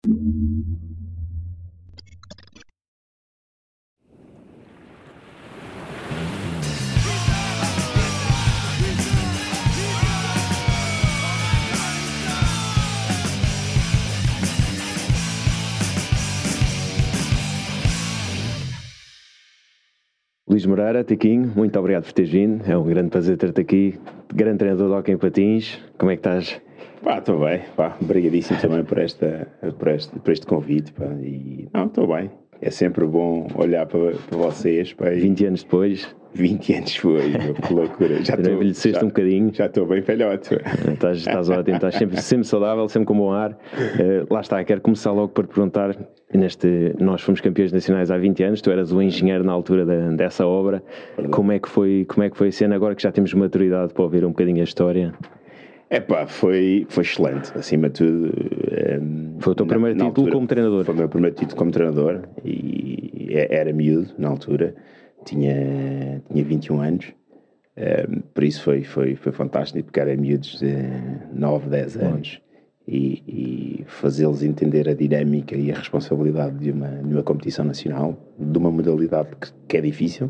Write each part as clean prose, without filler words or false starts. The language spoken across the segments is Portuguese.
Luís Moreira, Tiquinho, muito obrigado por teres vindo. É um grande prazer ter-te aqui. Grande treinador de hóquei em patins. Como é que estás? Estou bem. Obrigadíssimo também por este convite. E não, estou bem. É sempre bom olhar para vocês. 20 anos depois. 20 anos depois, que loucura. Já envelheceste um bocadinho. Já estou bem velhote. Estás ótimo, estás sempre saudável, sempre com bom ar. Lá está, quero começar logo por te perguntar. Nós fomos campeões nacionais há 20 anos, tu eras o engenheiro na altura dessa obra. Como é que foi a cena agora que já temos maturidade para ouvir um bocadinho a história? Foi excelente, acima de tudo. Foi o teu primeiro título como treinador? Foi o meu primeiro título como treinador e era miúdo na altura, tinha 21 anos, por isso foi fantástico, porque era miúdos de 9, 10 anos e fazê-los entender a dinâmica e a responsabilidade de uma competição nacional, de uma modalidade que é difícil.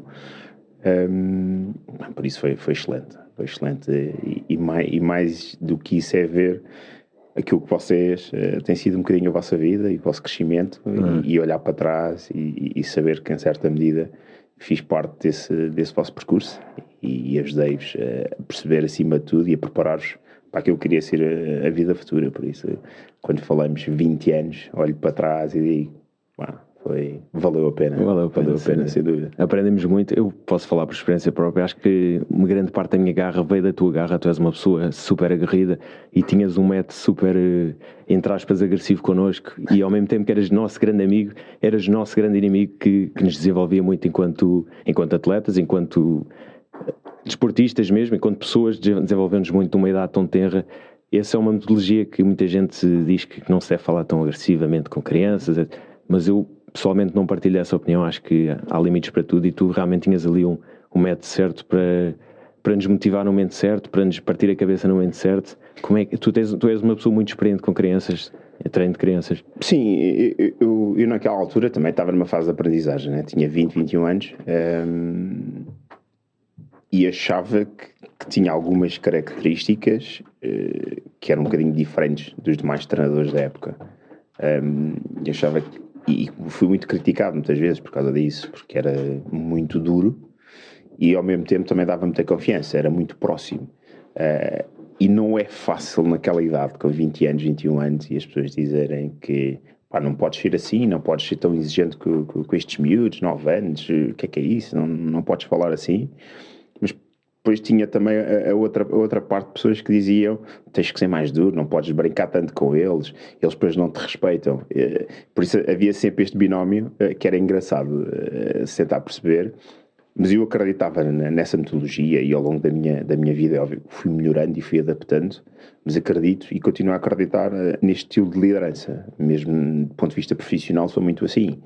Por isso foi excelente. Foi excelente e mais do que isso é ver aquilo que vocês tem sido um bocadinho a vossa vida e o vosso crescimento e olhar para trás e saber que em certa medida fiz parte desse vosso percurso e ajudei-vos a perceber acima de tudo e a preparar-vos para aquilo que queria ser a vida futura. Por isso, quando falamos 20 anos, olho para trás e digo, valeu a pena, sem dúvida. Aprendemos muito. Eu posso falar por experiência própria. Acho que uma grande parte da minha garra veio da tua garra. Tu és uma pessoa super aguerrida e tinhas um método super, entre aspas, agressivo connosco, e ao mesmo tempo que eras nosso grande amigo, eras nosso grande inimigo que nos desenvolvia muito enquanto atletas, enquanto desportistas mesmo, enquanto pessoas. Desenvolvemos muito numa idade tão tenra. Essa é uma metodologia que muita gente diz que não se deve falar tão agressivamente com crianças, mas eu pessoalmente não partilho essa opinião. Acho que há limites para tudo e tu realmente tinhas ali um método certo para nos motivar no momento certo, para nos partir a cabeça no momento certo. Como é que tu és uma pessoa muito experiente com crianças, treino de crianças? Sim, eu naquela altura também estava numa fase de aprendizagem, né? Tinha 20, 21 anos e achava que tinha algumas características que eram um bocadinho diferentes dos demais treinadores da época. Achava que, e fui muito criticado muitas vezes por causa disso, porque era muito duro e ao mesmo tempo também dava muita confiança, era muito próximo. E não é fácil naquela idade, com 20 anos, 21 anos, e as pessoas dizerem que não podes ser assim, não podes ser tão exigente com estes miúdos, 9 anos, o que é isso, não podes falar assim. Mas depois tinha também a outra parte de pessoas que diziam tens que ser mais duro, não podes brincar tanto com eles depois não te respeitam. Por isso havia sempre este binómio que era engraçado tentar perceber, mas eu acreditava nessa metodologia e ao longo da minha vida óbvio, fui melhorando e fui adaptando, mas acredito e continuo a acreditar neste estilo de liderança, mesmo do ponto de vista profissional sou muito assim.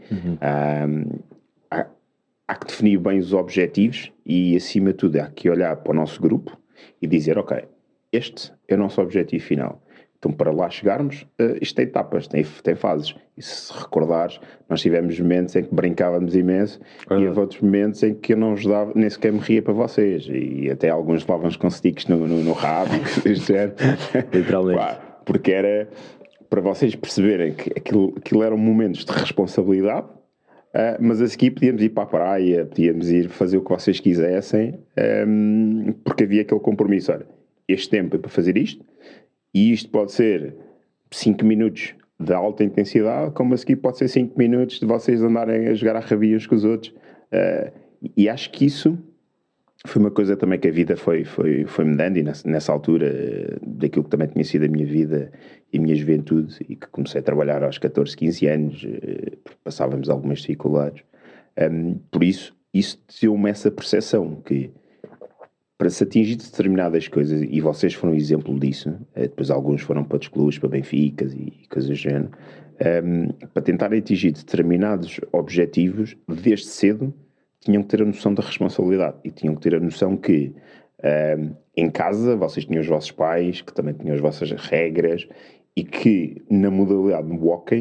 Há que definir bem os objetivos e, acima de tudo, há que olhar para o nosso grupo e dizer, ok, este é o nosso objetivo final. Então, para lá chegarmos, isto tem etapas, tem fases. E se recordares, nós tivemos momentos em que brincávamos imenso e houve outros momentos em que eu não vos dava, nem sequer me ria para vocês. E até alguns levavam-nos com sticks no rabo, literalmente. Porque era para vocês perceberem que aquilo eram momentos de responsabilidade. Mas a seguir podíamos ir para a praia, podíamos ir fazer o que vocês quisessem, porque havia aquele compromisso. Olha, este tempo é para fazer isto, e isto pode ser 5 minutos de alta intensidade, como a seguir pode ser 5 minutos de vocês andarem a jogar a rabia uns com os outros. E acho que isso foi uma coisa também que a vida foi me dando, e nessa altura daquilo que também tinha sido a minha vida e a minha juventude, e que comecei a trabalhar aos 14, 15 anos, passávamos algumas dificuldades. Por isso deu-me essa percepção que para se atingir determinadas coisas, e vocês foram um exemplo disso, depois alguns foram para outros clubes, para Benficas e coisas do género, para tentar atingir determinados objetivos, desde cedo, tinham que ter a noção da responsabilidade e tinham que ter a noção que em casa vocês tinham os vossos pais, que também tinham as vossas regras, e que na modalidade do hóquei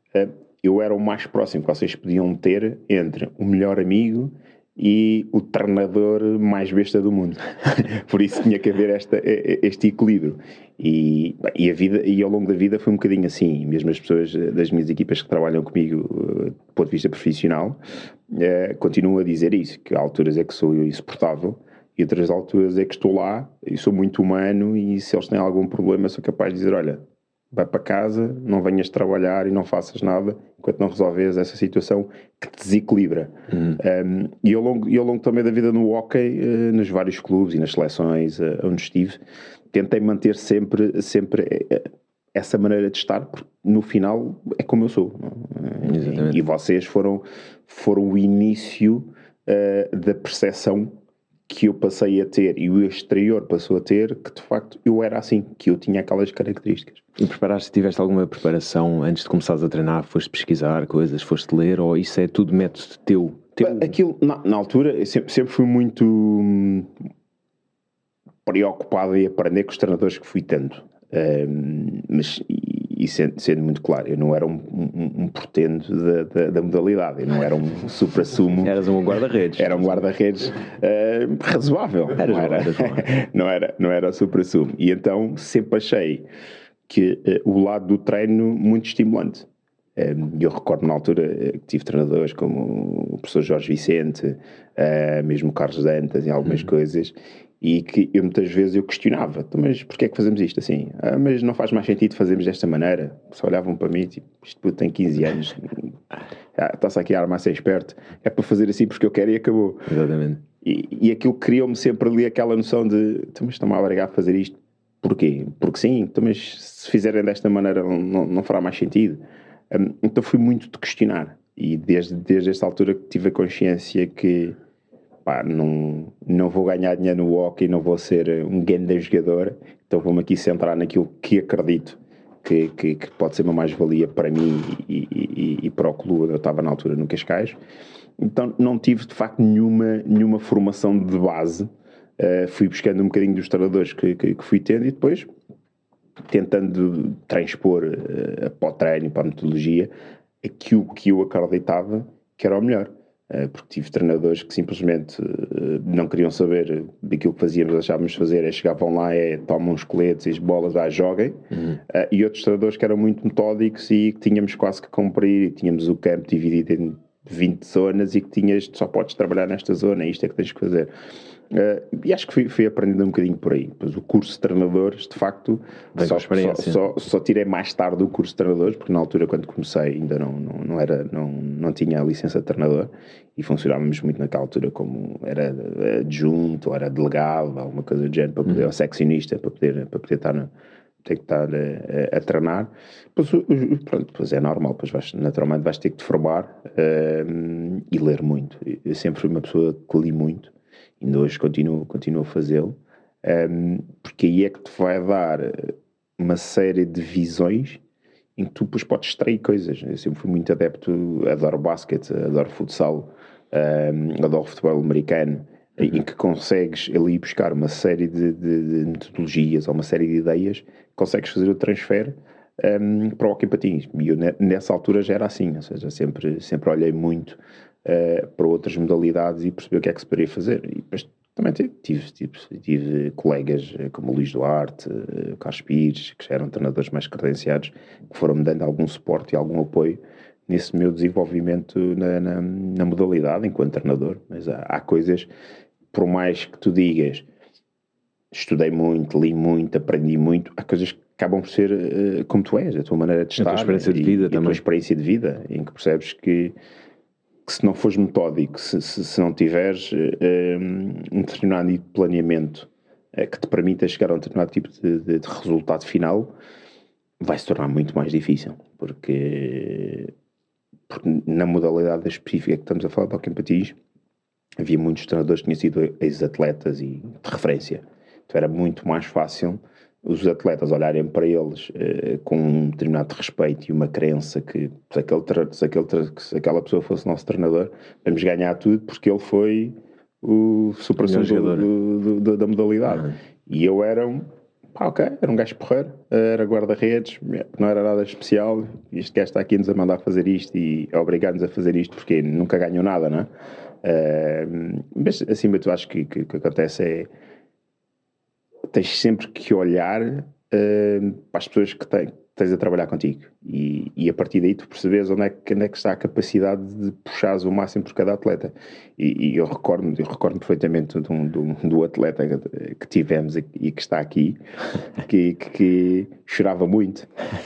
eu era o mais próximo que vocês podiam ter entre o melhor amigo e o treinador mais besta do mundo. Por isso tinha que haver este equilíbrio. E ao longo da vida foi um bocadinho assim. Mesmo as pessoas das minhas equipas que trabalham comigo do ponto de vista profissional continuam a dizer isso, que há alturas é que sou eu insuportável e outras alturas é que estou lá e sou muito humano, e se eles têm algum problema sou capaz de dizer, olha, vai para casa, não venhas trabalhar e não faças nada enquanto não resolves essa situação que te desequilibra. E ao longo também da vida no hóquei, nos vários clubes e nas seleções onde estive, tentei manter sempre essa maneira de estar, porque no final é como eu sou. E vocês foram o início da percepção que eu passei a ter e o exterior passou a ter, que de facto eu era assim, que eu tinha aquelas características. E tiveste alguma preparação antes de começares a treinar? Foste pesquisar coisas, foste ler, ou isso é tudo método teu? Aquilo, na altura, eu sempre fui muito preocupado em aprender com os treinadores que fui tendo. Mas sendo muito claro, eu não era um portento da modalidade, eu não era um supra-sumo. Eras um guarda-redes. Era um guarda-redes razoável. Não era supra-sumo. E então sempre achei que o lado do treino muito estimulante. Eu recordo na altura que tive treinadores como o professor Jorge Vicente, mesmo o Carlos Dantas e algumas coisas, e que eu muitas vezes eu questionava, mas porquê é que fazemos isto assim? Mas não faz mais sentido fazermos desta maneira? Só olhavam para mim, tipo, isto tem 15 anos, está-se aqui a armar a ser esperto, é para fazer assim porque eu quero e acabou. Exatamente. E aquilo criou-me sempre ali aquela noção de, mas estão-me a obrigar a fazer isto, porquê? Porque sim, mas se fizerem desta maneira não fará mais sentido. Então fui muito de questionar, e desde esta altura que tive a consciência que não vou ganhar dinheiro no hóquei, não vou ser um grande jogador, então vou-me aqui centrar naquilo que acredito que pode ser uma mais-valia para mim e para o clube onde eu estava na altura no Cascais. Então não tive de facto nenhuma formação de base, fui buscando um bocadinho dos treinadores que fui tendo e depois tentando transpor para o treino, para a metodologia, aquilo que eu acreditava que era o melhor. Porque tive treinadores que simplesmente não queriam saber daquilo que fazíamos, achávamos de fazer, chegavam lá, tomam os coletes e as bolas, joguem. E outros treinadores que eram muito metódicos e que tínhamos quase que cumprir, e tínhamos o campo dividido em 20 zonas e que só podes trabalhar nesta zona, isto é que tens que fazer. E acho que fui aprendendo um bocadinho por aí. Pois o curso de treinadores, de facto, só tirei mais tarde o curso de treinadores, porque na altura, quando comecei, ainda não tinha a licença de treinador e funcionávamos muito naquela altura como era adjunto, ou era delegado, alguma coisa do género, para poder, ou seccionista, para poder estar ter que estar a treinar. Pois é normal, naturalmente vais ter que te formar e ler muito. Eu sempre fui uma pessoa que li muito, ainda hoje continuo a fazê-lo, porque aí é que te vai dar uma série de visões em que tu depois podes extrair coisas. Eu sempre fui muito adepto, adoro basquete, adoro futsal, adoro futebol americano, em que consegues ali buscar uma série de metodologias ou uma série de ideias, consegues fazer o transfer para o hóquei patins. E eu nessa altura já era assim, ou seja, sempre olhei muito para outras modalidades e percebi o que é que se poderia fazer. E depois também tive colegas como o Luís Duarte, o Carlos Pires, que já eram treinadores mais credenciados, que foram-me dando algum suporte e algum apoio nesse meu desenvolvimento na modalidade enquanto treinador. Mas há coisas, por mais que tu digas estudei muito, li muito, aprendi muito, há coisas que acabam por ser como tu és, a tua maneira de estar, a tua experiência de vida também. A tua experiência de vida, em que percebes que se não fores metódico, se não tiveres um determinado tipo de planeamento que te permita chegar a um determinado tipo de resultado final, vai se tornar muito mais difícil, porque na modalidade específica que estamos a falar de hóquei patins, havia muitos treinadores que tinham sido ex-atletas e de referência. Então era muito mais fácil os atletas olharem para eles com um determinado respeito e uma crença que se aquela pessoa fosse nosso treinador, vamos ganhar tudo porque ele foi o supra-sumo da modalidade. E eu era pá, ok, era um gajo porreiro, era guarda-redes, não era nada especial. Este gajo está aqui-nos a mandar fazer isto e a obrigar-nos a fazer isto porque nunca ganhou nada, não é? Mas acima de tudo, acho que o que acontece é tens sempre que olhar para as pessoas que tens a trabalhar contigo e a partir daí tu percebes onde é que está a capacidade de puxares o máximo por cada atleta. E eu recordo perfeitamente do atleta que tivemos e que está aqui, que chorava muito.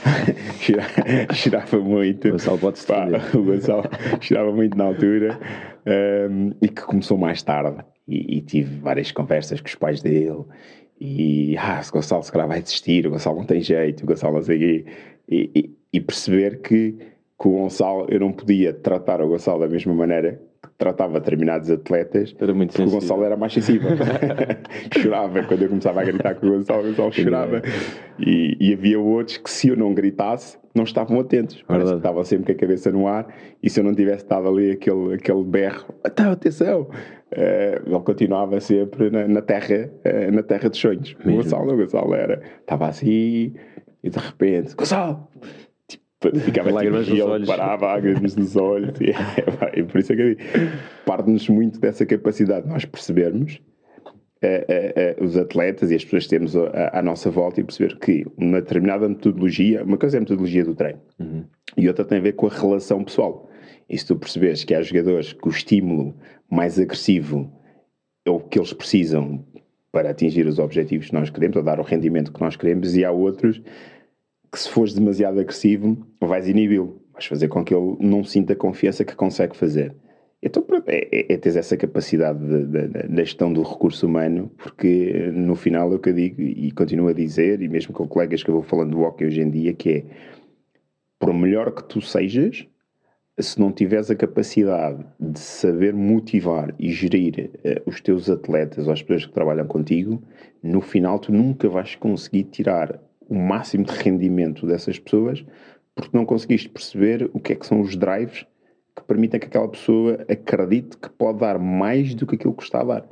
Chorava muito. O Gonçalo pode-se O Gonçalo chorava muito na altura, e que começou mais tarde. E tive várias conversas com os pais dele. E se o Gonçalo se calhar vai desistir, o Gonçalo não tem jeito, o Gonçalo não sei o quê. E perceber que o Gonçalo, eu não podia tratar o Gonçalo da mesma maneira que tratava determinados atletas, era muito porque sensível. o Gonçalo era mais sensível. Chorava quando eu começava a gritar com o Gonçalo chorava. E havia outros que, se eu não gritasse, não estavam atentos. Parece que estavam sempre com a cabeça no ar, e se eu não tivesse estado ali aquele berro, atenção, ele continuava sempre na terra dos sonhos. O Gonçalo estava assim, e de repente, Gonçalo! Tipo, ficava lágrimas nos olhos. Parava, lágrimas nos olhos. E por isso é que eu digo, parte-nos muito dessa capacidade de nós percebermos os atletas e as pessoas que temos à nossa volta, e perceber que uma determinada metodologia, uma coisa é a metodologia do treino, e outra tem a ver com a relação pessoal. E se tu perceberes que há jogadores que o estímulo mais agressivo é o que eles precisam para atingir os objetivos que nós queremos, ou dar o rendimento que nós queremos, e há outros que, se fores demasiado agressivo, vais inibi-lo, vais fazer com que ele não sinta a confiança que consegue fazer. Então é ter essa capacidade da gestão do recurso humano, porque no final é o que eu digo e continuo a dizer, e mesmo com colegas que eu vou falando do hockey hoje em dia, que é, por melhor que tu sejas, se não tiveres a capacidade de saber motivar e gerir os teus atletas ou as pessoas que trabalham contigo, no final tu nunca vais conseguir tirar o máximo de rendimento dessas pessoas, porque não conseguiste perceber o que é que são os drives que permitem que aquela pessoa acredite que pode dar mais do que aquilo que está a dar.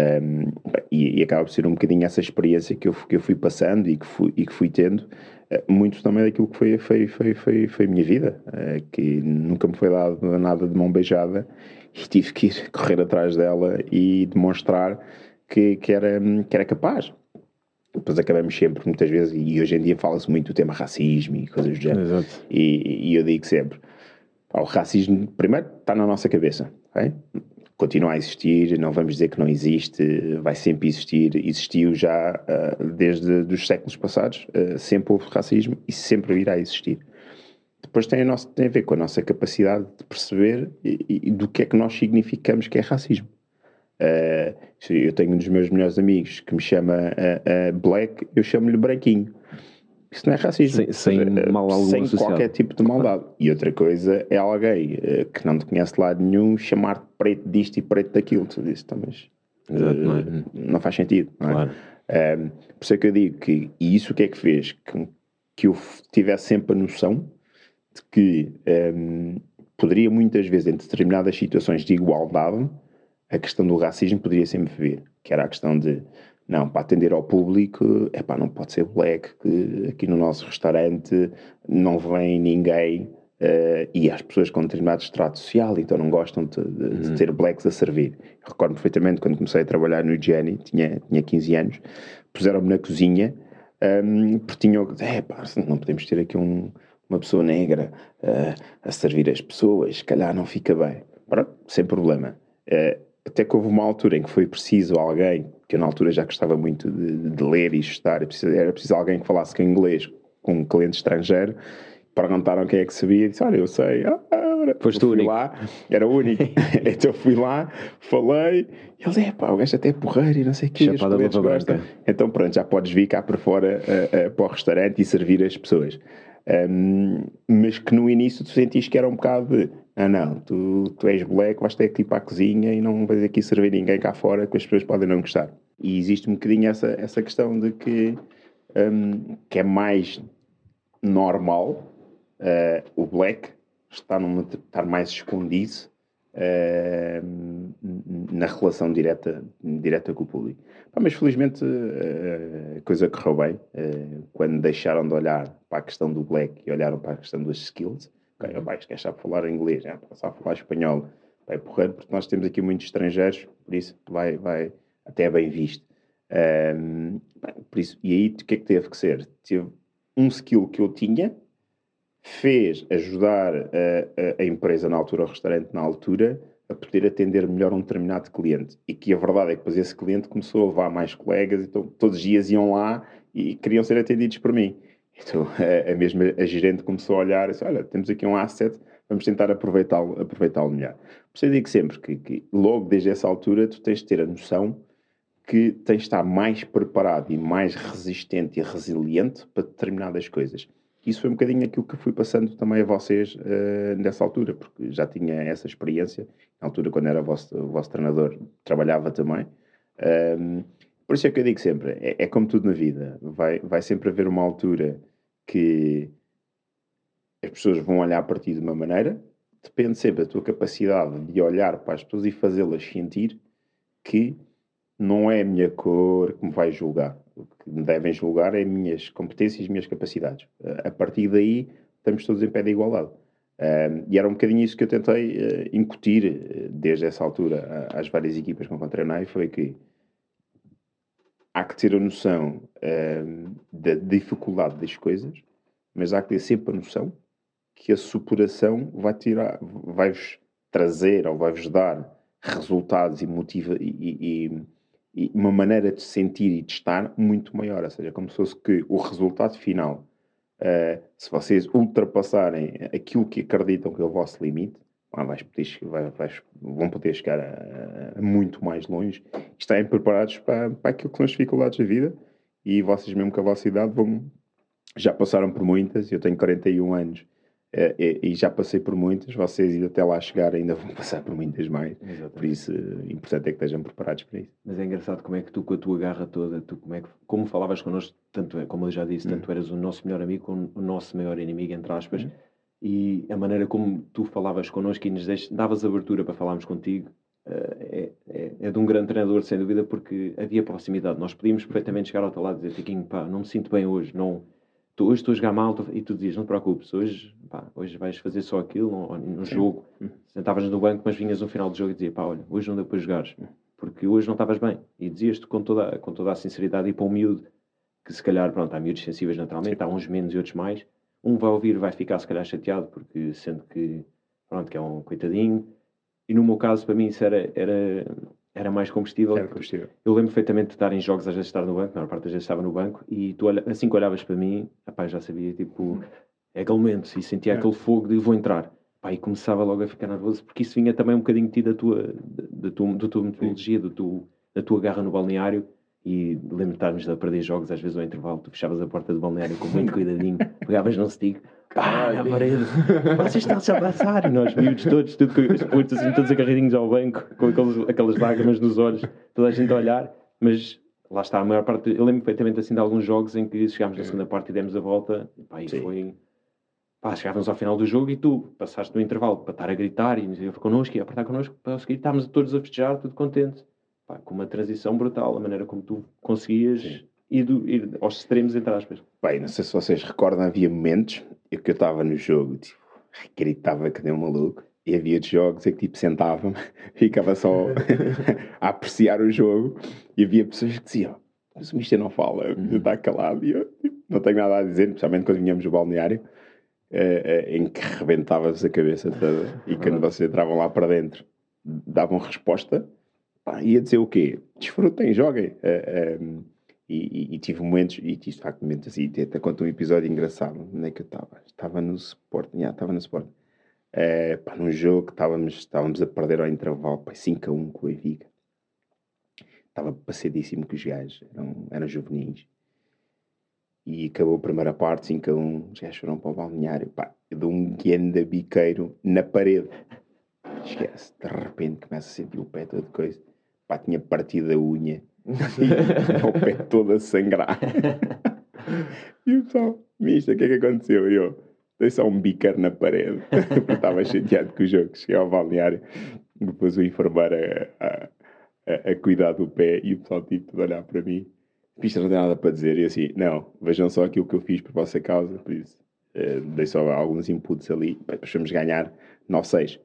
E acaba por ser um bocadinho essa experiência que eu fui passando e que fui tendo, muito também daquilo que foi a minha vida, que nunca me foi dado nada de mão beijada, e tive que ir correr atrás dela e demonstrar que era capaz. Depois acabamos sempre, muitas vezes, e hoje em dia fala-se muito do tema racismo e coisas do género. Exato. E eu digo sempre, o racismo, primeiro, está na nossa cabeça, okay? Continua a existir, não vamos dizer que não existe, vai sempre existir, existiu já desde os séculos passados, sempre houve racismo e sempre irá existir. Depois tem a ver com a nossa capacidade de perceber e do que é que nós significamos que é racismo. Eu tenho um dos meus melhores amigos que me chama Black, eu chamo-lhe Branquinho. Isso não é racismo. Sem mal algum sem associado. Qualquer tipo de maldade. E outra coisa é alguém que não te conhece de lado nenhum chamar-te preto disto e preto daquilo. Tu dizes, mas Exato, não faz sentido. Não é? Claro. Por isso é que eu digo que, e isso o que é que fez? Que eu tivesse sempre a noção de que poderia muitas vezes, em determinadas situações de igualdade, a questão do racismo poderia sempre vir. Que era a questão de, não, para atender ao público, não pode ser black, que aqui no nosso restaurante não vem ninguém, e as pessoas com determinado extrato social, então não gostam de ter blacks a servir. Eu recordo perfeitamente quando comecei a trabalhar no Jenny, tinha 15 anos, puseram-me na cozinha, porque tinham, não podemos ter aqui uma pessoa negra a servir as pessoas, se calhar não fica bem. Pronto, sem problema. Até que houve uma altura em que foi preciso alguém, que eu na altura já gostava muito de ler e estudar, era preciso alguém que falasse com inglês com um cliente estrangeiro. Perguntaram quem é que sabia e disse, olha, eu sei. Foste o único. Lá, era o único. Então fui lá, falei, e eles, o gajo até é porreiro e não sei o que, os clientes gostam. Então pronto, já podes vir cá para fora para o restaurante e servir as pessoas. Mas que no início tu sentiste que era um bocado de, não, tu és black, vais ter aqui para a cozinha e não vais aqui servir ninguém cá fora, que as pessoas podem não gostar. E existe um bocadinho essa questão de que é mais normal o black estar mais escondido na relação direta com o público. Mas felizmente a coisa correu bem. Quando deixaram de olhar para a questão do black e olharam para a questão das skills, okay, este gajo sabe falar inglês, sabe falar espanhol, vai porrando, porque nós temos aqui muitos estrangeiros, por isso vai até é bem visto. Por isso, e aí o que é que teve que ser? Tive um skill que eu tinha, fez ajudar a empresa na altura, o restaurante na altura, a poder atender melhor um determinado cliente. E que a verdade é que depois esse cliente começou a levar mais colegas, então todos os dias iam lá e queriam ser atendidos por mim. Então a gerente começou a olhar e disse, olha, temos aqui um asset, vamos tentar aproveitá-lo melhor. Por isso eu digo sempre que logo desde essa altura tu tens de ter a noção que tens de estar mais preparado e mais resistente e resiliente para determinadas coisas. Isso foi um bocadinho aquilo que fui passando também a vocês nessa altura, porque já tinha essa experiência. Na altura, quando era o vosso treinador, trabalhava também. Por isso é que eu digo sempre, é como tudo na vida. Vai sempre haver uma altura que as pessoas vão olhar para ti de uma maneira. Depende sempre da tua capacidade de olhar para as pessoas e fazê-las sentir que não é a minha cor que me vai julgar. O que me devem julgar é as minhas competências e as minhas capacidades. A partir daí, estamos todos em pé de igualdade. E era um bocadinho isso que eu tentei incutir desde essa altura às várias equipas com que eu treinei, foi que há que ter a noção da dificuldade das coisas, mas há que ter sempre a noção que a superação vai-vos trazer ou vai-vos dar resultados e uma maneira de sentir e de estar muito maior. Ou seja, como se fosse que o resultado final, se vocês ultrapassarem aquilo que acreditam que é o vosso limite, vão poder chegar a muito mais longe. Estarem preparados para aquilo que são as dificuldades da vida, e vocês mesmo com a vossa idade já passaram por muitas. Eu tenho 41 anos. E já passei por muitas, vocês e até lá chegar ainda vão passar por muitas mais. Exatamente. Por isso, importante é que estejam preparados para isso. Mas é engraçado como é que tu, com a tua garra toda, como falavas connosco, como eu já disse, tanto eras o nosso melhor amigo como o nosso maior inimigo, entre aspas, e a maneira como tu falavas connosco e nos davas abertura para falarmos contigo, é de um grande treinador, sem dúvida, porque havia proximidade. Nós podíamos perfeitamente chegar ao teu lado e dizer, Tiquinho, pá, não me sinto bem hoje, hoje estou a jogar mal, e tu dizias, não te preocupes, hoje vais fazer só aquilo no jogo. Sentavas no banco, mas vinhas no final do jogo e dizias, pá, olha, hoje não deu para jogares, porque hoje não estavas bem. E dizias-te com toda a sinceridade, e para um miúdo, que se calhar, pronto, há miúdos sensíveis naturalmente, há uns menos e outros mais. Um vai ouvir, vai ficar se calhar chateado, porque sendo que, pronto, que é um coitadinho. E no meu caso, para mim, isso era mais combustível. Era combustível. Eu lembro perfeitamente de estar em jogos, às vezes estar no banco, na maior parte das vezes estava no banco, e tu, assim que olhavas para mim, rapaz, já sabia, tipo, é aquele momento, e sentia aquele fogo de vou entrar. Pá, e começava logo a ficar nervoso, porque isso vinha também um bocadinho de ti da tua metodologia, da tua garra no balneário. E lembro de estarmos a perder jogos, às vezes ao intervalo, tu fechavas a porta do balneário com muito cuidadinho, pegavas num stick, pá, na parede, vocês estão-se a abraçar, e nós miúdos todos, tudo com os putos assim, todos agarradinhos ao banco, com aquelas lágrimas nos olhos, toda a gente a olhar. Mas lá está, a maior parte, eu lembro perfeitamente assim de alguns jogos em que chegámos na segunda parte e demos a volta, pá, e foi, pá, chegávamos ao final do jogo e tu passaste no intervalo para estar a gritar e dizer connosco e a apertar connosco, para seguir estávamos todos a festejar, tudo contente. Pá, com uma transição brutal, a maneira como tu conseguias ir aos extremos, entre aspas. Bem, não sei se vocês recordam, havia momentos em que eu estava no jogo, tipo, gritava que nem um maluco, e havia outros jogos em que tipo sentava-me, ficava só a apreciar o jogo, e havia pessoas que diziam, mas o mister não fala, está calado, e eu tipo, não tenho nada a dizer, especialmente quando vinhamos no balneário, em que rebentava-vos a cabeça toda, e quando vocês entravam lá para dentro, davam resposta. Ia dizer o quê? Desfrutem, joguem. E tive momentos, e tive de facto momentos assim, até conto um episódio engraçado. Onde é que eu estava? Estava no Sporting. Estava no Sporting. Num jogo que estávamos a perder ao intervalo, 5-1 com o Benfica. Estava passadíssimo que os gajos eram juvenis. E acabou a primeira parte, 5-1. Os gajos foram para o balneário. Eu dou um guiando biqueiro na parede. Esquece. De repente começa a sentir o pé todo coisa. Tinha partido a unha e o pé todo a sangrar. E o pessoal, mister, o que é que aconteceu? E eu dei só um bicar na parede, porque estava chateado com o jogo. Cheguei ao balneário depois o enfermeiro a cuidar do pé e o pessoal tipo de olhar para mim. Isto não tem nada para dizer. E eu assim, não, vejam só aquilo que eu fiz por vossa causa, por isso. Dei só alguns inputs ali, depois fomos ganhar 9-6.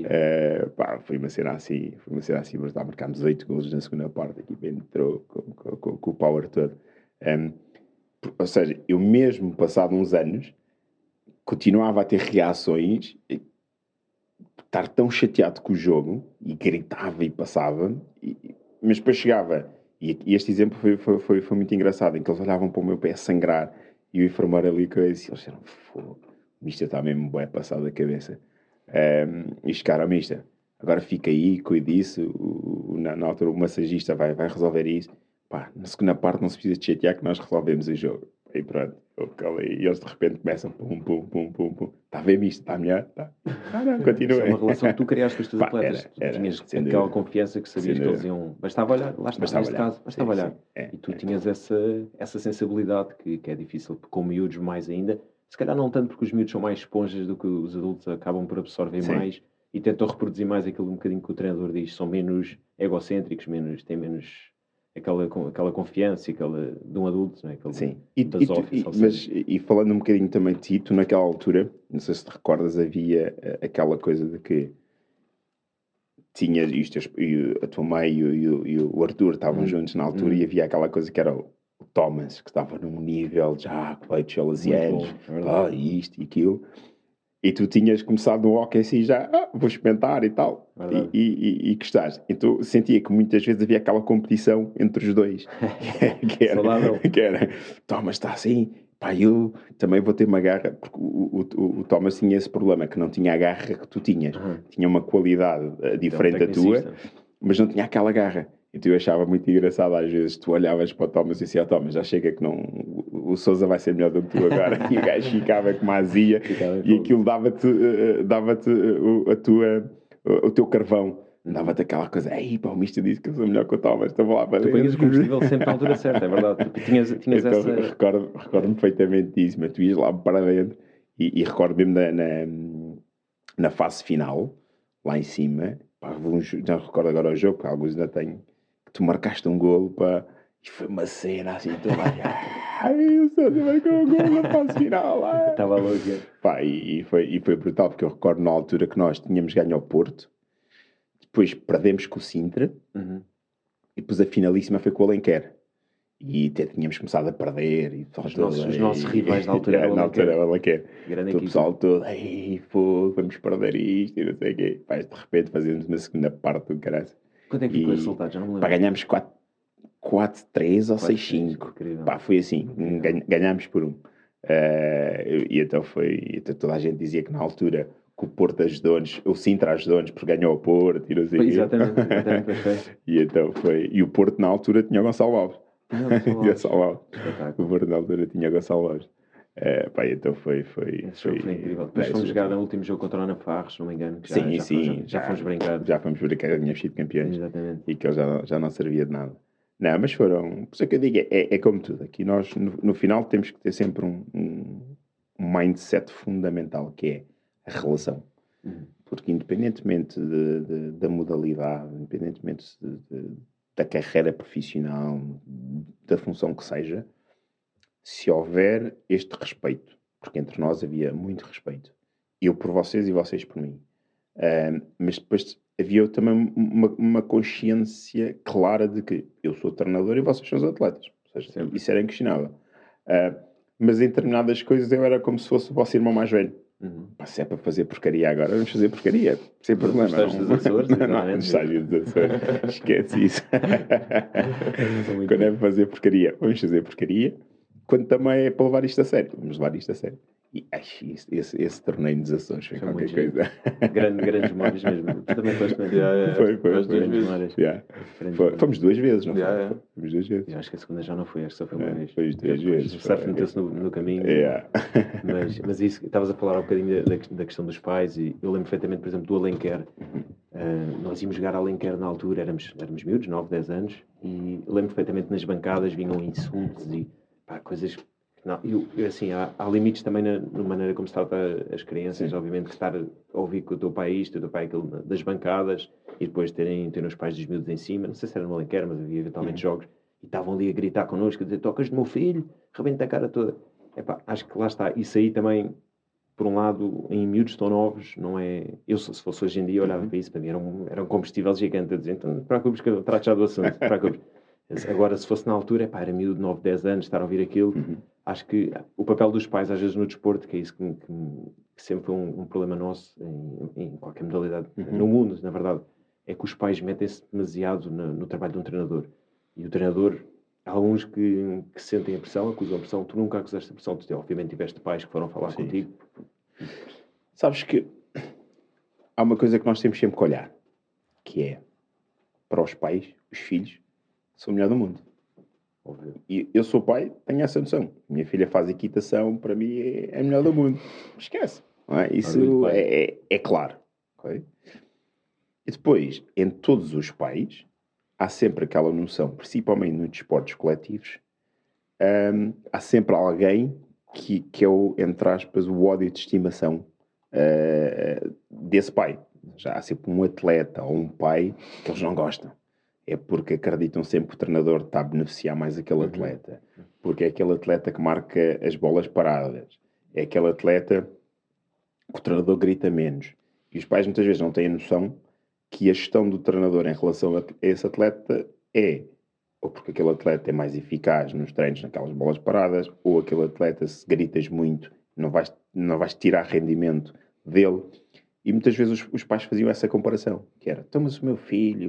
Foi uma cena assim, brutal. Marcámos 8 golos na segunda parte, a equipa entrou com o power todo. Ou seja, eu mesmo passado uns anos continuava a ter reações, estar tão chateado com o jogo, e gritava e passava, mas depois chegava, e este exemplo foi muito engraçado, em que eles olhavam para o meu pé a sangrar, e o enfermeiro ali que eu disse, eles disseram, fogo, o mister está mesmo bem passado da cabeça. E chegaram, mister, agora fica aí, cuide disso, na altura o massagista vai resolver isso. Pá, na segunda parte não se precisa de chatear que nós resolvemos o jogo. E pronto, e eles de repente começam pum, pum, pum, pum, pum. Está a ver isto? Está melhor? Tá. Não, continua. Isso é uma relação que tu criaste com os teus atletas. Tu tinhas aquela dúvida. Confiança que sabias que eles iam... Bastava olhar, lá está, neste caso, bastava olhar. E tu tinhas essa sensibilidade que é difícil, com miúdos mais ainda. Se calhar não tanto porque os miúdos são mais esponjas do que os adultos, acabam por absorver mais e tentam reproduzir mais aquilo um bocadinho que o treinador diz. São menos egocêntricos, têm menos aquela confiança de um adulto, não é? Sim, e falando um bocadinho também de ti, tu naquela altura, não sei se te recordas, havia aquela coisa de que tinhas isto, a tua mãe e o Arthur estavam juntos na altura e havia aquela coisa que era o Thomas, que estava num nível já feito aos anos, isto e aquilo. E tu tinhas começado no hockey assim já, vou experimentar e tal. E gostaste. Então sentia que muitas vezes havia aquela competição entre os dois. que era, Thomas está assim, pá, eu também vou ter uma garra. Porque o Thomas tinha esse problema, que não tinha a garra que tu tinhas. Tinha uma qualidade diferente da tua, mas não tinha aquela garra. Então eu achava muito engraçado, às vezes tu olhavas para o Thomas e dizia, Thomas, já chega que não, o Sousa vai ser melhor do que tu agora. E o gajo ficava com uma azia e aquilo dava-te o teu carvão. Dava-te aquela coisa, ei pá, o mister disse que eu sou melhor que o Thomas, então vou lá para dentro. Tu pões o combustível sempre na altura certa, é verdade. Tinhas então, essa... Recordo-me perfeitamente disso, mas tu ias lá para dentro e recordo mesmo na fase final, lá em cima, pá, já recordo agora o jogo, porque alguns ainda tenho. Tu marcaste um golo, pá, e foi uma cena assim, toda o Sousa marcou um golo na fase final. Estava louco. Pá, e foi brutal, porque eu recordo na altura que nós tínhamos ganho ao Porto, depois perdemos com o Sintra, e depois a finalíssima foi com o Alenquer. E até tínhamos começado a perder. E os nossos rivais da altura eram o Alenquer. O pessoal todo, vamos perder isto, e não sei o quê. Pá, de repente fazemos uma segunda parte do caralho. Quanto é que ficou o resultado? Já não me lembro. Pá, ganhámos 4-3 ou 6-5. Pá, foi assim. Ganhámos por 1. E então toda a gente dizia que na altura que o Porto ajudou-nos, o Sintra ajudou-nos porque ganhou o Porto e não sei o quê. Exatamente. E então foi. E o Porto na altura tinha o Gonçalo Alves. O Porto na altura tinha o Gonçalo Alves. Então foi incrível. Depois fomos jogar no último jogo contra o Ana Farros, se não me engano. Já fomos brincar. Já fomos brincar, tínhamos sido campeões. Exatamente. E que ele já não servia de nada. Não, mas foram... Por isso é que eu digo, é como tudo. Aqui nós, no final, temos que ter sempre um mindset fundamental, que é a relação. Porque independentemente da modalidade, independentemente da carreira profissional, da função que seja, se houver este respeito, porque entre nós havia muito respeito, eu por vocês e vocês por mim, mas depois havia também uma consciência clara de que eu sou treinador e vocês são os atletas, ou seja, isso era inquestionável. Mas em determinadas coisas eu era como se fosse o vosso irmão mais velho. Se é para fazer porcaria agora, vamos fazer porcaria, sem problema. Dos Açores, não, estágio dos Açores, esquece isso. Quando é para fazer porcaria, vamos fazer porcaria. Quando também é para levar isto a sério, vamos levar isto a sério. E esse torneio dos Açores foi qualquer coisa. Grandes memórias mesmo. Tu também foste, foi grandes memórias. Fomos 2 vezes, não foi? Fomos 2 vezes. Eu acho que a segunda já não foi, acho que só foi uma vez. Foi 2 vezes. O surf meteu-se no caminho. Mas isso, estavas a falar um bocadinho da questão dos pais, e eu lembro perfeitamente, por exemplo, do Alenquer. Nós íamos jogar a Alenquer na altura, éramos miúdos, 9, 10 anos, e eu lembro perfeitamente nas bancadas vinham insultos e coisas. Não, assim, há limites também na maneira como se trata as crianças, obviamente, que estar a ouvir que o teu pai é isto, o teu pai é aquilo das bancadas, e depois terem os pais dos miúdos em cima, não sei se era no Alenquer, mas havia eventualmente jogos, e estavam ali a gritar connosco, a dizer, tocas no meu filho, rebenta a cara toda. Epá, acho que lá está, isso aí também, por um lado, em miúdos tão novos, não é... Eu, se fosse hoje em dia, olhava para isso, para mim era um combustível gigante, a dizer, então, não te preocupes que eu trato já do assunto, não te preocupes. Agora, se fosse na altura, epá, era miúdo de 9, 10 anos, estar a ouvir aquilo, acho que o papel dos pais, às vezes, no desporto, que é isso que sempre foi um problema nosso, em qualquer modalidade, no mundo, na verdade, é que os pais metem-se demasiado no trabalho de um treinador. E o treinador, há alguns que sentem a pressão, acusam a pressão. Tu nunca acusaste a pressão, tu obviamente tiveste pais que foram falar contigo. Sabes que há uma coisa que nós temos sempre que olhar, que é, para os pais, os filhos, são o melhor do mundo. E eu sou pai, tenho essa noção. Minha filha faz equitação, para mim é a melhor do mundo. Esquece. Não é? Isso é claro. Okay? E depois, em todos os pais, há sempre aquela noção, principalmente nos desportos coletivos, há sempre alguém que é o, entre aspas, o ódio de estimação desse pai. Já há sempre um atleta ou um pai que eles não gostam. É porque acreditam sempre que o treinador está a beneficiar mais aquele atleta. Porque é aquele atleta que marca as bolas paradas. É aquele atleta que o treinador grita menos. E os pais muitas vezes não têm a noção que a gestão do treinador em relação a esse atleta é ou porque aquele atleta é mais eficaz nos treinos, naquelas bolas paradas, ou aquele atleta, se gritas muito, não vais tirar rendimento dele. E muitas vezes os pais faziam essa comparação, que era, então, mas o meu filho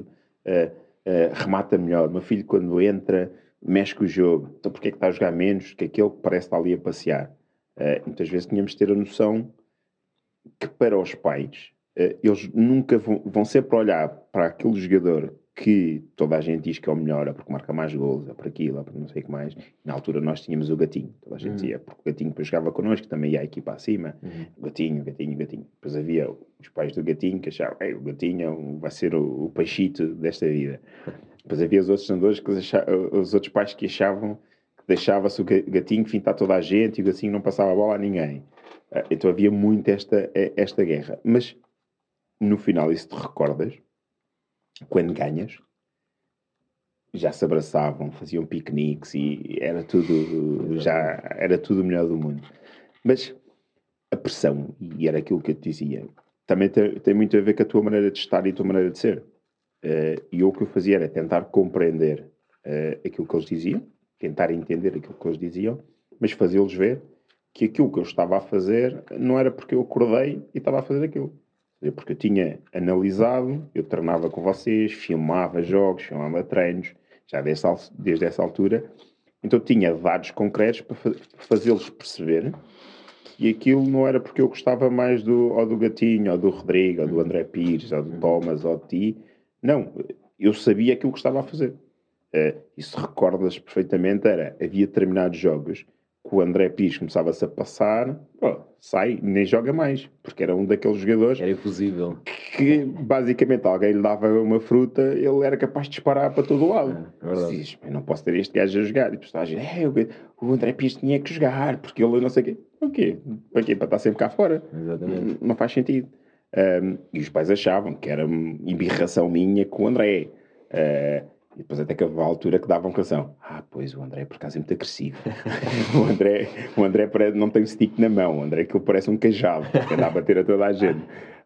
remata melhor, o meu filho quando entra mexe com o jogo, então porquê é que está a jogar menos que aquele que parece estar ali a passear? Muitas vezes tínhamos de ter a noção que para os pais, eles nunca vão sempre olhar para aquele jogador que toda a gente diz que é o melhor, é porque marca mais golos, é por aquilo, é por não sei o que mais. Na altura nós tínhamos o Gatinho, toda a gente dizia, porque o Gatinho depois jogava connosco, também ia a equipa acima, Gatinho. Depois havia os pais do Gatinho que achavam, o Gatinho vai ser o peixito desta vida. Depois havia os outros treinadores, os outros pais que achavam que deixava-se o Gatinho fintar toda a gente e o Gatinho não passava a bola a ninguém. Então havia muito esta guerra. Mas no final, e se te recordas, quando ganhas, já se abraçavam, faziam piqueniques e era tudo, já era tudo o melhor do mundo. Mas a pressão, e era aquilo que eu te dizia, também tem muito a ver com a tua maneira de estar e a tua maneira de ser. E o que eu fazia era tentar compreender aquilo que eles diziam, tentar entender aquilo que eles diziam, mas fazê-los ver que aquilo que eu estava a fazer não era porque eu acordei e estava a fazer aquilo. Porque eu tinha analisado, eu treinava com vocês, filmava jogos, filmava treinos, já desde essa altura. Então tinha dados concretos para fazê-los perceber que aquilo não era porque eu gostava mais ou do Gatinho, ou do Rodrigo, ou do André Pires, ou do Thomas, ou de ti. Não, eu sabia aquilo que estava a fazer. E se recordas perfeitamente, havia determinados jogos que o André Pires começava-se a passar, sai, nem joga mais, porque era um daqueles jogadores... Era impossível. Que, basicamente, alguém lhe dava uma fruta, ele era capaz de disparar para todo o lado. Diz, não posso ter este gajo a jogar. E depois está a dizer, o André Pires tinha que jogar, porque ele não sei o quê. O quê? Para quê? Para estar sempre cá fora. Exatamente. Não faz sentido. E os pais achavam que era embirração minha com o André. E depois até que houve a altura que davam canção. Pois o André por acaso é muito agressivo. o André não tem o stick na mão. O André que ele parece um cajado, que anda a bater a toda a gente.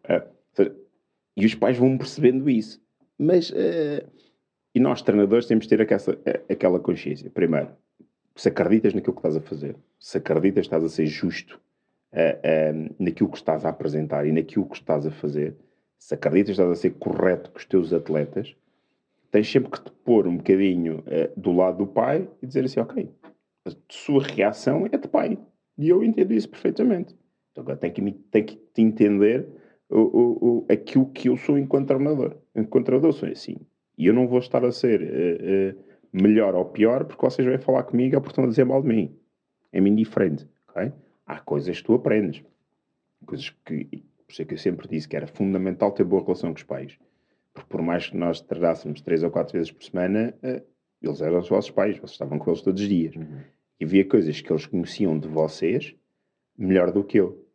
E os pais vão percebendo isso. Mas, e nós treinadores temos de ter aquela consciência. Primeiro, se acreditas naquilo que estás a fazer, se acreditas que estás a ser justo naquilo que estás a apresentar e naquilo que estás a fazer, se acreditas que estás a ser correto com os teus atletas, tens sempre que te pôr um bocadinho do lado do pai e dizer assim, ok, a sua reação é de pai. E eu entendo isso perfeitamente. Então agora tem que te entender aquilo que eu sou enquanto treinador. Enquanto treinador sou assim. E eu não vou estar a ser melhor ou pior porque vocês vêm falar comigo ou porque estão a dizer mal de mim. É-me indiferente. Okay? Há coisas que tu aprendes. Coisas que... Por isso é que eu sempre disse que era fundamental ter boa relação com os pais. Porque por mais que nós treinássemos 3 ou 4 vezes por semana, eles eram os vossos pais, vocês estavam com eles todos os dias. E havia coisas que eles conheciam de vocês melhor do que eu.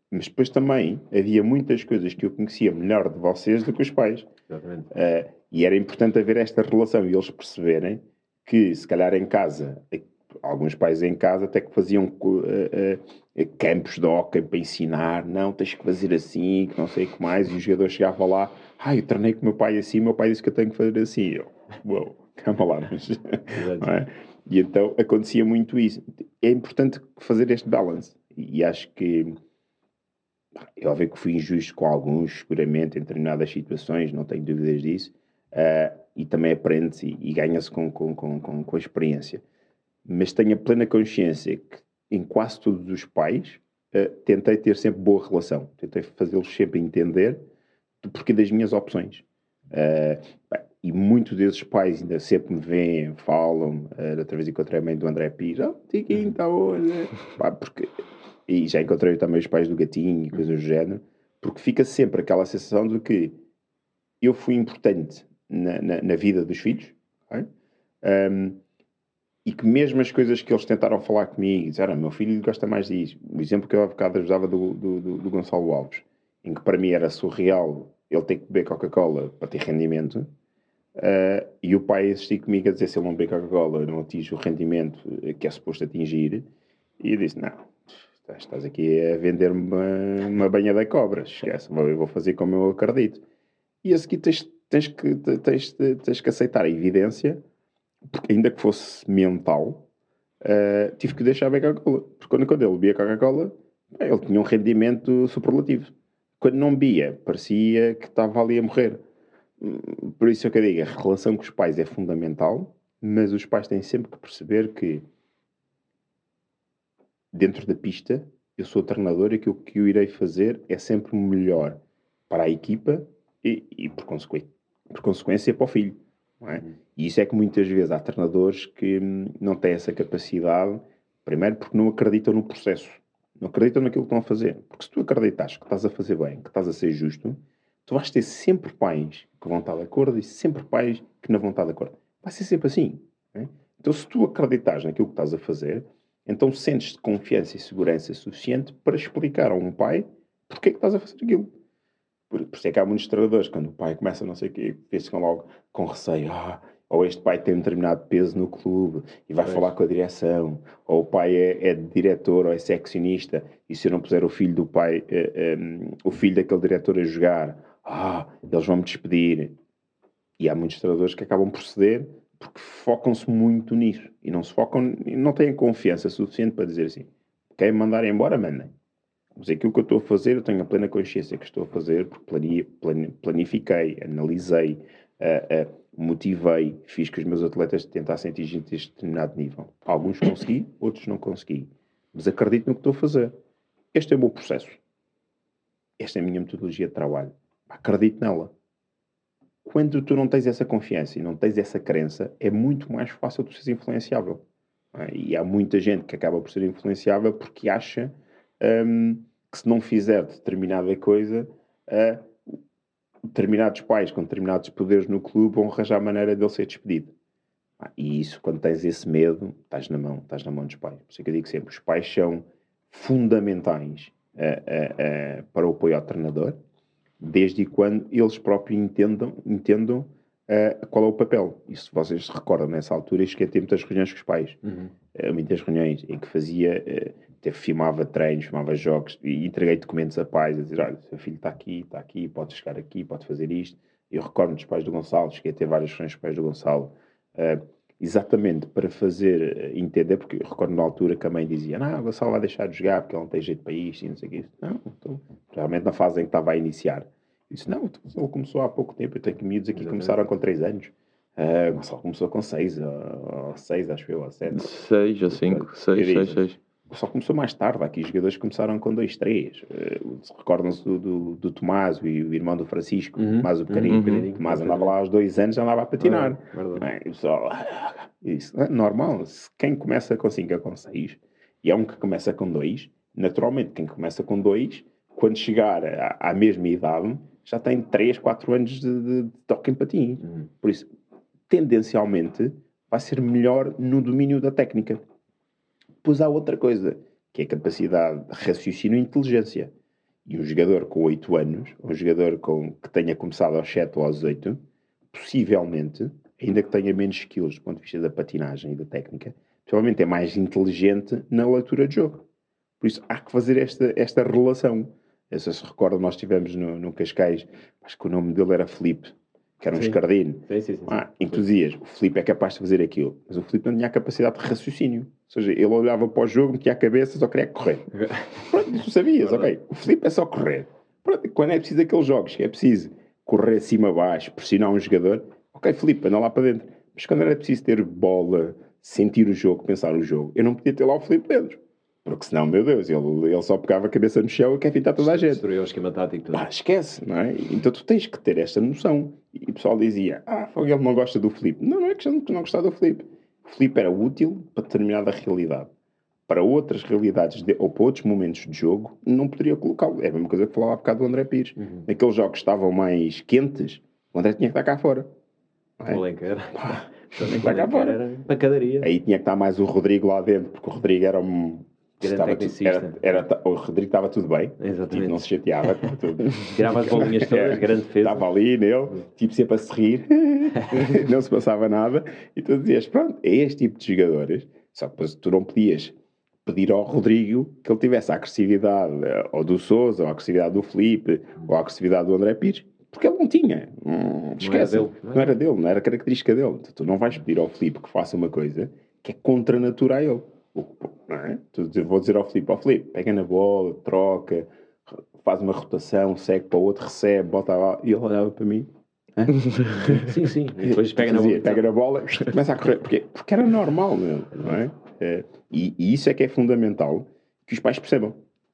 Mas depois também havia muitas coisas que eu conhecia melhor de vocês do que os pais. Exatamente. E era importante haver esta relação e eles perceberem que, se calhar em casa, alguns pais em casa até que faziam campos de hóquei para ensinar, não, tens que fazer assim, que não sei o que mais, e o jogador chegava lá, eu treinei com o meu pai assim, meu pai disse que eu tenho que fazer assim. Eu, uou, calma lá, mas... não é? E então acontecia muito isso. É importante fazer este balance. E acho que é óbvio que fui injusto com alguns, seguramente, em determinadas situações, não tenho dúvidas disso. E também aprende-se e ganha-se com a experiência. Mas tenho a plena consciência que em quase todos os pais tentei ter sempre boa relação. Tentei fazê-los sempre entender do porquê das minhas opções. E muitos desses pais ainda sempre me veem, falam. Outra vez encontrei a mãe do André Pires. Tiquinho, está hoje. Porque... E já encontrei também os pais do Gatinho e coisas do género. Porque fica sempre aquela sensação de que eu fui importante na vida dos filhos. Okay? E que mesmo as coisas que eles tentaram falar comigo, disseram, meu filho gosta mais disso. O exemplo que eu há bocado ajudava do Gonçalo Alves, em que para mim era surreal ele ter que beber Coca-Cola para ter rendimento, e o pai insistia comigo a dizer, se ele não beber Coca-Cola não atinge o rendimento que é suposto atingir, e eu disse, não, estás aqui a vender-me uma banha de cobras, esquece, eu vou fazer como eu acredito. E a seguir tens que aceitar a evidência, porque ainda que fosse mental, tive que deixar beber Coca-Cola. Porque quando ele bebia Coca-Cola, ele tinha um rendimento superlativo. Quando não bebia, parecia que estava ali a morrer. Por isso é que eu digo, a relação com os pais é fundamental, mas os pais têm sempre que perceber que dentro da pista eu sou o treinador e que o que eu irei fazer é sempre o melhor para a equipa e por consequência para o filho. Não é? E isso é que muitas vezes há treinadores que não têm essa capacidade, primeiro porque não acreditam no processo, não acreditam naquilo que estão a fazer. Porque se tu acreditas que estás a fazer bem, que estás a ser justo, tu vais ter sempre pais que vão estar de acordo e sempre pais que não vão estar de acordo. Vai ser sempre assim. Não é? Então se tu acreditas naquilo que estás a fazer, então sentes-te confiança e segurança suficiente para explicar a um pai porque é que estás a fazer aquilo. Por isso é que há muitos treinadores, quando o pai começa não sei o quê, ficam logo com receio. Ou este pai tem um determinado peso no clube e vai falar com a direção. Ou o pai é diretor ou é seccionista e se eu não puser o filho do pai, o filho daquele diretor a jogar, eles vão me despedir. E há muitos treinadores que acabam por ceder porque focam-se muito nisso e não se focam, não têm confiança suficiente para dizer assim: quem me mandar embora, mandem. Mas aquilo que eu estou a fazer, eu tenho a plena consciência que estou a fazer porque planifiquei, analisei, motivei, fiz que os meus atletas tentassem atingir este determinado nível. Alguns consegui, outros não consegui. Mas acredito no que estou a fazer. Este é o meu processo. Esta é a minha metodologia de trabalho. Acredito nela. Quando tu não tens essa confiança e não tens essa crença, é muito mais fácil tu seres influenciável. E há muita gente que acaba por ser influenciável porque acha que se não fizer determinada coisa, determinados pais com determinados poderes no clube vão arranjar a maneira dele ser despedido. E isso, quando tens esse medo, estás na mão dos pais. Por isso é que eu digo sempre, os pais são fundamentais para o apoio ao treinador, desde quando eles próprios entendam qual é o papel. E se vocês se recordam, nessa altura, eu cheguei a ter muitas reuniões com os pais. Muitas reuniões em que fazia, filmava treinos, filmava jogos e entreguei documentos a pais a dizer, olha, seu filho está aqui, pode chegar aqui, pode fazer isto. Eu recordo dos pais do Gonçalo, cheguei a ter várias reuniões com os pais do Gonçalo, exatamente para fazer entender, porque eu recordo na altura que a mãe dizia, o Gonçalo vai deixar de jogar porque ele não tem jeito para isto e não sei o que. Não, então, realmente na fase em que estava a iniciar. Eu disse, não, ele começou há pouco tempo, eu tenho miúdos aqui que começaram com 3 anos. Gonçalo começou com 6, ou 6, acho eu, ou 7. 6 ou 5, 6. Só começou mais tarde, aqui os jogadores começaram com 2, 3. Recordam-se do Tomás e o irmão do Francisco, Tomás o Pequenino. Tomás andava lá aos 2 anos, já andava a patinar. Isso é normal. Quem começa com 5 é com 6, e há um que começa com 2, naturalmente, quem começa com 2, quando chegar à mesma idade, já tem 3, 4 anos de toque em patins. Por isso, tendencialmente, vai ser melhor no domínio da técnica. Depois há outra coisa, que é a capacidade de raciocínio e inteligência. E um jogador com 8 anos, um jogador que tenha começado aos 7 ou aos 8, possivelmente, ainda que tenha menos skills do ponto de vista da patinagem e da técnica, possivelmente é mais inteligente na leitura de jogo. Por isso, há que fazer esta relação. Eu se recordo, nós estivemos no Cascais, acho que o nome dele era Filipe, que era um escardino. Sim. Em que tu dizias, o Filipe é capaz de fazer aquilo, mas o Filipe não tinha a capacidade de raciocínio. Ou seja, ele olhava para o jogo, metia a cabeça, só queria correr. Pronto, tu sabias, ok. O Filipe é só correr. Pronto, quando é preciso aqueles jogos, que é preciso correr acima abaixo, pressionar um jogador, ok, Filipe, anda lá para dentro. Mas quando era preciso ter bola, sentir o jogo, pensar o jogo, eu não podia ter lá o Filipe dentro. Porque senão, meu Deus, ele só pegava a cabeça no chão e quer evitar toda a gente. Destruiu o esquema tático. Esquece, não é? Então tu tens que ter esta noção. E o pessoal dizia, ele não gosta do Filipe. Não é questão de não gostar do Filipe. O Filipe era útil para determinada realidade. Para outras realidades ou para outros momentos de jogo, não poderia colocá-lo. É a mesma coisa que falava há bocado do André Pires. Naqueles jogos que estavam mais quentes, o André tinha que estar cá fora. O Alenquer. Tinha que estar cá fora. Era pancadaria. Aí tinha que estar mais o Rodrigo lá dentro, porque o Rodrigo era um... o Rodrigo estava tudo bem. Exatamente. Tipo, não se chateava. Tirava as bolinhas todas, grande defesa. Estava ali nele, tipo sempre a se rir. Não se passava nada. E tu dizias, pronto, é este tipo de jogadores. Só que depois tu não podias pedir ao Rodrigo que ele tivesse a agressividade ou do Sousa, ou a agressividade do Filipe, ou a agressividade do André Pires. Porque ele não tinha. Esquece. Não era dele, não era característica dele. Tu não vais pedir ao Filipe que faça uma coisa que é contra a natura a ele. Não é? Vou dizer ao Filipe, pega na bola, troca, faz uma rotação, segue para o outro, recebe, bota lá. E ele olhava para mim. Sim. E depois pega na bola, começa a correr. Porque era normal, não é? E isso é que é fundamental que os pais percebam.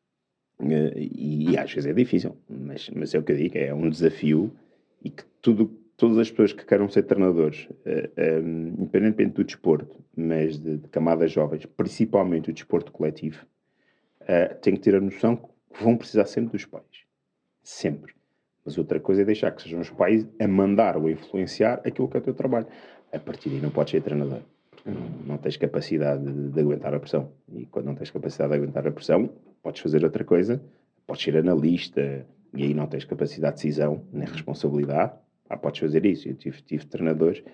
E às vezes é difícil, mas é o que eu digo, é um desafio e que todas as pessoas que queiram ser treinadores, independentemente do desporto, mas de camadas jovens, principalmente o desporto coletivo, têm que ter a noção que vão precisar sempre dos pais. Sempre. Mas outra coisa é deixar que sejam os pais a mandar ou a influenciar aquilo que é o teu trabalho. A partir daí não podes ser treinador. Porque não tens capacidade de aguentar a pressão. E quando não tens capacidade de aguentar a pressão, podes fazer outra coisa. Podes ser analista e aí não tens capacidade de decisão nem responsabilidade. Podes fazer isso. Eu tive treinadores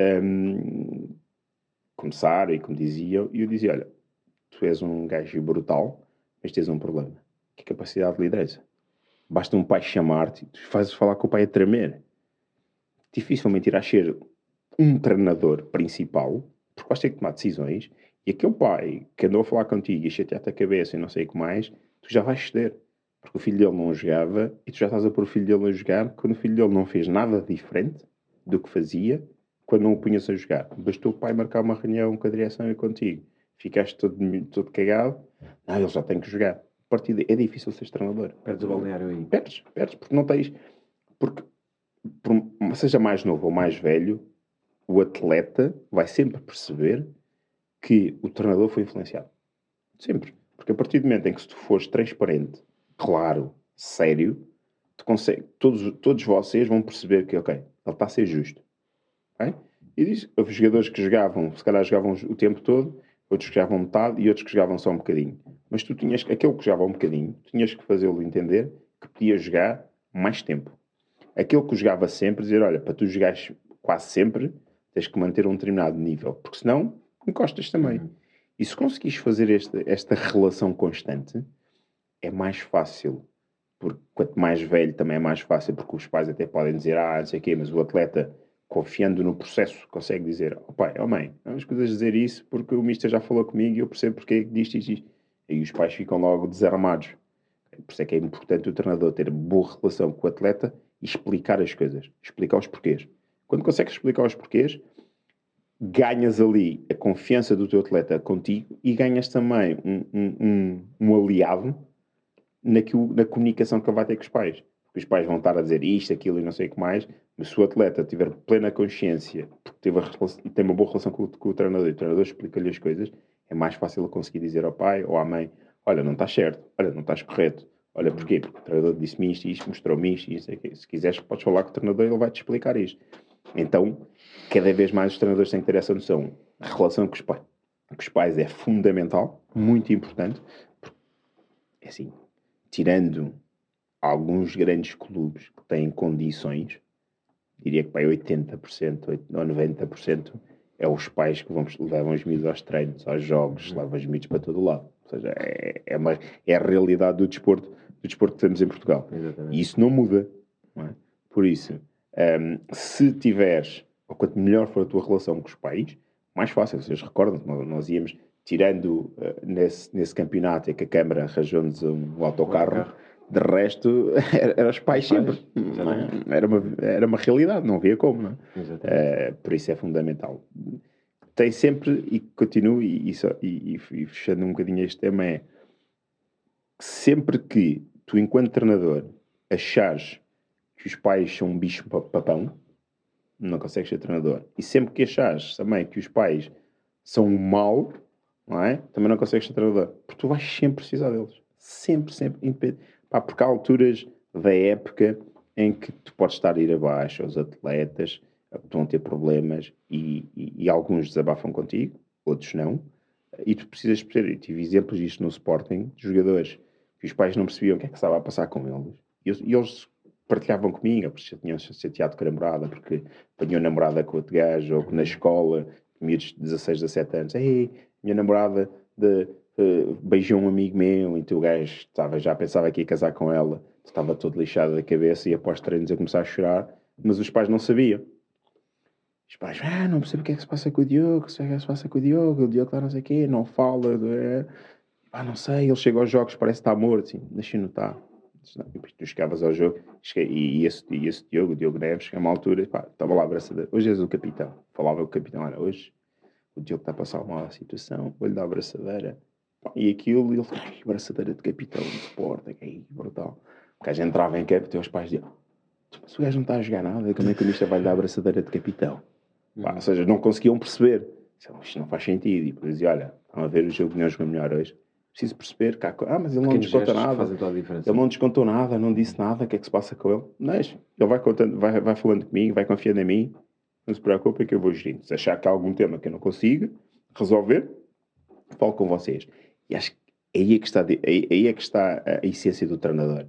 começar e como diziam, e eu dizia, olha, tu és um gajo brutal, mas tens um problema, que é a capacidade de liderança. Basta um pai chamar-te e tu fazes falar com o pai a tremer. Dificilmente irás ser um treinador principal, porque vais ter que tomar decisões, e aquele pai que andou a falar contigo e a chatear-te a cabeça e não sei o que mais, tu já vais ceder. Porque o filho dele não jogava e tu já estás a pôr o filho dele a jogar quando o filho dele não fez nada diferente do que fazia quando não o punhas a jogar. Bastou o pai marcar uma reunião com a direção e contigo. Ficaste todo cagado. Ele já tem que jogar. A partir daí é difícil ser treinador. Perdes o balneário aí. Perdes, porque não tens... Porque, seja mais novo ou mais velho, o atleta vai sempre perceber que o treinador foi influenciado. Sempre. Porque a partir do momento em que se tu fores transparente, claro, sério, tu consegue, todos vocês vão perceber que, ok, ele está a ser justo. Okay? E diz, houve jogadores que jogavam, se calhar jogavam o tempo todo, outros que jogavam metade e outros que jogavam só um bocadinho. Mas tu tinhas, aquele que jogava um bocadinho, tinhas que fazê-lo entender que podia jogar mais tempo. Aquele que jogava sempre, dizer, olha, para tu jogares quase sempre, tens que manter um determinado nível, porque senão encostas também. E se conseguires fazer esta relação constante, é mais fácil. Porque quanto mais velho também é mais fácil, porque os pais até podem dizer, não sei o quê, mas o atleta, confiando no processo, consegue dizer, pai, mãe, vamos coisas dizer isso porque o mister já falou comigo e eu percebo porque é que diz isto. E os pais ficam logo desarmados. Por isso é que é importante o treinador ter boa relação com o atleta e explicar as coisas, explicar os porquês. Quando consegues explicar os porquês, ganhas ali a confiança do teu atleta contigo e ganhas também um aliado na comunicação que ele vai ter com os pais. Porque os pais vão estar a dizer isto, aquilo e não sei o que mais, mas se o atleta tiver plena consciência porque tem uma boa relação com o treinador e o treinador explica-lhe as coisas, é mais fácil ele conseguir dizer ao pai ou à mãe, olha, não estás certo, olha, não estás correto. Olha, porquê? Porque o treinador disse-me isto, mostrou-me isto, se quiseres podes falar com o treinador, ele vai-te explicar isto. Então, cada vez mais os treinadores têm que ter essa noção. A relação com os pais é fundamental, muito importante, porque, é assim, tirando alguns grandes clubes que têm condições, diria que para 80% ou 90% é os pais que levam os miúdos aos treinos, aos jogos, levam os miúdos para todo lado. Ou seja, é a realidade do desporto que temos em Portugal. Exatamente. E isso não muda. Não é? Por isso, se tiveres, ou quanto melhor for a tua relação com os pais, mais fácil. Vocês recordam que nós íamos, tirando nesse campeonato, é que a Câmara arranjou-nos um autocarro. De resto, eram os pais sempre. Não é? Era uma realidade, não havia como. Não é? Por isso é fundamental. Tem sempre, e continuo, e fechando um bocadinho este tema, é sempre que tu, enquanto treinador, achares que os pais são um bicho papão, não consegues ser treinador. E sempre que achares também que os pais são um mal, não é? Também não consegues ser treinador. Porque tu vais sempre precisar deles. Sempre, independente. Pá, porque há alturas da época em que tu podes estar a ir abaixo, os atletas vão ter problemas e alguns desabafam contigo, outros não, e tu precisas perceber. Eu tive exemplos disto no Sporting, de jogadores que os pais não percebiam o que é que estava a passar com eles, e eles partilhavam comigo, porque tinham chateado com a namorada, porque apanhou namorada com outro gajo, ou que na escola, miúdos de 16, 17 anos, ei, minha namorada beijou um amigo meu, então o gajo já pensava que ia casar com ela, estava todo lixado da cabeça e após treinos a começar a chorar, mas os pais não sabiam. Os pais, não percebo o que é que se passa com o Diogo, o Diogo lá não sei o quê, não fala, não sei, ele chega aos jogos, parece que está morto, assim, deixa-me notar. E depois tu chegavas ao jogo e esse Diogo, o Diogo Neves, a uma altura, estava lá abraçadeira. Hoje és o capitão. Falava o capitão, olha, hoje o Diogo está a passar uma má situação, vou-lhe dar a abraçadeira. E aquilo, ele falou, abraçadeira de capitão de Sporting, brutal. O gajo entrava em campo e os pais diziam, mas o gajo não está a jogar nada, como é que o mister vai lhe dar a abraçadeira de capitão? Ou seja, não conseguiam perceber. Isto não faz sentido. E depois dizia, olha, vamos a ver o jogo que nós jogamos melhor hoje. Preciso perceber que mas ele não desconta nada. Ele não descontou nada, não disse nada. O que é que se passa com ele? Mas ele vai falando comigo, vai confiando em mim. Não se preocupe que eu vou gerindo. Se achar que há algum tema que eu não consiga resolver, falo com vocês. E acho que aí é que está a essência do treinador.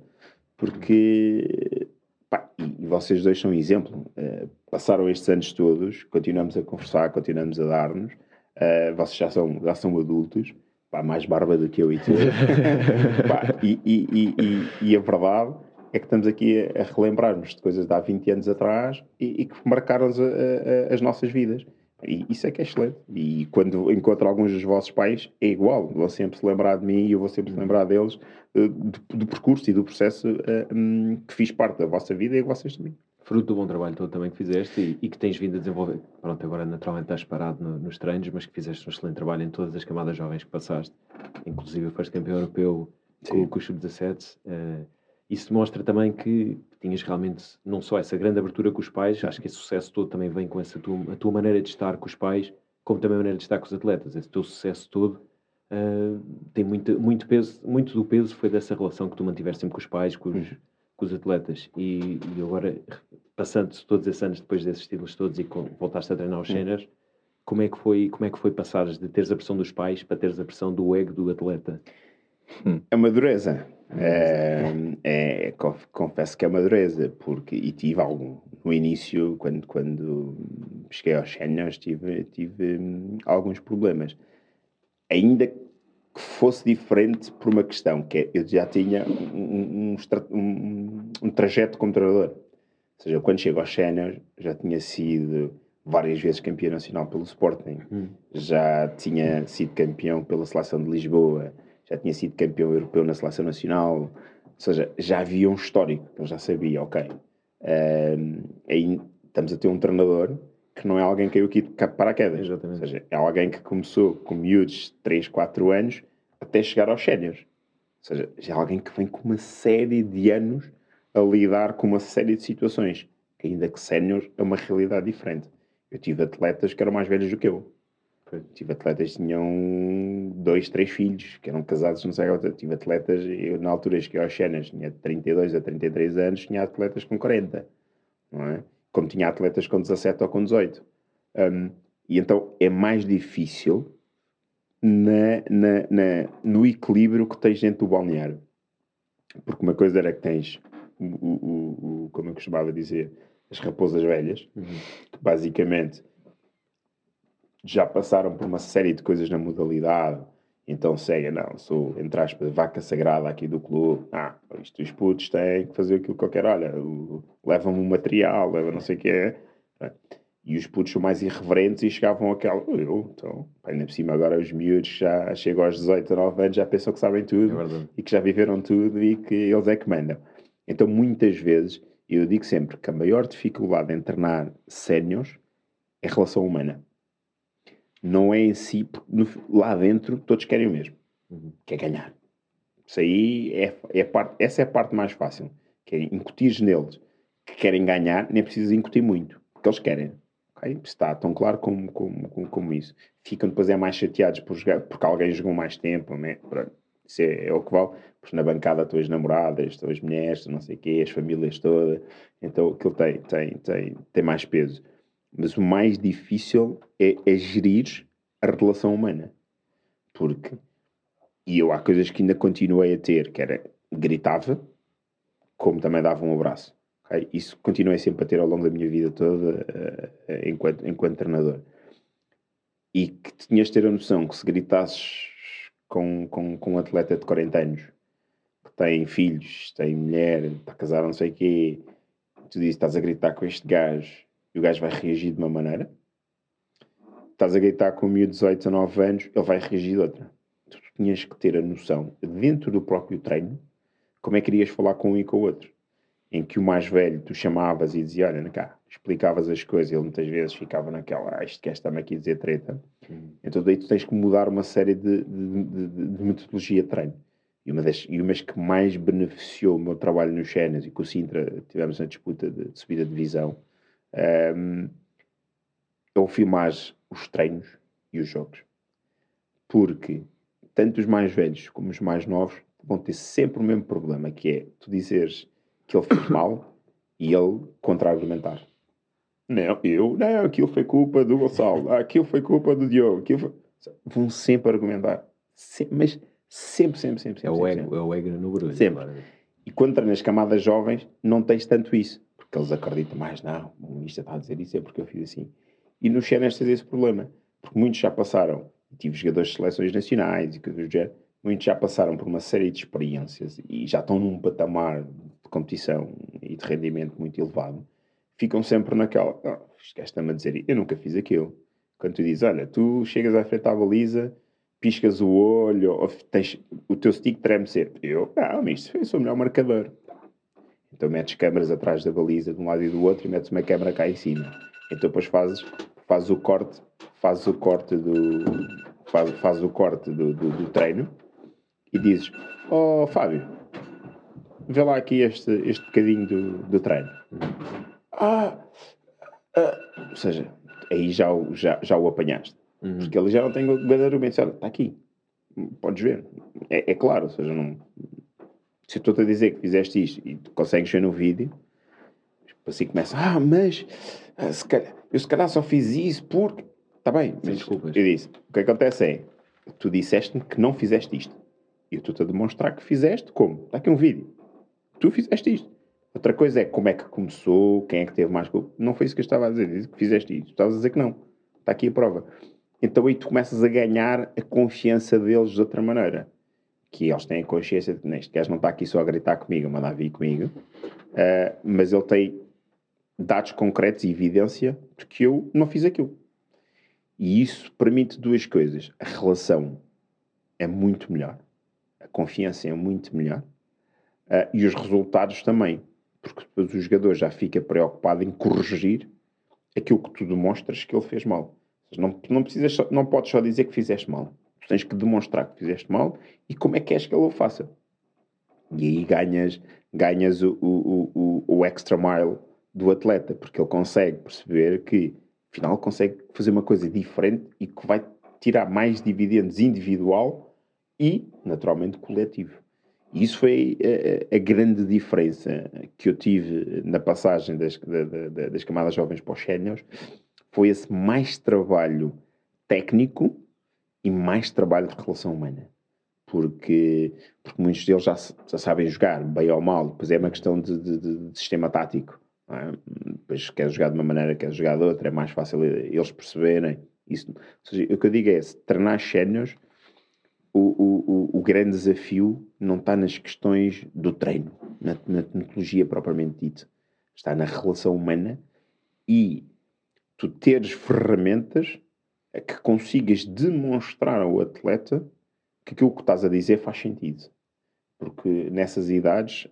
Porque, e vocês dois são um exemplo. Passaram estes anos todos, continuamos a conversar, continuamos a dar-nos. Vocês já são adultos. Mais barba do que eu e tu. E a verdade é que estamos aqui a relembrar-nos de coisas de há 20 anos atrás e que marcaram as nossas vidas. E isso é que é excelente. E quando encontro alguns dos vossos pais, é igual. Vão sempre se lembrar de mim e eu vou sempre se lembrar deles, do percurso e do processo que fiz parte da vossa vida e vocês também. Fruto do bom trabalho todo também que fizeste e que tens vindo a desenvolver. Pronto, agora naturalmente estás parado nos treinos, mas que fizeste um excelente trabalho em todas as camadas jovens que passaste. Inclusive foste campeão europeu com o Sub-17. Isso mostra também que tinhas realmente não só essa grande abertura com os pais, acho que esse sucesso todo também vem com a tua maneira de estar com os pais, como também a maneira de estar com os atletas. Esse teu sucesso todo tem muito peso, muito do peso foi dessa relação que tu mantiveste sempre com os pais, com os atletas. E agora, passando todos esses anos depois desses títulos todos e voltaste a treinar os séniores, como é que foi passares de teres a pressão dos pais para teres a pressão do ego do atleta? É uma dureza. Confesso que é uma dureza, e tive algum. No início, quando cheguei aos séniores, tive alguns problemas. Ainda que fosse diferente por uma questão, que é, eu já tinha um trajeto como treinador. Ou seja, quando chego aos séniores, já tinha sido várias vezes campeão nacional pelo Sporting, já tinha sido campeão pela Seleção de Lisboa, já tinha sido campeão europeu na Seleção Nacional, ou seja, já havia um histórico, eu já sabia, ok. Aí estamos a ter um treinador que não é alguém que caiu aqui de paraquedas. Exatamente. Ou seja, é alguém que começou com miúdos de 3, 4 anos até chegar aos séniores. Ou seja, já é alguém que vem com uma série de anos a lidar com uma série de situações, que ainda que sénior é uma realidade diferente. Eu tive atletas que eram mais velhos do que eu. Tive atletas que tinham 2, 3 filhos, que eram casados, não sei o que. Tive atletas, eu na altura que aos séniores tinha 32 a 33 anos, tinha atletas com 40, não é? Como tinha atletas com 17 ou com 18. E então é mais difícil no equilíbrio que tens dentro do balneário. Porque uma coisa era que tens, como eu costumava dizer, as raposas velhas, que basicamente já passaram por uma série de coisas na modalidade, então seguem, não, sou, entre aspas, vaca sagrada aqui do clube, isto os putos têm que fazer aquilo que eu quero, olha, levam-me o material, levam não sei o que é, e os putos são mais irreverentes e chegavam àquela, então, ainda por cima agora os miúdos já chegam aos 18, 19 anos, já pensam que sabem tudo, e que já viveram tudo e que eles é que mandam. Então muitas vezes, eu digo sempre que a maior dificuldade em treinar séniores é a relação humana. Não é em si, lá dentro todos querem o mesmo, que é ganhar. Isso aí essa é a parte mais fácil, que é incutir neles que querem ganhar, nem precisas incutir muito, porque eles querem. Okay? Está tão claro como isso. Ficam depois mais chateados porque alguém jogou mais tempo, né? Isso é o que vale, porque na bancada estão as namoradas, estão as mulheres, não sei o quê, as famílias todas, então aquilo tem mais peso. Mas o mais difícil é gerir a relação humana. Porque, e eu há coisas que ainda continuei a ter, que era, gritava, como também dava um abraço. Okay? Isso continuei sempre a ter ao longo da minha vida toda, enquanto treinador. E que tinhas de ter a noção que se gritasses com um atleta de 40 anos, que tem filhos, tem mulher, está casado, não sei o quê, tu dizes, estás a gritar com este gajo, e o gajo vai reagir de uma maneira. Estás a gritar com o miúdo de 18, 19 anos, ele vai reagir de outra. Tu tinhas que ter a noção, dentro do próprio treino, como é que irias falar com um e com o outro. Em que o mais velho tu chamavas e dizia, olha, cá, explicavas as coisas, ele muitas vezes ficava naquela, isto que está-me aqui a dizer treta. Então daí tu tens que mudar uma série de metodologia de treino. E uma das que mais beneficiou o meu trabalho nos Séniores e com o Sintra tivemos na disputa de subida de divisão, é o filmar os treinos e os jogos. Porque tanto os mais velhos como os mais novos vão ter sempre o mesmo problema, que é tu dizeres que ele fez mal e ele contra-argumentar. Não, aquilo foi culpa do Gonçalo, aquilo foi culpa do Diogo, vão sempre argumentar. Mas sempre. É o ego no barulho. Sempre. Claro. E quando entras nas camadas jovens, não tens tanto isso. Porque eles acreditam mais, não, o ministro está a dizer isso é porque eu fiz assim. E nos Séniores tens esse problema. Porque muitos já passaram, tive jogadores de seleções nacionais e coisas do género, muitos já passaram por uma série de experiências e já estão num patamar de competição e de rendimento muito elevado. Ficam sempre naquela, este gajo está-me a dizer, eu nunca fiz aquilo. Quando tu dizes, olha, tu chegas à frente à baliza, piscas o olho, ou o teu stick treme sempre. Mas eu sou o melhor marcador. Então metes câmaras atrás da baliza de um lado e do outro e metes uma câmara cá em cima. Então depois fazes o corte do treino e dizes, Fábio, vê lá aqui este bocadinho do treino. Ou seja, aí já o apanhaste. Porque ele já não tem o grande argumento. Olha, está aqui. Podes ver. É claro. Ou seja, não... Se eu estou-te a dizer que fizeste isto e tu consegues ver no vídeo, assim começa, mas eu se calhar só fiz isso porque... Está bem, mas desculpas. Eu disse, o que acontece é, tu disseste-me que não fizeste isto. E eu estou-te a demonstrar que fizeste como? Está aqui um vídeo. Tu fizeste isto. Outra coisa é como é que começou, quem é que teve mais culpa. Não foi isso que eu estava a dizer. Disse que fizeste isto. Estavas a dizer que não. Está aqui a prova. Então aí tu começas a ganhar a confiança deles de outra maneira. Que eles têm a consciência de que este gajo não está aqui só a gritar comigo, a mandar vir comigo. Mas ele tem dados concretos e evidência de que eu não fiz aquilo. E isso permite duas coisas. A relação é muito melhor. A confiança é muito melhor. E os resultados também. Porque depois o jogador já fica preocupado em corrigir aquilo que tu demonstras que ele fez mal. Não podes só dizer que fizeste mal. Tu tens que demonstrar que fizeste mal e como é que és que ele o faça. E aí ganhas o extra mile do atleta, porque ele consegue perceber que, afinal, consegue fazer uma coisa diferente e que vai tirar mais dividendos individual e, naturalmente, coletivo. E isso foi a grande diferença que eu tive na passagem das camadas jovens para os séniores. Foi esse mais trabalho técnico e mais trabalho de relação humana. porque muitos deles já sabem jogar, bem ou mal. Depois é uma questão de sistema tático. Não é? Depois queres jogar de uma maneira, queres jogar de outra, é mais fácil eles perceberem. Isso. Ou seja, o que eu digo é, se treinar séniores, o grande desafio não está nas questões do treino, na metodologia propriamente dita. Está na relação humana e tu teres ferramentas que consigas demonstrar ao atleta que aquilo que estás a dizer faz sentido. Porque nessas idades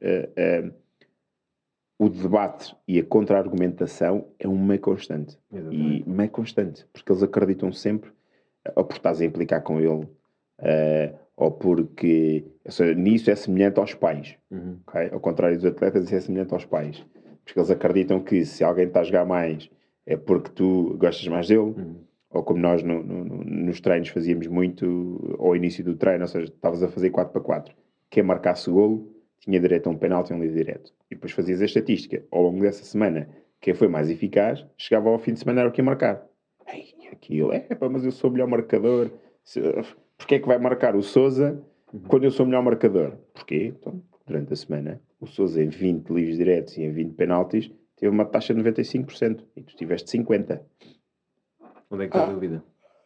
o debate e a contra-argumentação é uma constante. Exatamente. E uma constante. Porque eles acreditam sempre, ou porque estás a implicar com ele, ou porque... Ou seja, nisso é semelhante aos pais. Okay? Ao contrário dos atletas, isso é semelhante aos pais. Porque eles acreditam que se alguém está a jogar mais é porque tu gostas mais dele. Ou como nós nos treinos fazíamos muito ao início do treino, ou seja, estavas a fazer 4x4. Quem marcasse golo tinha direito a um penalti e um livre direto. E depois fazias a estatística. Ao longo dessa semana, quem foi mais eficaz, chegava ao fim de semana era o que ia marcar. Aquilo mas eu sou o melhor marcador. Porquê é que vai marcar o Sousa quando eu sou o melhor marcador? Porquê? Então, durante a semana, o Sousa em 20 livres diretos e em 20 penaltis teve uma taxa de 95%. E tu tiveste 50%. Onde é que está a dúvida?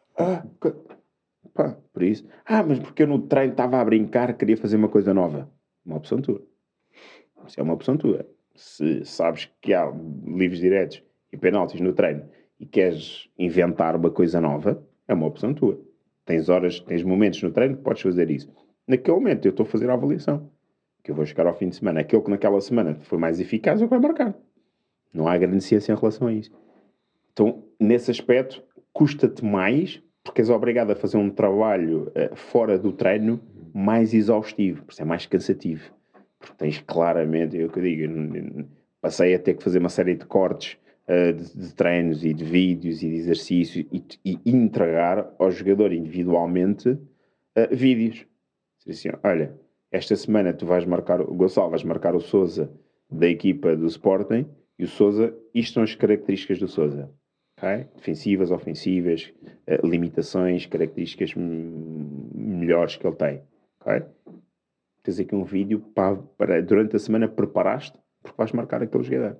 Por isso. Mas porque eu no treino estava a brincar, queria fazer uma coisa nova. Uma opção tua. Isso é uma opção tua. Se sabes que há livros diretos e penaltis no treino e queres inventar uma coisa nova, é uma opção tua. Tens horas, tens momentos no treino que podes fazer isso. Naquele momento eu estou a fazer a avaliação. Que eu vou chegar ao fim de semana. Aquele que naquela semana foi mais eficaz é o que vai marcar. Não há grande ciência em relação a isso. Então, nesse aspecto, custa-te mais, porque és obrigado a fazer um trabalho fora do treino mais exaustivo, por isso é mais cansativo. Porque tens claramente, é o que eu digo, passei a ter que fazer uma série de cortes de treinos e de vídeos e de exercícios e entregar ao jogador individualmente vídeos. Assim, olha, esta semana tu vais marcar, o Gonçalo vais marcar o Sousa da equipa do Sporting e o Sousa, isto são as características do Sousa. Okay? Defensivas, ofensivas, limitações, características melhores que ele tem. Okay? Tens aqui um vídeo para durante a semana preparaste porque vais marcar aquele jogador.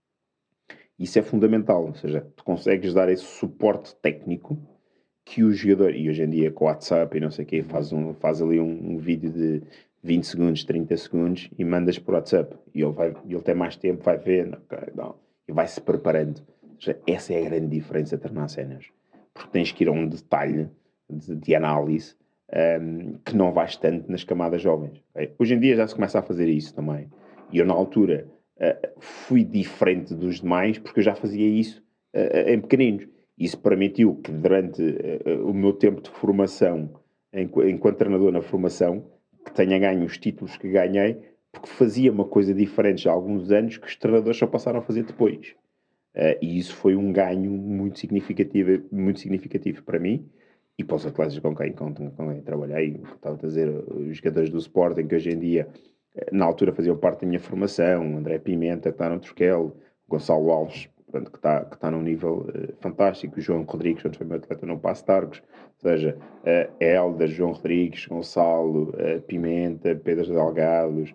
Isso é fundamental, ou seja, tu consegues dar esse suporte técnico que o jogador, e hoje em dia com o WhatsApp e não sei o quê, faz ali um vídeo de 20 segundos, 30 segundos e mandas por WhatsApp e ele tem mais tempo, vai ver, e vai-se preparando. Ou seja, essa é a grande diferença de treinar cenas. Porque tens que ir a um detalhe de análise que não vais tanto nas camadas jovens. Okay? Hoje em dia já se começa a fazer isso também. E eu, na altura, fui diferente dos demais porque eu já fazia isso em pequeninos. Isso permitiu que, durante o meu tempo de formação, enquanto treinador na formação, que tenha ganho os títulos que ganhei, porque fazia uma coisa diferente já há alguns anos que os treinadores só passaram a fazer depois. E isso foi um ganho muito significativo para mim e para os atletas com quem trabalhei. Estava a dizer, os jogadores do Sporting, que hoje em dia, na altura, faziam parte da minha formação. André Pimenta, que está no Turquel, Gonçalo Alves, portanto, que está num nível fantástico. O João Rodrigues, onde foi meu atleta no Passo Targos. Ou seja, Helder, João Rodrigues, Gonçalo, Pimenta, Pedro Delgados,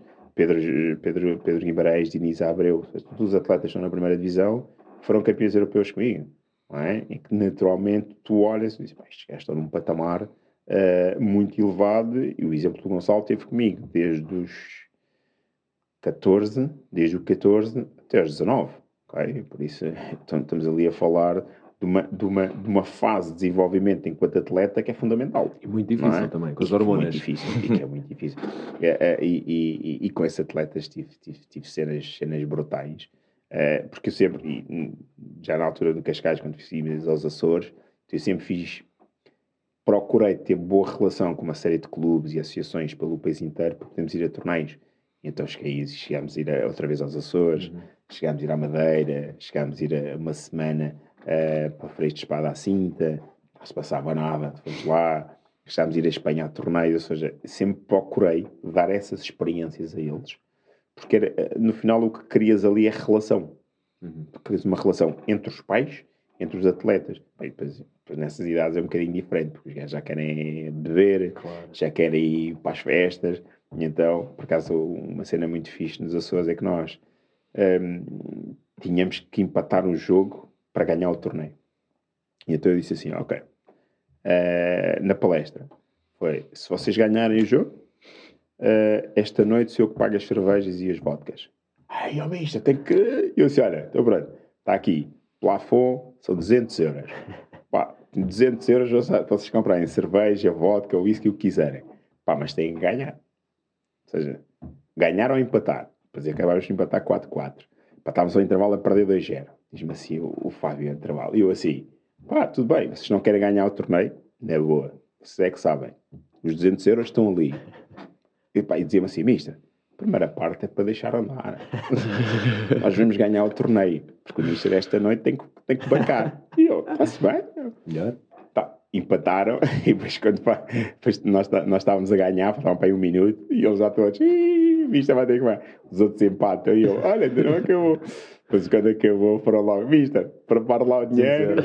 Pedro Guimarães, Diniz Abreu. Todos os atletas estão na primeira divisão, foram campeões europeus comigo. Não é? E que naturalmente tu olhas e dizes, estes gajos estão num patamar muito elevado. E o exemplo do Gonçalo teve comigo desde o 14 até aos 19. Okay? Por isso estamos ali a falar de uma fase de desenvolvimento enquanto atleta que é fundamental. E muito difícil também, com os hormonas. Que é muito difícil. E com esses atletas tive cenas brutais. Porque eu sempre, já na altura do Cascais, quando fiz aos Açores, eu sempre procurei ter boa relação com uma série de clubes e associações pelo país inteiro para podermos ir a torneios. E então chegámos a ir outra vez aos Açores, chegámos a ir à Madeira, chegámos a ir a uma semana para Freixo de Espada à Cinta, não se passava nada, fomos lá, chegámos a ir a Espanha a torneios, ou seja, sempre procurei dar essas experiências a eles, porque no final o que querias ali é relação. Querias uma relação entre os pais entre os atletas. Bem, depois nessas idades é um bocadinho diferente, porque os gajos já querem beber, já querem ir para as festas. E então, por acaso, uma cena muito fixe nos Açores é que nós tínhamos que empatar um jogo para ganhar o torneio. E então eu disse assim, ok, na palestra, foi, se vocês ganharem o jogo, esta noite sou eu que pago as cervejas e as vodkas. Ai, ó bicho, tem que... Eu disse, olha, então pronto, está aqui, plafond, são 200 euros. Pá, 200 euros vocês comprarem cerveja, vodka, whisky, o que quiserem. Pá, mas têm que ganhar. Ou seja, ganhar ou empatar. Depois acabámos de empatar 4-4. Pá, estávamos ao intervalo a perder 2-0. Diz-me assim o Fábio no intervalo. E eu assim, pá, tudo bem, vocês não querem ganhar o torneio? Não é boa. Vocês é que sabem. Os 200 euros estão ali. E, pá, e dizia-me assim, mister, a primeira parte é para deixar andar. Nós vamos ganhar o torneio. Porque o mister esta noite tem que bancar. E eu, está-se bem? Melhor. Tá, empataram. E depois, depois nós estávamos a ganhar, faltavam para aí 1 minuto. E eles já todos, o mister vai ter que vai. Os outros empatam. E eu, olha, ainda não acabou. Depois quando acabou, foram logo, mister, prepara lá o dinheiro.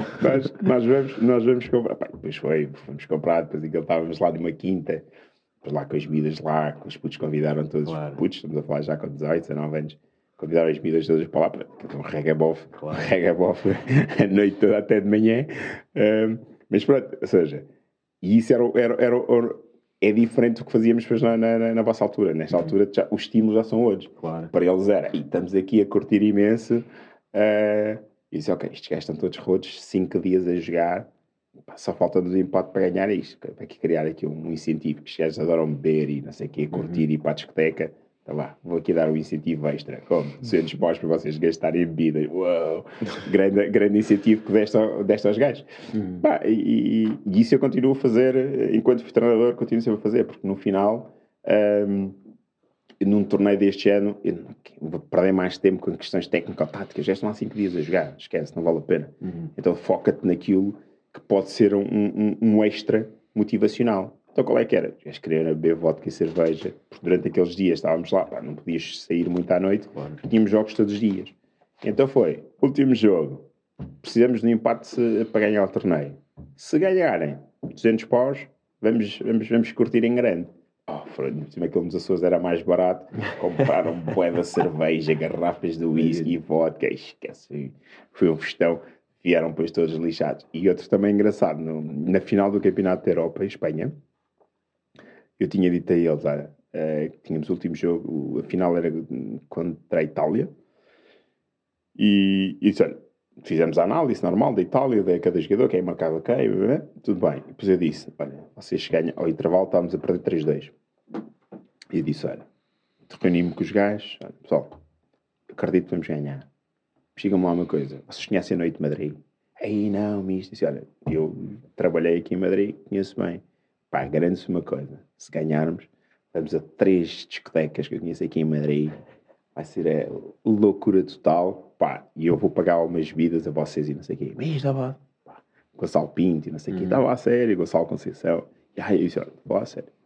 Nós vamos comprar. Pá, depois fomos comprar. Depois estávamos lá de uma quinta. Lá com as miúdas lá, com os putos convidaram todos os putos, estamos a falar já com 18, 19 anos, convidaram as miúdas todas para lá, para um reggae-bof, a noite toda até de manhã. Mas pronto, ou seja, e isso é diferente do que fazíamos depois na vossa altura. Nesta altura já, os estímulos já são outros. Claro. Para eles era, e estamos aqui a curtir imenso, e disse, ok, estes gajos estão todos rotos, 5 dias a jogar, só falta-nos o empate para ganhar isto. Para criar aqui um incentivo, que os gajos adoram beber e não sei o quê, curtir e ir para a discoteca. Então vá, vou aqui dar um incentivo extra. Como? 200 paus para vocês gastarem bebida. Uau! Grande incentivo que deste aos gajos. E isso eu continuo a fazer, enquanto fui treinador, continuo sempre a fazer, porque no final, num torneio deste ano, eu vou perder mais tempo com questões técnico-táticas. Já estão há 5 dias a jogar, esquece, não vale a pena. Então foca-te naquilo que pode ser um extra motivacional. Então qual é que era? Eles queriam beber vodka e cerveja, porque durante aqueles dias estávamos lá, pá, não podias sair muito à noite, tínhamos jogos todos os dias. Então foi, último jogo, precisamos de um empate para ganhar o torneio. Se ganharem 200 paus, vamos curtir em grande. Aquele dos Açores era mais barato, compraram bué de cerveja, garrafas de whisky e vodka, esquece, foi um festão. Vieram depois todos lixados. E outro também engraçado, na final do Campeonato da Europa, em Espanha, eu tinha dito a eles, que tínhamos o último jogo, a final era contra a Itália, e disse, olha, fizemos a análise normal da Itália, de cada jogador, quem marcava quem, tudo bem. E depois eu disse, olha, vocês ganham, ao intervalo estávamos a perder 3-2. E eu disse, olha, reuni-me com os gajos, olha, pessoal, acredito que vamos ganhar. Chega-me lá uma coisa, vocês conhecem a Noite de Madrid? Aí não, misto. Disse, olha, eu trabalhei aqui em Madrid, conheço bem. Pá, garanto-se uma coisa, se ganharmos, vamos a 3 discotecas que eu conheço aqui em Madrid, vai ser loucura total, pá, e eu vou pagar umas bebidas a vocês e não sei o quê. Mas estava, Gonçalo Pinto e não sei o quê, estava a sério, Gonçalo Conceição. E aí eu disse, olha, vou a sério.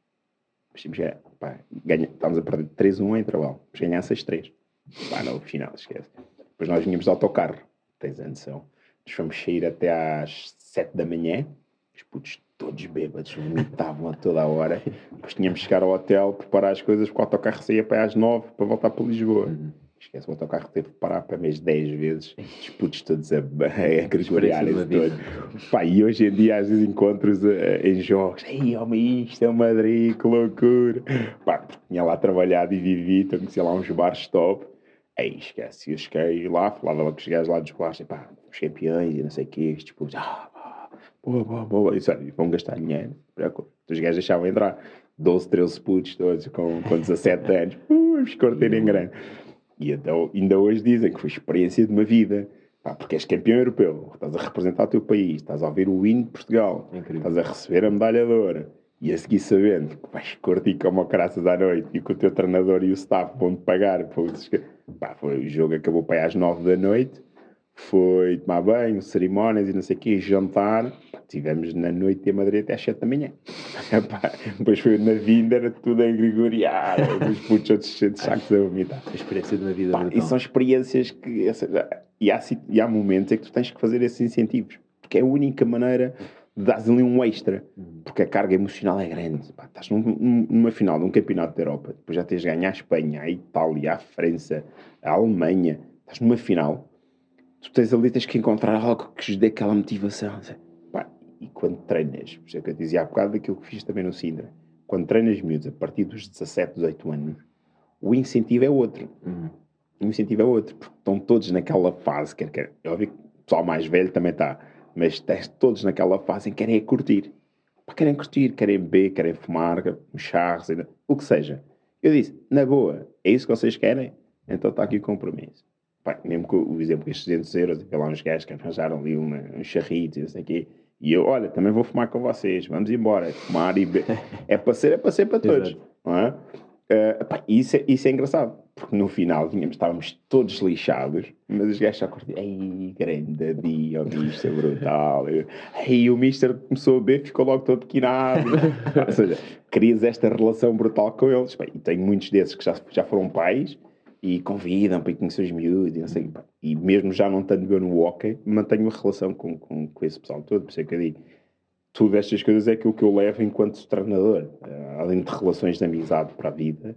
Estávamos a perder 3-1 em intervalo, vamos ganhar 6-3. Pá, no final, esquece. Depois nós vinhamos de autocarro, tens a noção. Nós fomos sair até às 7 da manhã, os putos todos bêbados, vomitavam a toda a hora. Depois tínhamos de chegar ao hotel, preparar as coisas, porque o autocarro saía para às 9 para voltar para Lisboa. Esquece, o autocarro teve que parar para mais 10 vezes, os putos todos a gregoriarem-se todos. Pá, e hoje em dia às vezes encontros em jogos, ei, homem, isto é Madrid, que loucura. Pá, porque tinha lá trabalhado e vivi, então conhecia lá uns bares top. Aí esquece, eu cheguei lá, falava lá com os gajos lá dos bares, pá, os campeões e não sei o quê, estes putos, boa. E olha, vão gastar dinheiro, os gajos deixavam entrar 12, 13 putos todos com 17 anos, vamos curtir em grande. E então, ainda hoje dizem que foi experiência de uma vida, pá, porque és campeão europeu, estás a representar o teu país, estás a ouvir o hino de Portugal, estás a receber a medalha de ouro, e a seguir sabendo que vais curtir como caraças à noite e que o teu treinador e o staff vão-te pagar, pá, foi, o jogo acabou para aí às 9 da noite, foi tomar banho, cerimónias e não sei o quê, jantar. Estivemos na noite em Madrid até às 7 da manhã. Epá, depois foi na vinda, era tudo em gregoriano, os putos outros cheios de sacos a vomitar. A experiência de uma vida Pá, brutal. e são experiências que... E há momentos em que tu tens que fazer esses incentivos. Porque é a única maneira de dares ali um extra. Porque a carga emocional é grande. Pá, estás numa final de um campeonato da Europa. Depois já tens de ganhar a Espanha, a Itália, a França, a Alemanha. Estás numa final. Tu tens ali, tens que encontrar algo que lhes dê aquela motivação. Pá, e quando treinas, por isso é que eu dizia há bocado daquilo que fiz também no Sindra, quando treinas miúdos a partir dos 17, 18 anos, o incentivo é outro. O incentivo é outro, porque estão todos naquela fase, é óbvio que o pessoal mais velho também está, mas estás todos naquela fase em que querem é curtir. Pá, querem curtir, querem beber, querem fumar, um charros, o que seja. Eu disse, na boa, é isso que vocês querem? Então está aqui o compromisso. Pá, mesmo que o exemplo que estes 200 euros, e lá uns gajos que arranjaram ali uns charritos e não sei o quê, e eu, olha, também vou fumar com vocês, vamos embora, fumar e beber. É para ser para todos. Não é? Pá, isso é engraçado, porque no final estávamos todos lixados, mas os gajos já curtiam. Ei, grande dia, o Mister brutal. Ei, o Mister começou a beber, ficou logo todo pequenado. Ou seja, crias esta relação brutal com eles. Pá, e tenho muitos desses que já foram pais e convidam para ir conhecer os miúdos e não sei. Pá, e mesmo já não estando eu no hockey, mantenho a relação com esse pessoal todo, por isso é que eu digo. Tudo estas coisas é aquilo que eu levo enquanto treinador, além de relações de amizade para a vida,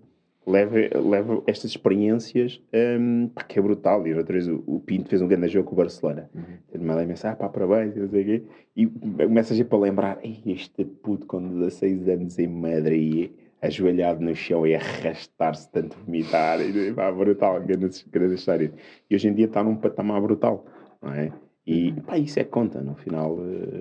levo estas experiências que é brutal. E outra vez o Pinto fez um grande jogo com o Barcelona. Ele mandou mensagem, parabéns, não sei o quê. E começa a gente para lembrar, este puto com 16 anos em Madrid, ajoelhado no chão e arrastar-se tanto vomitar, e brutal, grande história. E hoje em dia está num patamar brutal, não é? E pá, isso é que conta, no final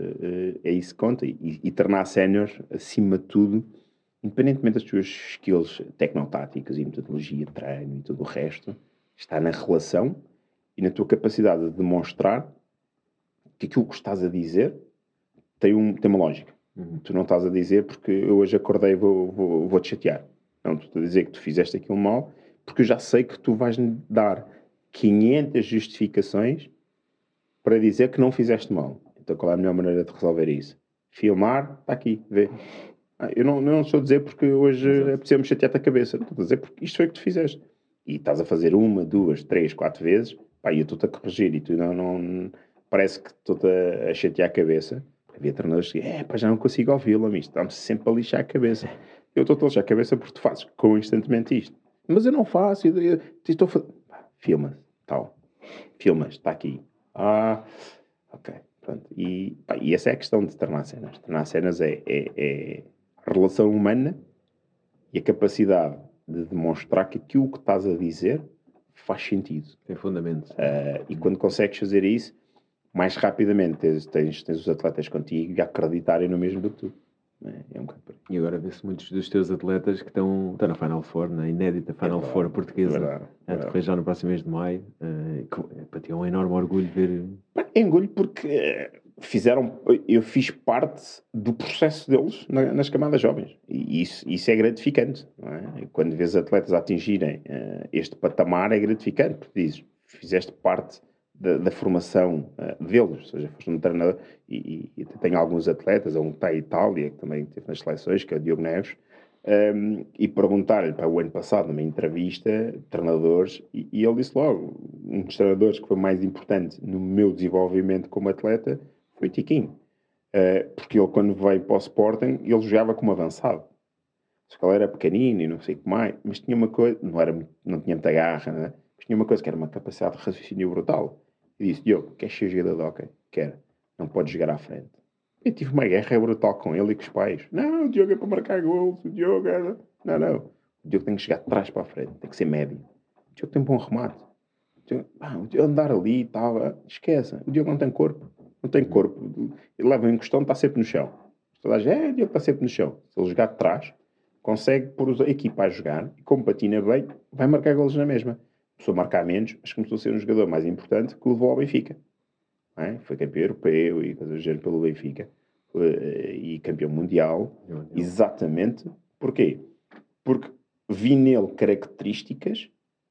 é isso que conta. E tornar sénior, acima de tudo, independentemente das tuas skills tecnotáticas e metodologia, treino e tudo o resto, está na relação e na tua capacidade de demonstrar que aquilo que estás a dizer tem uma lógica. Tu não estás a dizer porque eu hoje acordei e vou-te chatear. Não, tu estás a dizer que tu fizeste aquilo mal porque eu já sei que tu vais-me dar 500 justificações para dizer que não fizeste mal. Então qual é a melhor maneira de resolver isso? Filmar, está aqui, vê. Eu não estou a dizer porque hoje apeteceu-me chatear-te a cabeça. Não estou a dizer porque isto foi o que tu fizeste. E estás a fazer 1, 2, 3, 4 vezes, pá, e eu estou-te a corrigir e tu não parece que estou-te a chatear a cabeça. Havia treinadores que pá, já não consigo ouvi-lo, amigo. Está-me sempre a lixar a cabeça. Eu estou a lixar a cabeça porque tu fazes constantemente isto. Mas eu não faço, eu estou a fazer... Filma, tal. Filmas, está aqui. Ok, pronto. E essa é a questão de tornar cenas. Tornar cenas é a relação humana e a capacidade de demonstrar que aquilo que estás a dizer faz sentido. Tem fundamento. E quando consegues fazer isso, mais rapidamente tens os atletas contigo e acreditarem no mesmo do que tu. É um bocado por aí. E agora vê-se muitos dos teus atletas que estão na Final Four, na inédita Final Four portuguesa, a decorrer já no próximo mês de maio. Para ti é um enorme orgulho ver. É orgulho porque eu fiz parte do processo deles nas camadas jovens. E isso é gratificante. Não é? Quando vês atletas a atingirem este patamar, é gratificante, porque dizes, fizeste parte da formação deles, ou seja, foste um treinador, e tenho alguns atletas, um que está em Itália, que também esteve nas seleções, que é o Diogo Neves, e perguntar-lhe para o ano passado, numa entrevista, treinadores, e ele disse logo, um dos treinadores que foi mais importante no meu desenvolvimento como atleta foi o Tiquinho, porque ele quando veio para o Sporting, ele jogava como avançado. Só que ele era pequenino e não sei o que mais, mas tinha uma coisa, não tinha muita garra, né? Mas tinha uma coisa que era uma capacidade de raciocínio brutal. E disse, Diogo, queres ser jogador de hóquei? Quero. Não podes jogar à frente. Eu tive uma guerra brutal com ele e com os pais. Não, o Diogo é para marcar gols. O Diogo é... Não. O Diogo tem que chegar de trás para a frente. Tem que ser médio. O Diogo tem um bom remate. O Diogo andar ali e tal. Esquece. O Diogo não tem corpo. Não tem corpo. Ele leva um encostão, está sempre no chão. Toda a gente, o Diogo está sempre no chão. Se ele jogar de trás, consegue pôr a equipa a jogar. E como patina bem, vai marcar gols na mesma. Começou a marcar menos, mas começou a ser um jogador mais importante que o levou ao Benfica. Foi campeão europeu e coisas do género pelo Benfica. E campeão mundial. Exatamente. Porquê? Porque vi nele características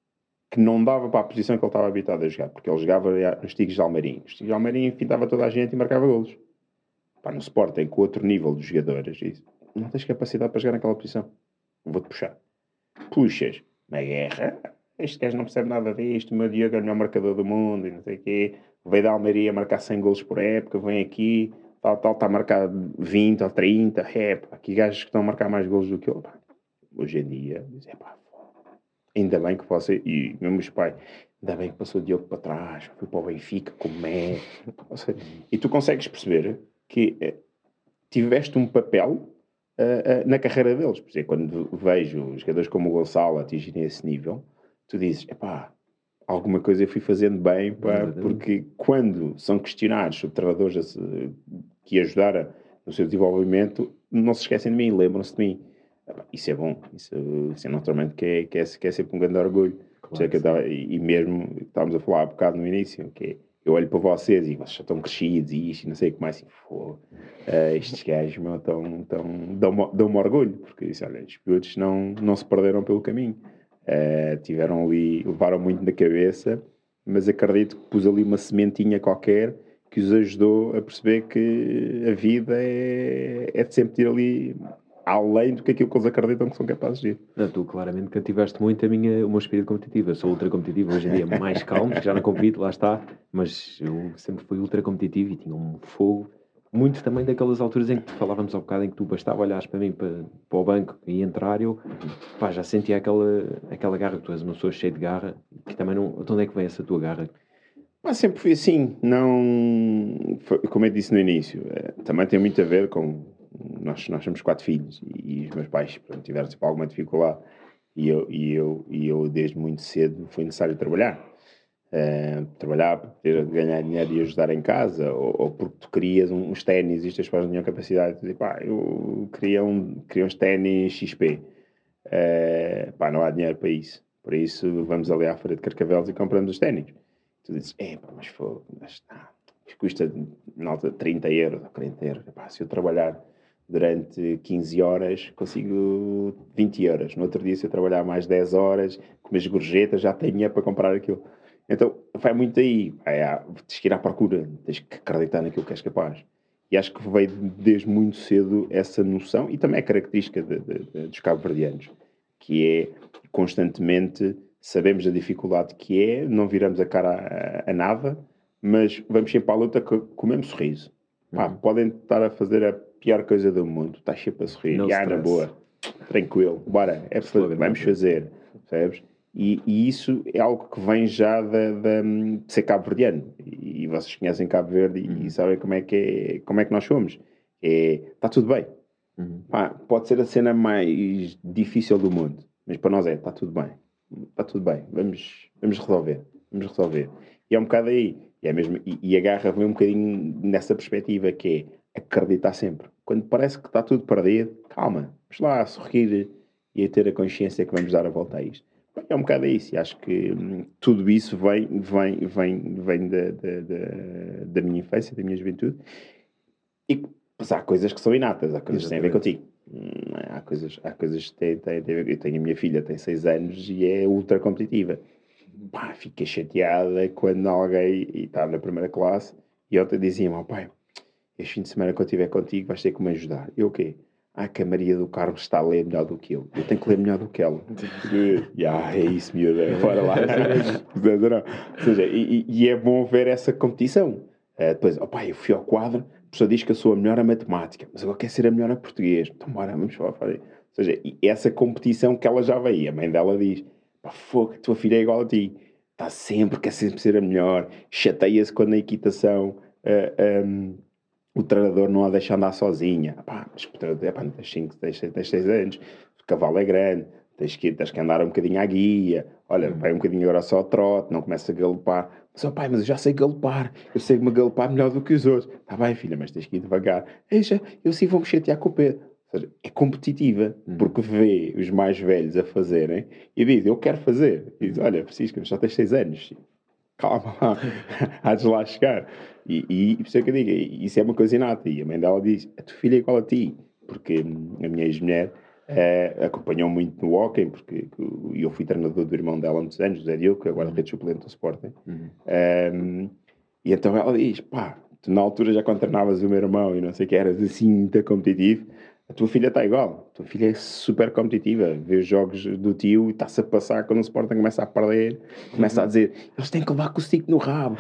que não dava para a posição que ele estava habituado a jogar, porque ele jogava nos Tigres de Almeirim. Os Tigres de Almeirim fintava toda a gente e marcava golos. Pá, no Sporting, com outro nível de jogadores, disse, não tens capacidade para jogar naquela posição. Vou-te puxar. Puxas na guerra, este gajo não percebe nada disto, o meu Diogo é o melhor marcador do mundo e não sei o quê. Veio da Almeria marcar 100 golos por época, vem aqui, tal, está a marcar 20 ou 30. Pá, aqui gajos que estão a marcar mais golos do que eu. Pá, hoje em dia, dizem, pá, ainda bem que você, e mesmo os pais, ainda bem que passou o Diogo para trás, foi para o Benfica, como é. E tu consegues perceber que tiveste um papel na carreira deles. Por exemplo, quando vejo jogadores como o Gonçalo atingirem esse nível, tu dizes, epá, alguma coisa eu fui fazendo bem, pá, porque quando são questionados sobre treinadores que ajudaram no seu desenvolvimento, não se esquecem de mim, lembram-se de mim. Epá, isso é bom, isso é naturalmente que é sempre um grande orgulho. Claro, e mesmo, estávamos a falar há bocado no início, que eu olho para vocês e vocês já estão crescidos e isto, e não sei o que mais, assim, estes gajos, meu, dão-me orgulho, porque isso, olha, os putos não se perderam pelo caminho. Tiveram ali, levaram muito na cabeça, mas acredito que pus ali uma sementinha qualquer que os ajudou a perceber que a vida é de sempre ir ali além do que aquilo que eles acreditam que são capazes de ir. Não, tu claramente cativeste muito o meu espírito competitivo. Eu sou ultra competitivo, hoje em dia mais calmo, já não compito, lá está, mas eu sempre fui ultra competitivo e tinha um fogo, muito também daquelas alturas em que falávamos há bocado, em que tu bastava olhares para mim, para o banco e entrar, eu pá, já sentia aquela garra, que tu és uma pessoa cheia de garra, que também não... De onde é que vem essa tua garra? Mas sempre fui assim, não... Como eu disse no início, também tem muito a ver com... Nós somos 4 filhos e os meus pais, pronto, tiveram sempre alguma dificuldade e eu desde muito cedo foi necessário trabalhar. Trabalhar para poder ganhar dinheiro e ajudar em casa, ou porque tu querias uns ténis e os teus pais não tinham capacidade de dizer, pá, eu queria uns ténis XP. Pá, não há dinheiro para isso. Por isso vamos ali à feira de Carcavelos e compramos os ténis. Tu dizes, pá, mas fogo, custa na alta 30 euros ou 40 euros. Pá, se eu trabalhar durante 15 horas, consigo 20 euros. No outro dia, se eu trabalhar mais 10 horas, com as gorjetas, já tenho dinheiro para comprar aquilo. Então, vai muito aí. Tens que ir à procura. Tens que acreditar naquilo que és capaz. E acho que veio desde muito cedo essa noção, e também é característica dos cabo-verdianos, que é constantemente sabemos a dificuldade que é, não viramos a cara a nada, mas vamos sempre à luta com o mesmo sorriso. Pá, podem estar a fazer a pior coisa do mundo, estás sempre a sorrir, na boa, tranquilo, bora, vamos fazer, percebes? E isso é algo que vem já de ser cabo-verdiano, e vocês conhecem Cabo Verde e sabem como é que nós somos. Está tudo bem. Pá, pode ser a cena mais difícil do mundo, mas para nós está tudo bem. Está tudo bem, vamos resolver. E é um bocado aí. E a garra vem um bocadinho nessa perspectiva, que é acreditar sempre. Quando parece que está tudo perdido, calma, vamos lá a sorrir e a ter a consciência que vamos dar a volta a isto. É um bocado isso. E acho que tudo isso vem da minha infância, da minha juventude. E há coisas que são inatas, há coisas que têm a ver contigo. Há coisas que têm a ver. Eu tenho a minha filha, tem 6 anos e é ultra competitiva. Pá, fiquei chateada quando alguém está na primeira classe e ontem dizia-me, oh, pai, este fim de semana que eu estiver contigo vais ter que me ajudar. Eu o quê? Que a Maria do Carmo está a ler melhor do que eu tenho que ler melhor do que ela. É isso, miúda, bora lá. Ou seja, e é bom ver essa competição. Depois, pai, eu fui ao quadro, a pessoa diz que eu sou a melhor a matemática, mas agora quer ser a melhor a português. Então bora, vamos falar. Ou seja, e essa competição que ela já veio, a mãe dela diz, pá, fogo, tua filha é igual a ti. Quer sempre ser a melhor. Chateia-se quando na equitação o treinador não a deixa andar sozinha. Mas o treinador, tens 6 anos, o cavalo é grande, tens que andar um bocadinho à guia, olha, vai um bocadinho agora só ao trote, não começa a galopar. Mas, pai, mas eu já sei galopar, eu sei-me galopar melhor do que os outros. Está bem, filha, mas tens que ir devagar. Eu sim vou-me chatear com o Pedro. Ou seja, é competitiva, porque vê os mais velhos a fazerem e diz, eu quero fazer. E diz, olha, Francisco, já tens 6 anos. Calma lá, há de lá chegar. E por isso é que eu digo, isso é uma coisa inata. E a mãe dela diz, a tua filha é igual a ti. Porque a minha ex-mulher Acompanhou muito no hóquei, porque eu fui treinador do irmão dela há muitos anos, o Zé Diogo, que é guarda-redes suplente do Sporting. E então ela diz, pá, tu na altura já quando treinavas o meu irmão e não sei o que, eras assim muito competitivo, a tua filha está igual, a tua filha é super competitiva, vê os jogos do tio e está-se a passar quando o Sporting começa a perder, começa a dizer, eles têm que levar com o stick no rabo.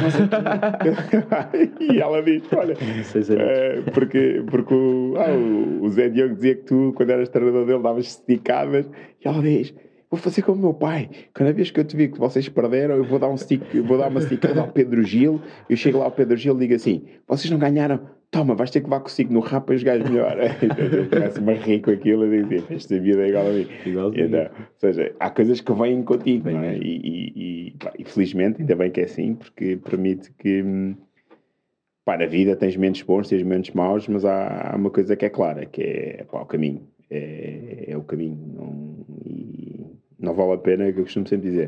E ela diz, olha, porque o Zé Diogo dizia que tu, quando eras treinador dele, davas esticadas, e ela diz, vou fazer como o meu pai. Cada vez que eu te vi que vocês perderam, eu vou dar uma esticada ao Pedro Gil. Eu chego lá ao Pedro Gil e digo assim: vocês não ganharam, toma, vais ter que levar consigo no rabo para jogares melhor. Então ele começa-me a rir com aquilo e diz: esta vida é igual a mim. Então, ou seja, há coisas que vêm contigo, não é? E felizmente, ainda bem que é assim, porque permite que. Pá, na vida tens momentos bons, tens momentos maus, mas há uma coisa que é clara, que é pá, o caminho. É o caminho. Não vale a pena, que eu costumo sempre dizer.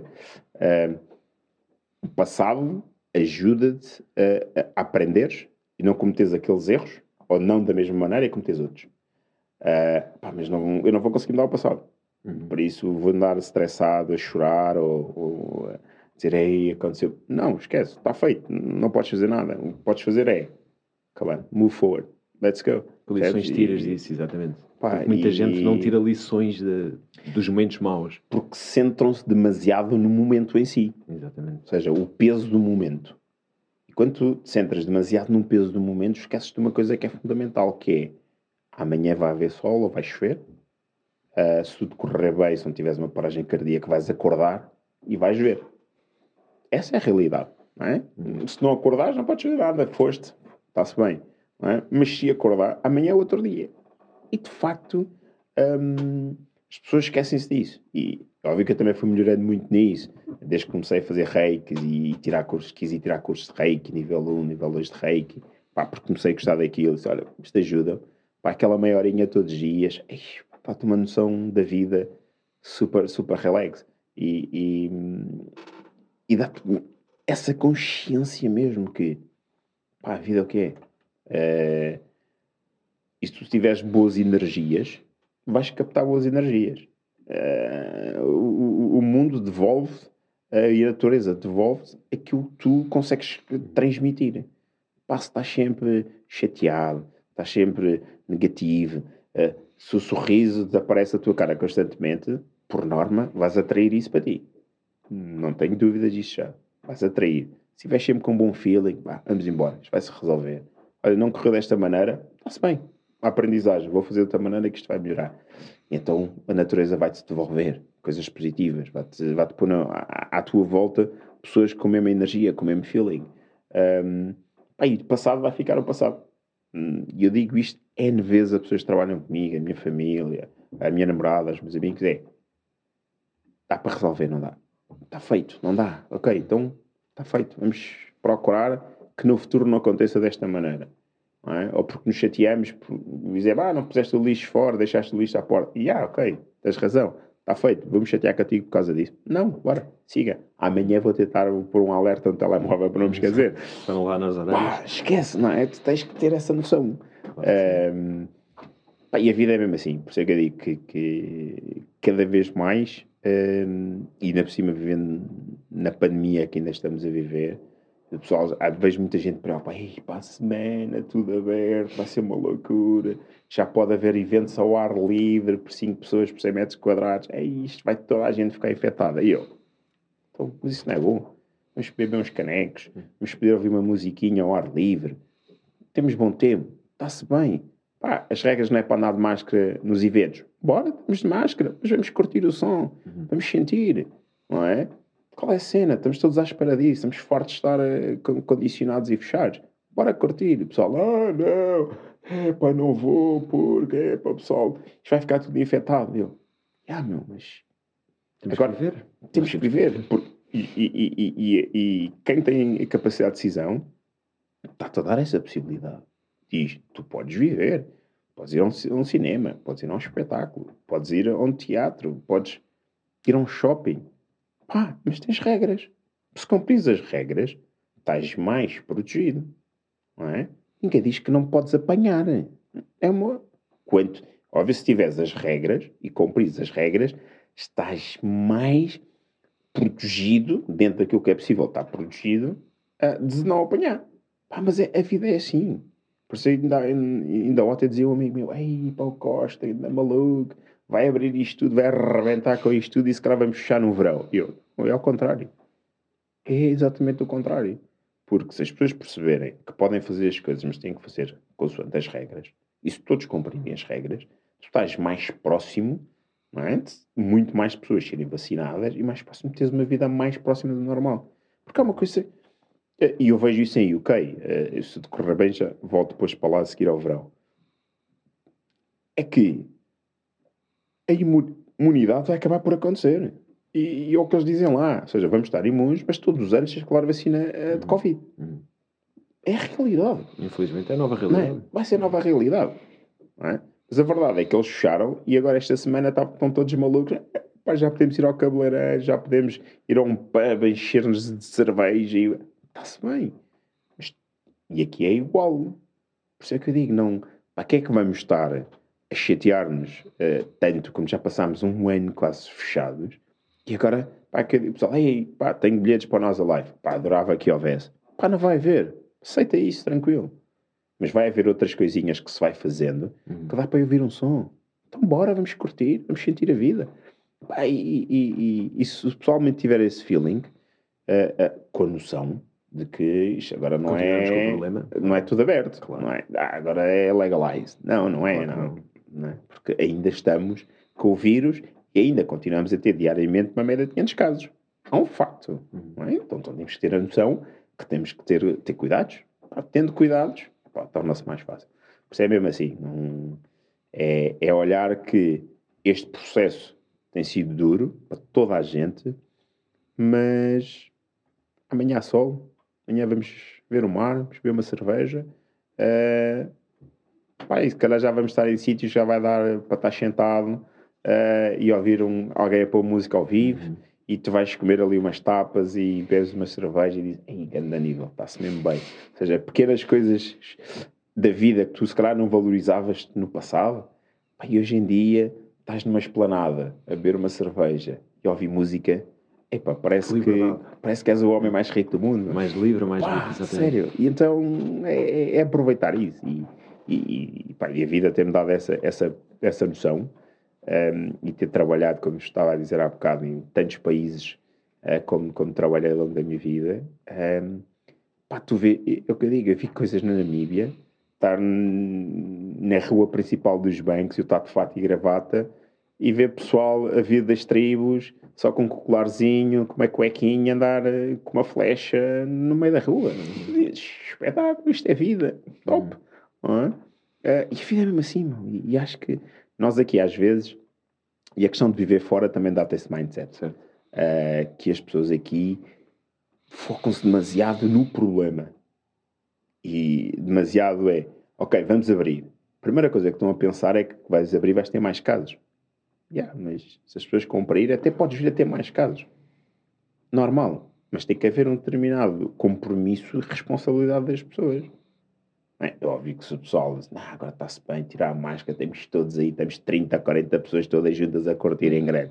O passado ajuda-te a aprenderes e não cometeres aqueles erros, ou não da mesma maneira e cometeres outros. Mas eu não vou conseguir mudar o passado. Por isso vou andar estressado, a chorar, ou dizer, ei, aconteceu. Não, esquece, está feito, não podes fazer nada. O que podes fazer é, come on, move forward, let's go. Que lições tiras disso, exatamente. Muita gente não tira lições dos momentos maus. Porque centram-se demasiado no momento em si. Exatamente. Ou seja, o peso do momento. E quando tu te centras demasiado no peso do momento, esqueces de uma coisa que é fundamental, que é amanhã vai haver sol ou vai chover. Se tudo correr bem, se não tiveres uma paragem cardíaca, vais acordar e vais ver. Essa é a realidade, não é? Se não acordares, não podes fazer nada. Foste, está-se bem. Não é? Mas se acordar, amanhã é outro dia. E, de facto, as pessoas esquecem-se disso. E, óbvio que eu também fui melhorando muito nisso. Desde que comecei a fazer reiki e tirar cursos, quis ir tirar cursos de reiki, nível 1, nível 2 de reiki. Pá, porque comecei a gostar daquilo. Disse, olha, isto ajuda. Pá, aquela meia horinha todos os dias. Pá, uma noção da vida super, super relax. E dá-te essa consciência mesmo que, pá, a vida é o que é. E se tu tiveres boas energias, vais captar boas energias. O mundo devolve e a natureza devolve aquilo que tu consegues transmitir. Pá, se estás sempre chateado, estás sempre negativo, se o sorriso desaparece da tua cara constantemente, por norma, vais atrair isso para ti. Não tenho dúvidas disso já. Vais atrair. Se estiveres sempre com um bom feeling, vamos embora, isto vai-se resolver. Olha, não correu desta maneira, está-se bem. A aprendizagem, vou fazer de outra maneira que isto vai melhorar. Então a natureza vai-te devolver coisas positivas, vai-te pôr à tua volta pessoas com a mesma energia, com o mesmo feeling. E o passado vai ficar o passado. E eu digo isto N vezes a pessoas que trabalham comigo, a minha família, a minha namorada, os meus amigos, dá para resolver, não dá? Está feito, não dá. Ok, então está feito. Vamos procurar que no futuro não aconteça desta maneira. Não é? Ou porque nos chateamos por dizer, não puseste o lixo fora, deixaste o lixo à porta. E ok, tens razão. Está feito, vamos chatear contigo por causa disso. Não, bora, siga. Amanhã vou tentar pôr um alerta no telemóvel para não me esquecer. Estão lá nas orelhas. Esquece, não é? Tu tens que ter essa noção. E a vida é mesmo assim. Por isso é que eu digo que cada vez mais, e ainda por cima vivendo na pandemia que ainda estamos a viver, o pessoal, vejo muita gente preocupada, para a semana, tudo aberto, vai ser uma loucura, já pode haver eventos ao ar livre, por 5 pessoas, por 100 metros quadrados, isto vai toda a gente ficar infectada. E eu, então, mas isso não é bom. Vamos beber uns canecos, vamos poder ouvir uma musiquinha ao ar livre, temos bom tempo, está-se bem. As regras não é para andar de máscara nos eventos. Bora, estamos de máscara, mas vamos curtir o som, vamos sentir, não é? Qual é a cena? Estamos todos à espera disso, estamos fartos de estar condicionados e fechados. Bora curtir. O pessoal, não, não vou, porque, pessoal, isto vai ficar tudo infectado. Eu, mas... Temos que viver. Temos que viver. E quem tem a capacidade de decisão está-te a dar essa possibilidade. Diz, tu podes viver. Podes ir a um cinema, podes ir a um espetáculo, podes ir a um teatro, podes ir a um shopping. Mas tens regras. Se cumprires as regras, estás mais protegido. Não é? Ninguém diz que não podes apanhar. Óbvio, se tiveres as regras e cumprires as regras, estás mais protegido, dentro daquilo que é possível estar protegido, de não apanhar. Pá, mas a vida é assim. Por isso ainda ontem dizia um amigo meu, ei, Paulo Costa, ainda maluco, vai abrir isto tudo, vai arrebentar com isto tudo e se calhar vamos fechar no verão. E eu, é ao contrário. É exatamente o contrário. Porque se as pessoas perceberem que podem fazer as coisas, mas têm que fazer consoante as regras, e se todos cumprirem as regras, tu estás mais próximo, não é? De muito mais pessoas serem vacinadas e mais próximo de teres uma vida mais próxima do normal. Porque há uma coisa... E eu vejo isso em UK. Se decorrer bem, já volto depois para lá a seguir ao verão. É que a imunidade vai acabar por acontecer. E é o que eles dizem lá. Ou seja, vamos estar imunes, mas todos os anos tens que levar vacina de Covid. É a realidade. Infelizmente é a nova realidade. Não é? Vai ser a nova realidade. Não é? Mas a verdade é que eles fecharam e agora esta semana estão todos malucos. Pá, já podemos ir ao cabeleireiro, já podemos ir a um pub, encher-nos de cerveja e... Está-se bem. E aqui é igual. Por isso é que eu digo, não... Para que é que vamos estar a chatear-nos tanto como já passámos um ano quase fechados e agora, pá, que o pessoal, ei, pá, tenho bilhetes para o Nós Alive. Pá, adorava que houvesse. Pá, não vai haver. Aceita isso, tranquilo. Mas vai haver outras coisinhas que se vai fazendo que dá para ouvir um som. Então bora, vamos curtir, vamos sentir a vida. Pá, e se o pessoal tiver esse feeling, com a noção de que isto agora não é tudo aberto. Claro. Não é, agora é legalized. Não é, claro. Não é. Porque ainda estamos com o vírus e ainda continuamos a ter diariamente uma média de 500 casos. É um facto. Não é? Então temos que ter a noção que temos que ter cuidados. Tendo cuidados, torna-se mais fácil. Por isso é mesmo assim. É olhar que este processo tem sido duro para toda a gente, mas amanhã há sol, amanhã vamos ver o mar, vamos beber uma cerveja. E se calhar já vamos estar em sítios, já vai dar para estar sentado e ouvir alguém a pôr música ao vivo e tu vais comer ali umas tapas e bebes uma cerveja e dizes, ei, grande nível, está-se mesmo bem. Ou seja, pequenas coisas da vida que tu se calhar não valorizavas no passado, e hoje em dia estás numa esplanada a beber uma cerveja e a ouvir música. Epá, parece que és o homem mais rico do mundo. Mais livre, mais rico, exatamente. Sério. E então é aproveitar isso. E a vida tem-me dado essa noção. E ter trabalhado, como estava a dizer há bocado, em tantos países como trabalhei ao longo da minha vida. Tu vê, é o que eu digo, eu vi coisas na Namíbia, estar na rua principal dos bancos, eu estar de fato e gravata, e ver pessoal a vir das tribos, só com um colarzinho, com uma cuequinha, andar com uma flecha no meio da rua. Espetáculo, isto é vida. Top. E a vida é mesmo assim, e acho que nós aqui às vezes, e a questão de viver fora também dá-te esse mindset, que as pessoas aqui focam-se demasiado no problema. E demasiado ok, vamos abrir. A primeira coisa que estão a pensar é que vais abrir, vais ter mais casos. Mas se as pessoas comprarem, até podes vir a ter mais casos. Normal. Mas tem que haver um determinado compromisso e responsabilidade das pessoas. É óbvio que se o pessoal diz, agora está-se bem, tirar a máscara, temos todos aí, temos 30, 40 pessoas todas juntas a curtir em grande.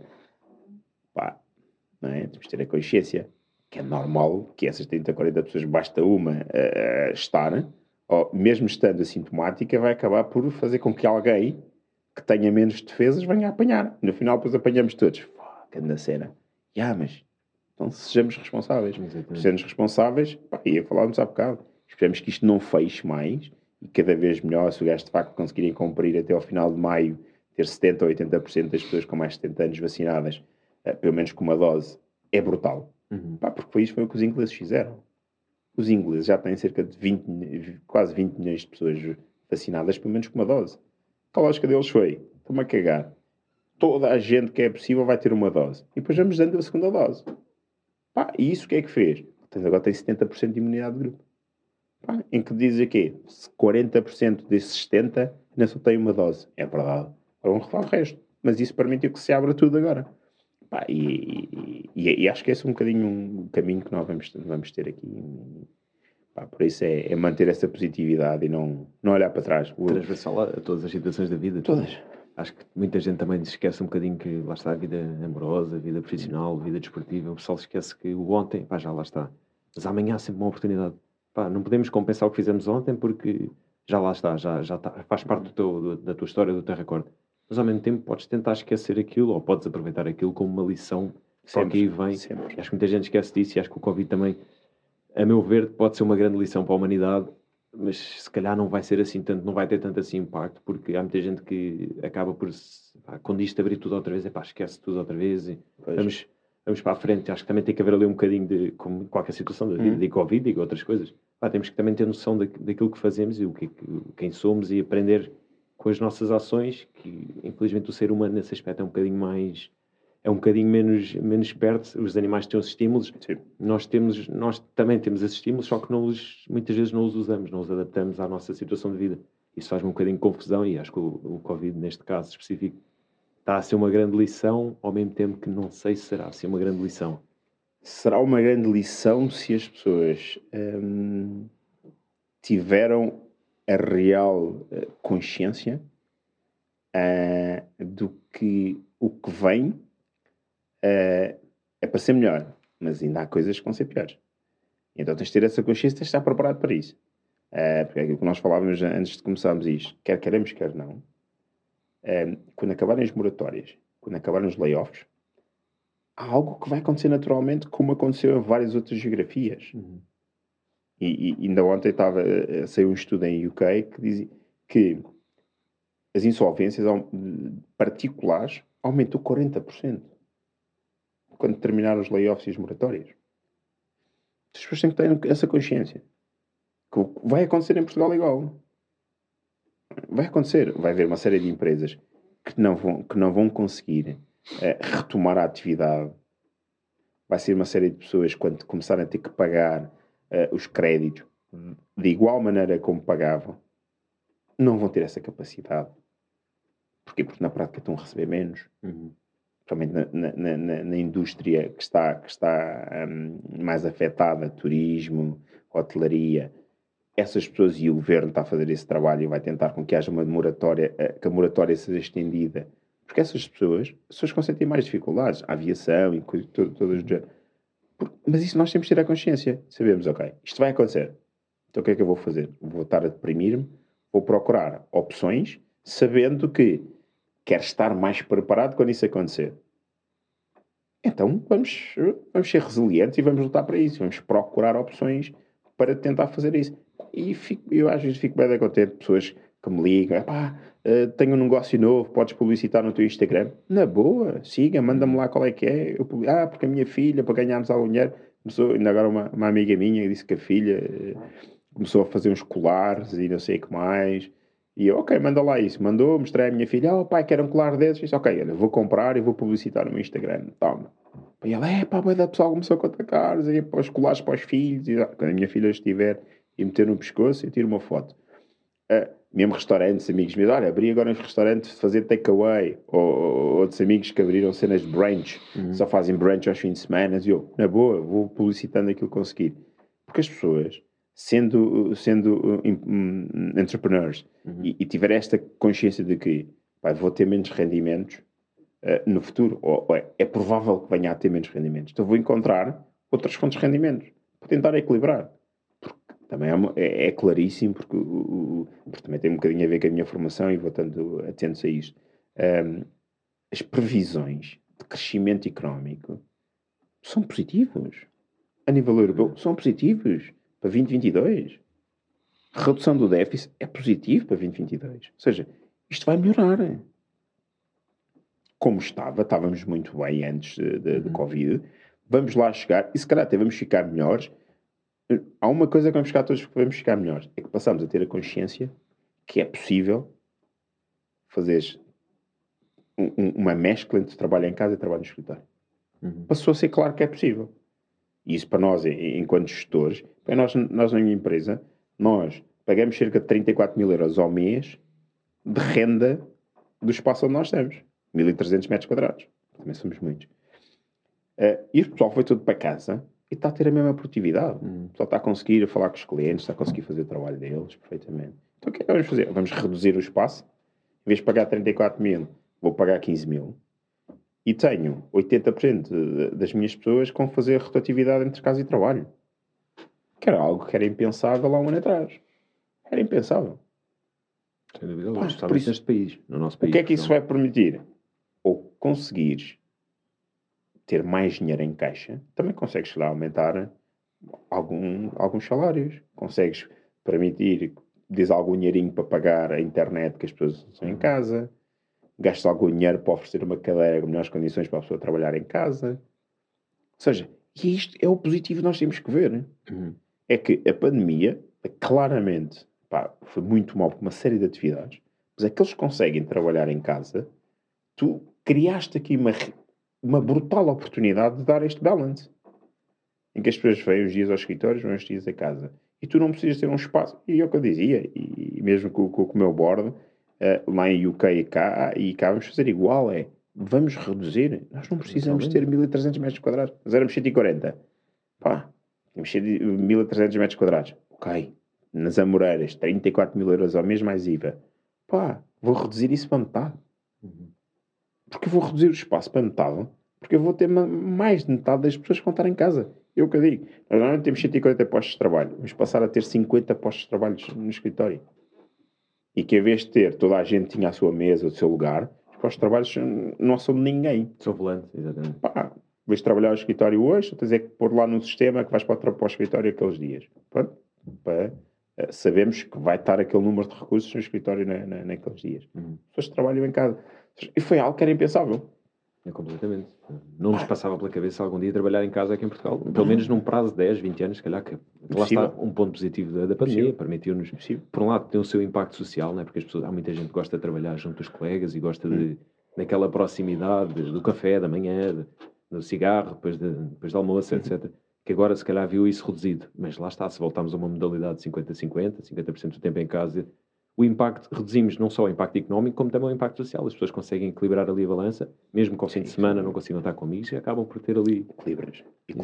Não é? Temos de ter a consciência que é normal que essas 30, 40 pessoas, basta uma estar, ou mesmo estando assintomática, vai acabar por fazer com que alguém que tenha menos defesas venha a apanhar. No final, depois apanhamos todos. Que anda cena. Mas então sejamos responsáveis. Sejamos responsáveis, e falámos há bocado. Esperamos que isto não feche mais e cada vez melhor, se o gajo de facto conseguirem cumprir até ao final de maio, ter 70% ou 80% das pessoas com mais de 70 anos vacinadas, pelo menos com uma dose, é brutal. Porque foi o que os ingleses fizeram. Os ingleses já têm cerca de quase 20 milhões de pessoas vacinadas, pelo menos com uma dose. A lógica deles foi, estou-me a cagar. Toda a gente que é possível vai ter uma dose. E depois vamos dando a segunda dose. E isso o que é que fez? Agora tem 70% de imunidade de grupo. Em que dizes aqui, 40% desses 70% ainda só tem uma dose. É verdade. Vão refalar o resto. Mas isso permitiu que se abra tudo agora. E acho que esse é um bocadinho um caminho que nós vamos ter aqui. Por isso é manter essa positividade e não olhar para trás. Transversal a todas as situações da vida. Todas. Acho que muita gente também se esquece um bocadinho que lá está a vida amorosa, a vida profissional, a vida desportiva. O pessoal esquece que o ontem, pá, já lá está. Mas amanhã há sempre uma oportunidade. Pá, não podemos compensar o que fizemos ontem porque já lá está, já está, faz parte da tua história, do teu recorde. Mas ao mesmo tempo podes tentar esquecer aquilo ou podes aproveitar aquilo como uma lição para o que aí vem. Sempre. E acho que muita gente esquece disso e acho que o Covid também, a meu ver, pode ser uma grande lição para a humanidade, mas se calhar não vai ser assim tanto, não vai ter tanto assim impacto, porque há muita gente que acaba por, pá, quando isto abrir tudo outra vez, é pá, esquece tudo outra vez e vamos para a frente. Acho que também tem que haver ali um bocadinho de, como qualquer situação da vida, de Covid e outras coisas. Pá, temos que também ter noção daquilo que fazemos e quem somos e aprender com as nossas ações, que infelizmente o ser humano nesse aspecto é um bocadinho menos perto. Os animais têm os estímulos, Sim. nós também temos esses estímulos, só que muitas vezes não os usamos, não os adaptamos à nossa situação de vida. Isso faz-me um bocadinho de confusão e acho que o Covid, neste caso específico, está a ser uma grande lição, ao mesmo tempo que não sei se será assim uma grande lição. Será uma grande lição se as pessoas tiveram a real consciência do que o que vem é para ser melhor, mas ainda há coisas que vão ser piores. Então tens de ter essa consciência, tens de estar preparado para isso. Porque é aquilo que nós falávamos antes de começarmos isto, quer queremos, quer não. Quando acabarem as moratórias, quando acabarem os layoffs, há algo que vai acontecer naturalmente, como aconteceu em várias outras geografias. E ainda ontem saiu um estudo em UK que dizia que as insolvências particulares aumentou 40% quando terminaram os layoffs e as moratórias. As pessoas têm que ter essa consciência. Que vai acontecer em Portugal igual. Vai acontecer. Vai haver uma série de empresas que não vão conseguir retomar a atividade. Vai ser uma série de pessoas, quando começarem a ter que pagar os créditos de igual maneira como pagavam, não vão ter essa capacidade. Porquê? Porque na prática estão a receber menos. Principalmente na indústria que está mais afetada, turismo, hotelaria. Essas pessoas, e o governo está a fazer esse trabalho e vai tentar com que haja uma moratória, que a moratória seja estendida. Porque essas pessoas conseguem ter mais dificuldades. A aviação e coisas todas do género. Mas isso nós temos que ter a consciência. Sabemos, ok, isto vai acontecer. Então o que é que eu vou fazer? Vou estar a deprimir-me, vou procurar opções, sabendo que quero estar mais preparado quando isso acontecer. Então vamos ser resilientes e vamos lutar para isso. Vamos procurar opções para tentar fazer isso. E eu às vezes fico bem contente, pessoas que me ligam, tenho um negócio novo, podes publicitar no teu Instagram? Na boa, siga, manda-me lá qual é que é. Porque a minha filha, para ganharmos algum dinheiro, ainda agora uma amiga minha disse que a filha começou a fazer uns colares e não sei o que mais. E eu, ok, manda lá isso. Mandou, mostrei à minha filha, pai, quero um colar desses. Disse, ok, olha, vou comprar e vou publicitar no meu Instagram. Toma. E ela, da pessoa começou a contactar, para os colares para os filhos. E, quando a minha filha estiver e meter no pescoço, eu tiro uma foto. Mesmo restaurantes, amigos meus, olha, abri agora uns restaurantes de fazer takeaway. Ou outros amigos que abriram cenas de brunch, só fazem brunch aos fins de semana. E eu, na boa, vou publicitando aquilo que conseguir. Porque as pessoas, sendo entrepreneurs, e tiver esta consciência de que vou ter menos rendimentos no futuro, ou é provável que venha a ter menos rendimentos, então vou encontrar outras fontes de rendimentos para tentar equilibrar. Porque também é claríssimo, porque também tem um bocadinho a ver com a minha formação e vou estando atento a isto. As previsões de crescimento económico são positivos. A nível europeu, são positivos para 2022. A redução do déficit é positivo para 2022. Ou seja, isto vai melhorar. Como estávamos muito bem antes de Covid, vamos lá chegar, e se calhar até vamos ficar melhores. Há uma coisa que vamos ficar todos que vamos ficar melhores, é que passamos a ter a consciência que é possível fazer uma mescla entre trabalho em casa e trabalho no escritório. Passou a ser claro que é possível. E isso para nós, enquanto gestores, nós na minha empresa, nós pagamos cerca de 34 mil euros ao mês de renda do espaço onde nós estamos. 1.300 metros quadrados. Também somos muitos. E o pessoal foi todo para casa e está a ter a mesma produtividade. O pessoal está a conseguir falar com os clientes, está a conseguir fazer o trabalho deles perfeitamente. Então o que é que vamos fazer? Vamos reduzir o espaço vez de pagar 34 mil, vou pagar 15 mil. E tenho 80% das minhas pessoas com fazer rotatividade entre casa e trabalho. Que era algo que era impensável há um ano atrás. Era impensável. Sem dúvida, especialmente neste país, no nosso país. O que é que isso vai permitir? Ou conseguires ter mais dinheiro em caixa, também consegues lá aumentar alguns salários. Consegues permitir, diz algum dinheirinho para pagar a internet que as pessoas estão em casa. Gastas algum dinheiro para oferecer uma cadeira com melhores condições para a pessoa trabalhar em casa. Ou seja, e isto é o positivo que nós temos que ver. É que a pandemia, claramente, foi muito mal para uma série de atividades, mas aqueles que conseguem trabalhar em casa, tu criaste aqui uma brutal oportunidade de dar este balance. Em que as pessoas vêm uns dias aos escritórios, vêm uns dias a casa. E tu não precisas ter um espaço. E é o que eu dizia, e mesmo com o meu board, lá em UK e cá vamos fazer igual, vamos reduzir. Nós não precisamos ter 1300 metros quadrados. Nós éramos 140. Temos 1300 metros quadrados. Ok. Nas Amoreiras, 34 mil euros ao mês mais IVA. Vou reduzir isso para metade. Porque eu vou reduzir o espaço para metade. Porque eu vou ter mais de metade das pessoas que vão estar em casa. Eu que digo. Nós normalmente temos 140 postos de trabalho. Vamos passar a ter 50 postos de trabalho no escritório. E que, em vez de ter toda a gente tinha a sua mesa, o seu lugar, os postos de trabalho não são de ninguém. São volantes, exatamente. Vais trabalhar no escritório hoje, ou tens que pôr lá no sistema que vais para o escritório aqueles dias. Pronto. Sabemos que vai estar aquele número de recursos no escritório naqueles dias. Pessoas que trabalham em casa. E foi algo que era impensável. Completamente. Não nos passava pela cabeça algum dia trabalhar em casa aqui em Portugal. Pelo menos num prazo de 10, 20 anos, se calhar, que lá está um ponto positivo da pandemia. Permitiu-nos, por um lado, ter o seu impacto social, né? Porque há muita gente que gosta de trabalhar junto dos colegas e gosta daquela proximidade do café, da manhã, do cigarro, depois do almoço, etc. Que agora, se calhar, viu isso reduzido. Mas lá está, se voltarmos a uma modalidade de 50-50, 50% do tempo em casa, o impacto, reduzimos não só o impacto económico, como também o impacto social. As pessoas conseguem equilibrar ali a balança, mesmo que ao fim de semana não consigam estar com amigos, e acabam por ter ali... Equilibras.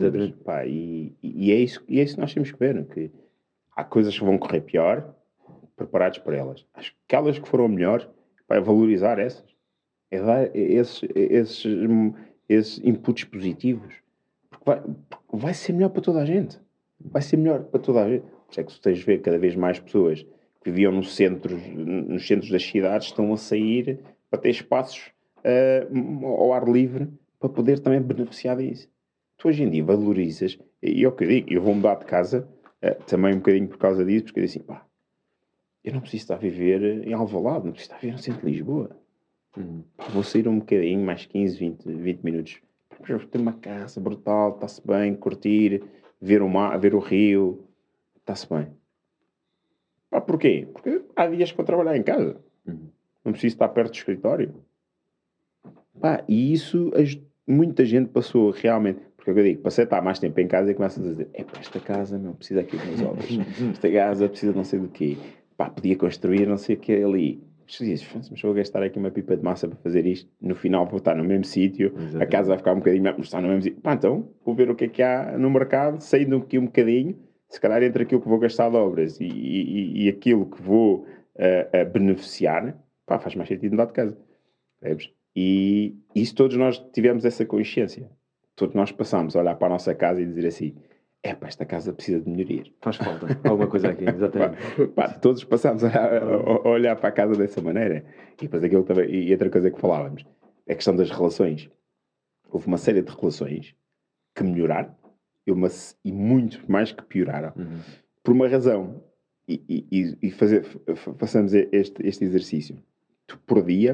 E é isso que nós temos que ver, que há coisas que vão correr pior, preparados para elas. Aquelas que foram melhores, é valorizar essas. É dar esses inputs positivos. Porque vai ser melhor para toda a gente. Vai ser melhor para toda a gente. Por isso é que tu tens de ver cada vez mais pessoas que viviam nos centros das cidades estão a sair para ter espaços ao ar livre para poder também beneficiar disso. Tu hoje em dia valorizas, e é o que eu digo, eu vou mudar de casa também um bocadinho por causa disso, porque eu digo assim, eu não preciso estar a viver em Alvalade, não preciso estar a viver no centro de Lisboa. Vou sair um bocadinho, mais 15, 20 minutos. Vou ter uma casa brutal, está-se bem, curtir, ver o mar, ver o rio, está-se bem. Porquê? Porque há dias que vou trabalhar em casa. Não preciso estar perto do escritório. E isso muita gente passou realmente. Porque eu digo, passei a estar mais tempo em casa e começo a dizer, esta casa não precisa aqui de umas obras. Esta casa precisa não sei do quê. Podia construir não sei o que ali. Mas vou gastar aqui uma pipa de massa para fazer isto. No final vou estar no mesmo sítio. A casa vai ficar um bocadinho mais, mas está no mesmo sítio. Então, vou ver o que é que há no mercado, saindo aqui um bocadinho. Se calhar entre aquilo que vou gastar de obras e aquilo que vou beneficiar, faz mais sentido mudar de casa. Sabes? E isso todos nós tivemos essa consciência. Todos nós passámos a olhar para a nossa casa e dizer assim, esta casa precisa de melhorias. Faz falta alguma coisa aqui, exatamente. Todos passámos a olhar para a casa dessa maneira. E depois aquilo também, e outra coisa que falávamos, é a questão das relações. Houve uma série de relações que melhoraram, e muito mais que pioraram. Por uma razão. E façamos este exercício. Tu, por dia,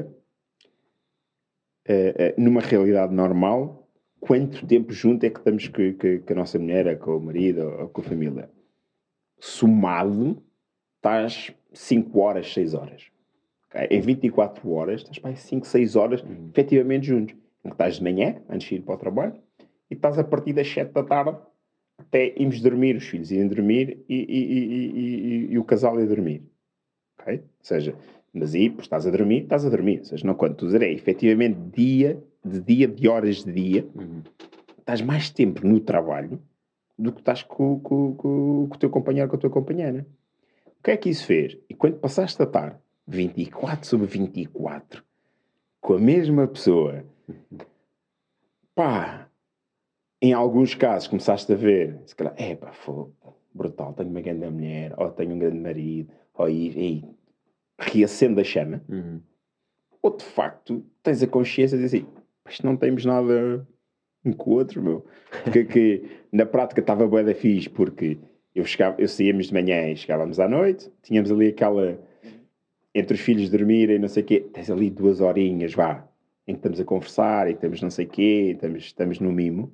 numa realidade normal, quanto tempo junto é que estamos com a nossa mulher, com o marido ou com a família? Somado, estás 5 horas, 6 horas. Okay? Em 24 horas, estás para 5, 6 horas efetivamente juntos. Então, estás de manhã, antes de ir para o trabalho, e estás a partir das 7 da tarde até irmos dormir, os filhos irem dormir e o casal ir dormir. Okay? Ou seja, mas aí, estás a dormir. Ou seja, não quando tu dizer é efetivamente de horas de dia, estás mais tempo no trabalho do que estás com o teu companheiro, com a tua companheira. O que é que isso fez? E quando passaste a estar 24/24 com a mesma pessoa, pá, em alguns casos começaste a ver, se calhar, pá, fogo, brutal, tenho uma grande mulher, ou tenho um grande marido, ou aí reacende a chama, ou de facto tens a consciência de dizer assim, isto não temos nada um com o outro, meu. Que na prática estava bué da fixe, porque eu saíamos de manhã e chegávamos à noite, tínhamos ali aquela, entre os filhos dormirem, não sei o quê, tens ali 2 horinhas, vá, em que estamos a conversar, e que estamos não sei o quê, estamos no mimo.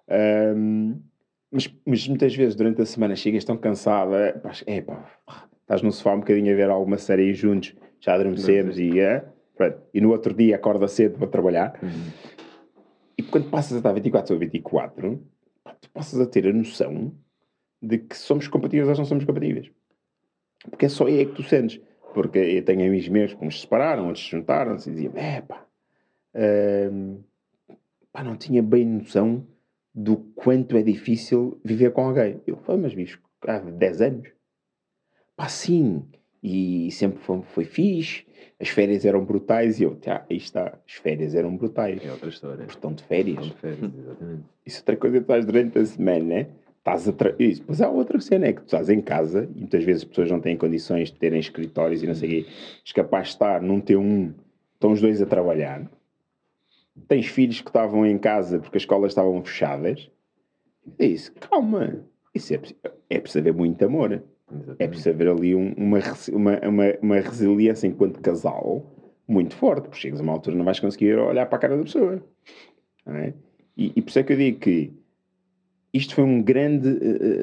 Mas muitas vezes durante a semana chegas tão cansada, pá, estás no sofá um bocadinho a ver alguma série juntos, já adormecemos e no outro dia acorda cedo para trabalhar. E quando passas a estar 24/24, tu passas a ter a noção de que somos compatíveis ou não somos compatíveis. Porque é só aí que tu sentes. Porque eu tenho amigos meus que uns se separaram, outros se juntaram-se e diziam, não tinha bem noção do quanto é difícil viver com alguém. Eu falei, mas bicho, há 10 anos. Sim. E sempre foi fixe. As férias eram brutais. E eu, aí está, as férias eram brutais. É outra história. Estão de férias. Exatamente. Isso é outra coisa que estás durante a semana, né? Isso. Mas há outra cena, é que tu estás em casa e muitas vezes as pessoas não têm condições de terem escritórios e não sei o quê. És capaz de estar num T1, estão os dois a trabalhar. Tens filhos que estavam em casa porque as escolas estavam fechadas. É isso, calma. Isso é preciso haver muito amor. Exatamente. É preciso haver ali uma resiliência enquanto casal muito forte. Porque chegas a uma altura não vais conseguir olhar para a cara da pessoa. Não é? E por isso é que eu digo que isto foi um grande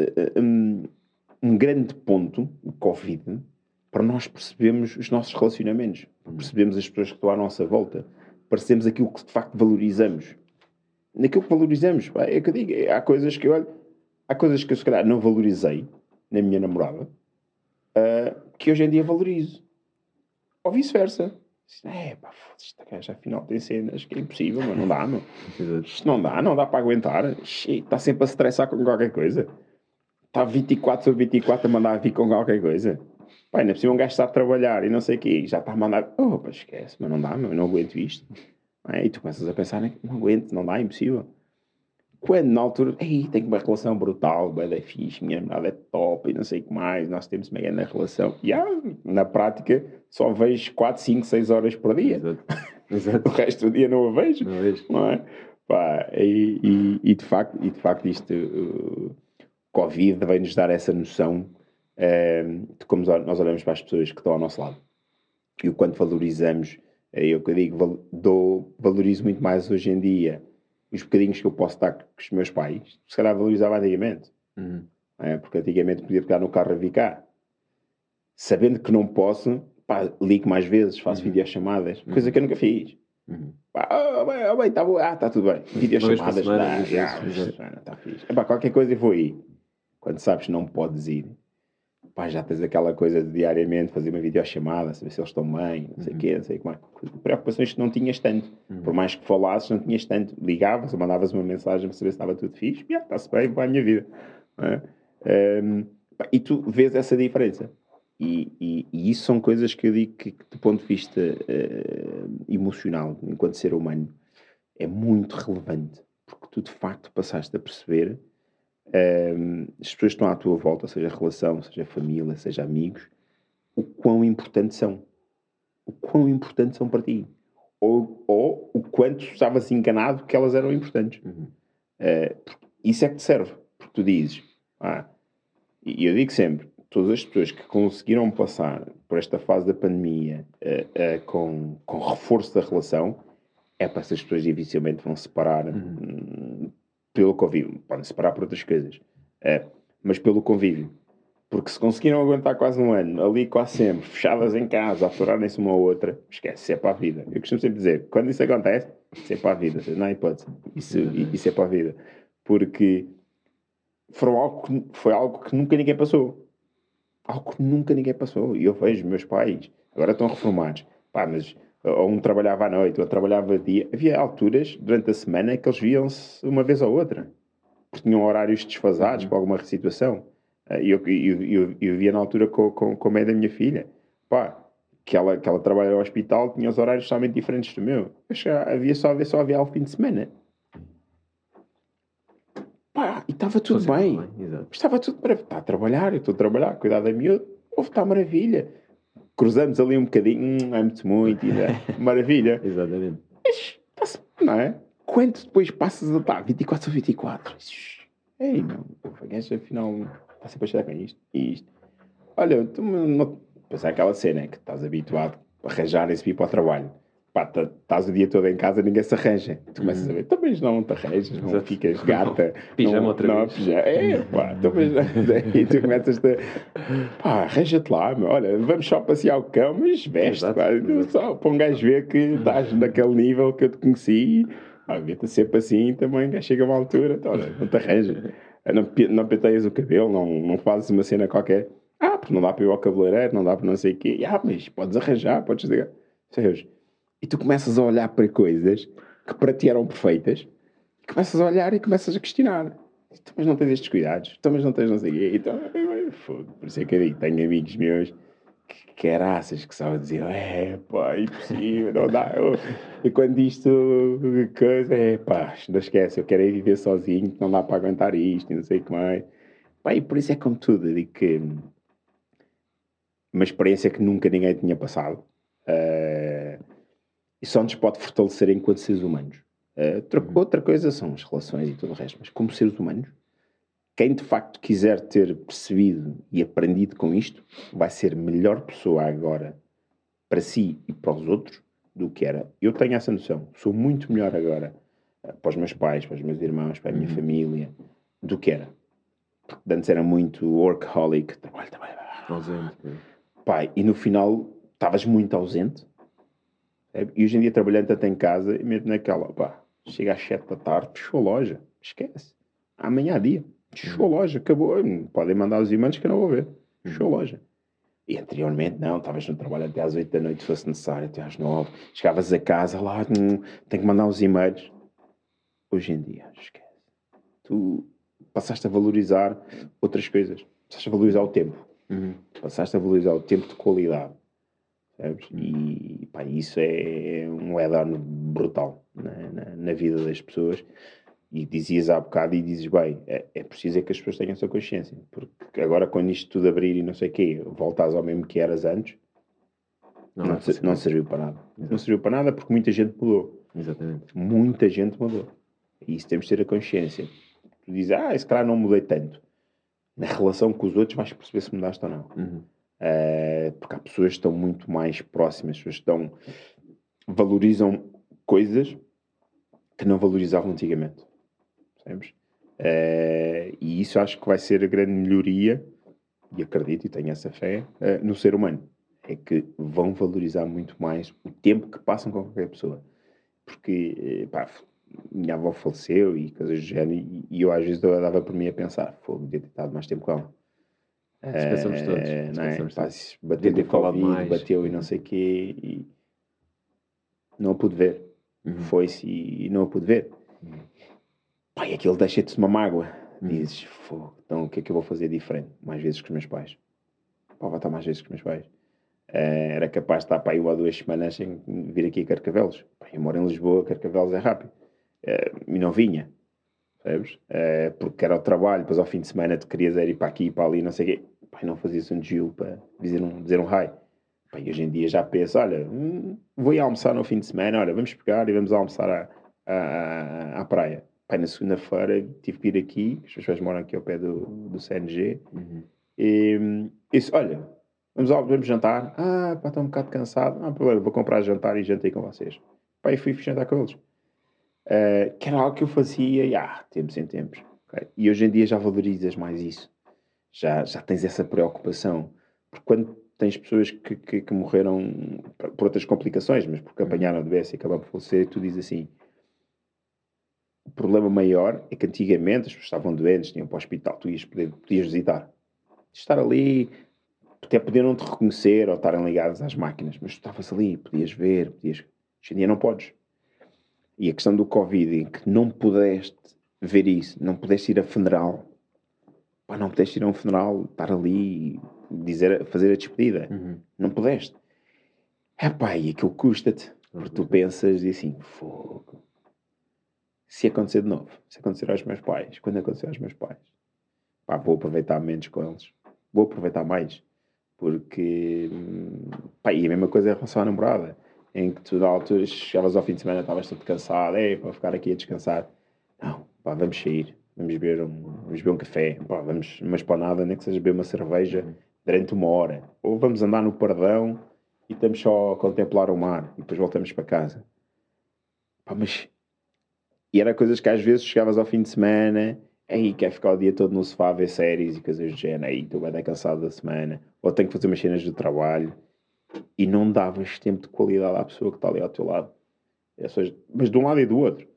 ponto, o Covid, para nós percebermos os nossos relacionamentos, percebemos as pessoas que estão à nossa volta, percebemos aquilo que de facto valorizamos. Naquilo que valorizamos, é que eu digo, há coisas que eu se calhar não valorizei na minha namorada, que hoje em dia valorizo. Ou vice-versa. Esta gaja afinal tem cenas que é impossível, mas não dá, meu. Isto não dá para aguentar. Está sempre a se estressar com qualquer coisa. Está 24/24 a mandar vir com qualquer coisa. Ainda por cima um gajo está a trabalhar e não sei o quê, já está a mandar, esquece, mas não dá, meu, eu não aguento isto. E tu começas a pensar, não aguento, não dá, é impossível. Quando na altura, tenho uma relação brutal, é fixe, minha namorada é top e não sei o que mais, nós temos uma grande relação. E na prática só vejo 4, 5, 6 horas por dia. Exato. O resto do dia não a vejo. Não é? E de facto isto, Covid vai-nos dar essa noção de como nós olhamos para as pessoas que estão ao nosso lado. E o quanto valorizamos, eu que digo, valorizo muito mais hoje em dia os bocadinhos que eu posso estar com os meus pais, se calhar valorizava antigamente. Porque antigamente podia ficar no carro a vir cá. Sabendo que não posso, ligo mais vezes, faço videochamadas, coisa que eu nunca fiz. Tá bom, está tudo bem. Videochamadas, está fixe. Qualquer coisa eu vou aí. Quando sabes que não podes ir, já tens aquela coisa de diariamente fazer uma videochamada, saber se eles estão bem, não sei o quê, não sei o que mais. Preocupações que não tinhas tanto. Por mais que falasses, não tinhas tanto. Ligavas ou mandavas uma mensagem para saber se estava tudo fixe. Está-se bem, vai a minha vida. E tu vês essa diferença. E isso são coisas que eu digo que do ponto de vista emocional, enquanto ser humano, é muito relevante. Porque tu, de facto, passaste a perceber as pessoas que estão à tua volta, seja relação, seja família, seja amigos, o quão importantes são. O quão importantes são para ti. Ou o quanto estavas enganado que elas eram importantes. Isso é que te serve. Porque tu dizes, e eu digo sempre, todas as pessoas que conseguiram passar por esta fase da pandemia com reforço da relação, para essas pessoas dificilmente vão separar pelo convívio. Podem separar por outras coisas. Mas pelo convívio. Porque se conseguiram aguentar quase um ano, ali quase sempre, fechadas em casa, a aturarem-se uma ou outra, esquece, isso é para a vida. Eu costumo sempre dizer, quando isso acontece, isso é para a vida. Não há hipótese. Isso é para a vida. Porque foi algo que nunca ninguém passou. Algo que nunca ninguém passou. E eu vejo meus pais, agora estão reformados. Mas ou um trabalhava à noite, ou trabalhava dia. Havia alturas, durante a semana, que eles viam-se uma vez ou outra. Porque tinham horários desfasados por alguma situação. E eu via na altura com a mãe da minha filha. que ela trabalha no hospital, tinha os horários totalmente diferentes do meu. Só havia ao fim de semana. Pá, e estava tudo bem. Estava tudo maravilha. Está a trabalhar, eu estou a trabalhar, a cuidar da miúda. Está maravilha. Cruzamos ali um bocadinho, é muito, ainda. Maravilha. Exatamente. Mas, não é? Quanto depois passas a estar 24 ou 24? Ei, não. O gajo afinal está sempre a chegar com isto e isto. Olha, tu não... Pois é aquela cena que estás habituado a arranjar esse vir para o trabalho. Pá, estás o dia todo em casa, ninguém se arranja. Tu começas a ver, também não te arranjas, não ficas gata. Pijama outra vez. Pijama. Pá, e tu começas a... Pá, arranja-te lá, meu. Olha, vamos só passear o cão, mas veste, pá. Só para um gajo ver que estás naquele nível que eu te conheci. Ah, vê-te sempre assim também, chega a uma altura, então, olha, não te arranjas. Não penteias o cabelo, não fazes uma cena qualquer. Ah, porque não dá para ir ao cabeleireiro, não dá para não sei o quê. Ah, mas podes arranjar, podes dizer. Seus. E tu começas a olhar para coisas que para ti eram perfeitas, e começas a olhar e começas a questionar. Tu mas não tens estes cuidados, tu mas não tens não sei o quê. Então, fogo. Por isso é que eu digo, tenho amigos meus que caraças que só diziam, pá, impossível, não dá. E quando isto, coisa, pá, não esquece, eu quero ir viver sozinho, não dá para aguentar isto e não sei o que mais. Pá, e por isso é como tudo, eu digo que uma experiência que nunca ninguém tinha passado. E só nos pode fortalecer enquanto seres humanos. Outra coisa são as relações e tudo o resto, mas como seres humanos, quem de facto quiser ter percebido e aprendido com isto, vai ser melhor pessoa agora para si e para os outros do que era. Eu tenho essa noção. Sou muito melhor agora para os meus pais, para os meus irmãos, para a minha família, do que era. Porque antes era muito workaholic, trabalho. Ausente. Pai, e no final estavas muito ausente. E hoje em dia, trabalhando tanto em casa, e mesmo naquela, pá, chega às 7 da tarde, fechou a loja, esquece. Amanhã há dia, fechou a loja, acabou. Podem mandar os e-mails que eu não vou ver. Fechou a loja. E anteriormente, não, estavas no trabalho até às 8 da noite, se fosse necessário, até às 9. Chegavas a casa, lá, tem que mandar os e-mails. Hoje em dia, esquece. Tu passaste a valorizar outras coisas. Passaste a valorizar o tempo. Passaste a valorizar o tempo de qualidade. Sabes? E pá, isso é um add-on brutal na vida das pessoas. E dizias há bocado e dizes bem, é preciso que as pessoas tenham essa consciência, porque agora quando isto tudo abrir e não sei o quê, voltas ao mesmo que eras antes, não serviu para nada. Não serviu para nada porque muita gente mudou. Exatamente. Muita gente mudou. E isso temos de ter a consciência. Tu dizes, esse cara não mudei tanto. Na relação com os outros vais perceber se mudaste ou não. Porque há pessoas que estão muito mais próximas, pessoas que valorizam coisas que não valorizavam antigamente. Sabes? E isso acho que vai ser a grande melhoria, e acredito e tenho essa fé, no ser humano. É que vão valorizar muito mais o tempo que passam com qualquer pessoa. Porque, pá, minha avó faleceu e coisas do género, e eu às vezes dava por mim a pensar, devia ter estado mais tempo com ela. Dispensamos todos. Bateu de Covid, bateu e não sei o quê, e não a pude ver. Foi-se e não a pude ver. Pai, aquilo deixa-te uma mágoa. Dizes, então o que é que eu vou fazer diferente? Mais vezes que os meus pais. Pá, vou estar mais vezes que os meus pais. Era capaz de estar para aí 1 ou 2 semanas sem vir aqui a Carcavelos. Pá, eu moro em Lisboa, Carcavelos é rápido. E não vinha. Sabes? Porque era o trabalho, depois ao fim de semana tu querias ir para aqui e para ali, não sei o quê. Pá, não fazias um desvio para dizer um hi. Pá, e hoje em dia já penso, olha, vou ir almoçar no fim de semana, olha, vamos pegar e vamos almoçar à praia. Pá, na segunda-feira tive que ir aqui, as pessoas moram aqui ao pé do CNG, e disse, olha, vamos jantar. Pá, estou um bocado cansado, não há problema, vou comprar jantar e jantei com vocês. Pá, e fui jantar com eles. Que era algo que eu fazia, tempos em tempos. Okay? E hoje em dia já valorizas mais isso. Já tens essa preocupação. Porque quando tens pessoas que morreram por outras complicações, mas porque apanharam a doença e acabaram por falecer, tu dizes assim, o problema maior é que antigamente as pessoas estavam doentes, tinham para o hospital, tu podias visitar. Estar ali, até podiam não te reconhecer ou estarem ligados às máquinas, mas tu estavas ali, podias ver, hoje em dia não podes. E a questão do Covid, em que não pudeste ver isso, não pudeste ir a funeral, pá, não pudeste ir a um funeral, estar ali, fazer a despedida, não pudeste. Epá, e aquilo custa-te. Porque tu pensas e assim, fogo. Se acontecer de novo, se acontecer aos meus pais, quando acontecer aos meus pais, pá, vou aproveitar menos com eles. Vou aproveitar mais. Porque, pá, e a mesma coisa em relação à namorada, em que tu, na altura, chegavas ao fim de semana, estavas todo cansado, para ficar aqui a descansar. Não, pá, vamos sair, vamos beber um café, pá, vamos uma esplanada, nem que seja beber uma cerveja durante 1 hora. Ou vamos andar no Pardão e estamos só a contemplar o mar e depois voltamos para casa. Pá, mas... E era coisas que às vezes chegavas ao fim de semana, aí quer ficar o dia todo no sofá a ver séries e coisas do género, aí tu vai dar cansado da semana, ou tenho que fazer umas cenas do trabalho, e não davas tempo de qualidade à pessoa que está ali ao teu lado. Mas de um lado e do outro.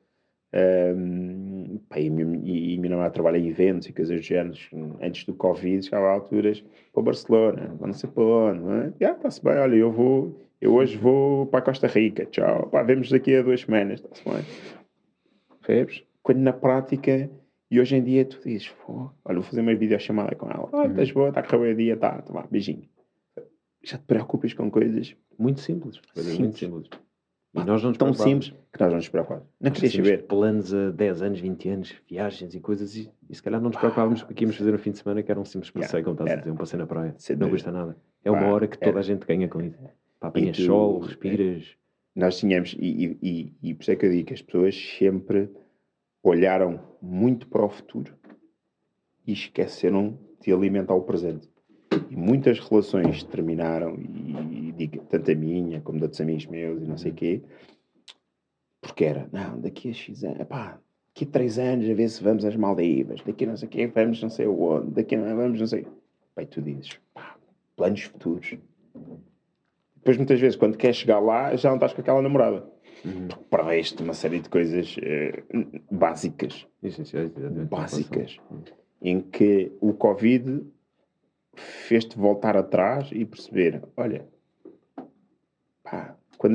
Pá, e minha namorada trabalha em eventos e coisas do género. Antes do Covid, chegava a alturas para Barcelona, não sei para onde. Não é? Está-se bem, olha, eu hoje vou para a Costa Rica, tchau. Pá, vemos daqui a 2 semanas, está-se bem. Percebes? Quando na prática, e hoje em dia tu dizes, olha, vou fazer uma videochamada com ela. Estás boa, está a correr o dia, tá, beijinho. Já te preocupas com coisas muito simples. Muito simples. E nós não nos tão simples que nós não nos preocupamos. Não querias saber. Planos a 10 anos, 20 anos, viagens e coisas, e se calhar não nos preocupávamos porque íamos fazer um fim de semana que era um simples passeio, como estás a dizer, um passeio na praia. Não custa nada. É 1 hora que toda a gente ganha com isso. Apanhas sol, respiras. Nós tínhamos, e por isso é que eu digo que as pessoas sempre olharam muito para o futuro e esqueceram de alimentar o presente. E muitas relações terminaram, e digo, tanto a minha como de outros amigos meus e não sei o quê, porque era, não, daqui a X anos, pá, daqui a 3 anos a ver se vamos às Maldivas, daqui a não sei o quê, vamos não sei onde, daqui a vamos não sei... Pá, e tu dizes, pá, planos futuros. Depois muitas vezes quando queres chegar lá já não estás com aquela namorada. Porque perdeste uma série de coisas básicas. Básicas. Em que o Covid fez-te voltar atrás e perceber, olha, pá, quando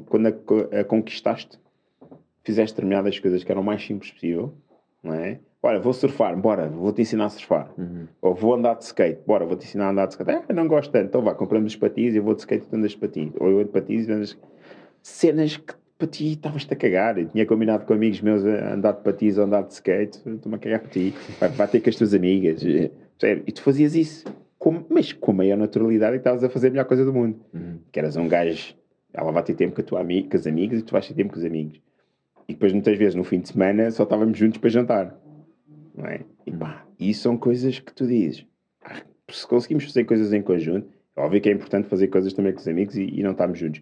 a conquistaste, fizeste determinadas coisas que eram o mais simples possível, não é? Olha, vou surfar, bora, vou-te ensinar a surfar. Ou vou andar de skate, bora, vou-te ensinar a andar de skate. Não gosto tanto, então vá, compramos os patins, eu vou de skate e tu andas de patins. Ou eu ando de patins e tu andas... Cenas que para ti estavas-te a cagar. Eu tinha combinado com amigos meus a andar de patins ou andar de skate, estou-me a cagar para ti. Vai ter com as tuas amigas. E tu fazias isso, mas com a maior naturalidade, e estavas a fazer a melhor coisa do mundo. Que eras um gajo, ela vai ter tempo com as amigas e tu vais ter tempo com os amigos. E depois muitas vezes no fim de semana só estávamos juntos para jantar, não é? E pá, isso são coisas que tu dizes, se conseguimos fazer coisas em conjunto, é óbvio que é importante fazer coisas também com os amigos e não estarmos juntos,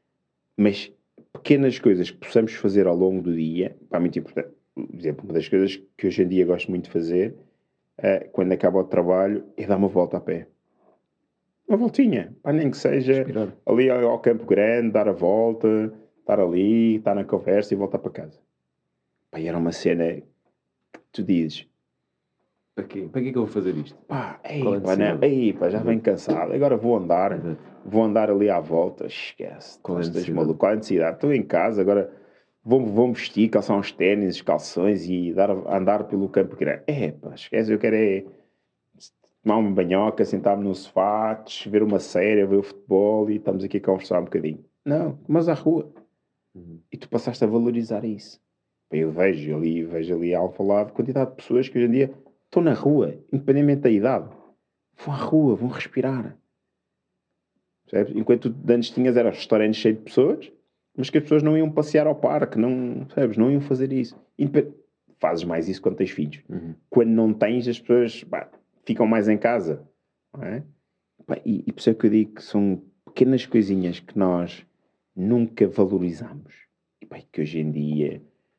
mas pequenas coisas que possamos fazer ao longo do dia, pá, muito importante. Por exemplo, uma das coisas que hoje em dia gosto muito de fazer, quando acaba o trabalho, é dar uma volta a pé. Uma voltinha, pá, nem que seja ali ao Campo Grande, dar a volta, estar ali, estar na conversa e voltar para casa. Pá, e era uma cena que tu dizes, para que é que eu vou fazer isto? Pá, já venho cansado, agora vou andar ali à volta, esquece, qual é a necessidade? Estou em casa, agora vou-me vestir, calçar uns ténis, calções e andar pelo Campo Grande. Pá, esquece, eu quero tomar uma banhoca, sentar-me no sofá, ver uma série, ver o futebol e estamos aqui a conversar um bocadinho. Não, mas à rua. E tu passaste a valorizar isso. Eu vejo ali ao falar de quantidade de pessoas que hoje em dia estão na rua, independentemente da idade. Vão à rua, vão respirar. Percebes? Enquanto tu antes tinhas era restaurante cheio de pessoas, mas que as pessoas não iam passear ao parque, não, percebes? Não iam fazer isso. Fazes mais isso quando tens filhos. Quando não tens, as pessoas ficam mais em casa. Não é? E por isso é que eu digo que são pequenas coisinhas que nós nunca valorizamos. E que hoje em dia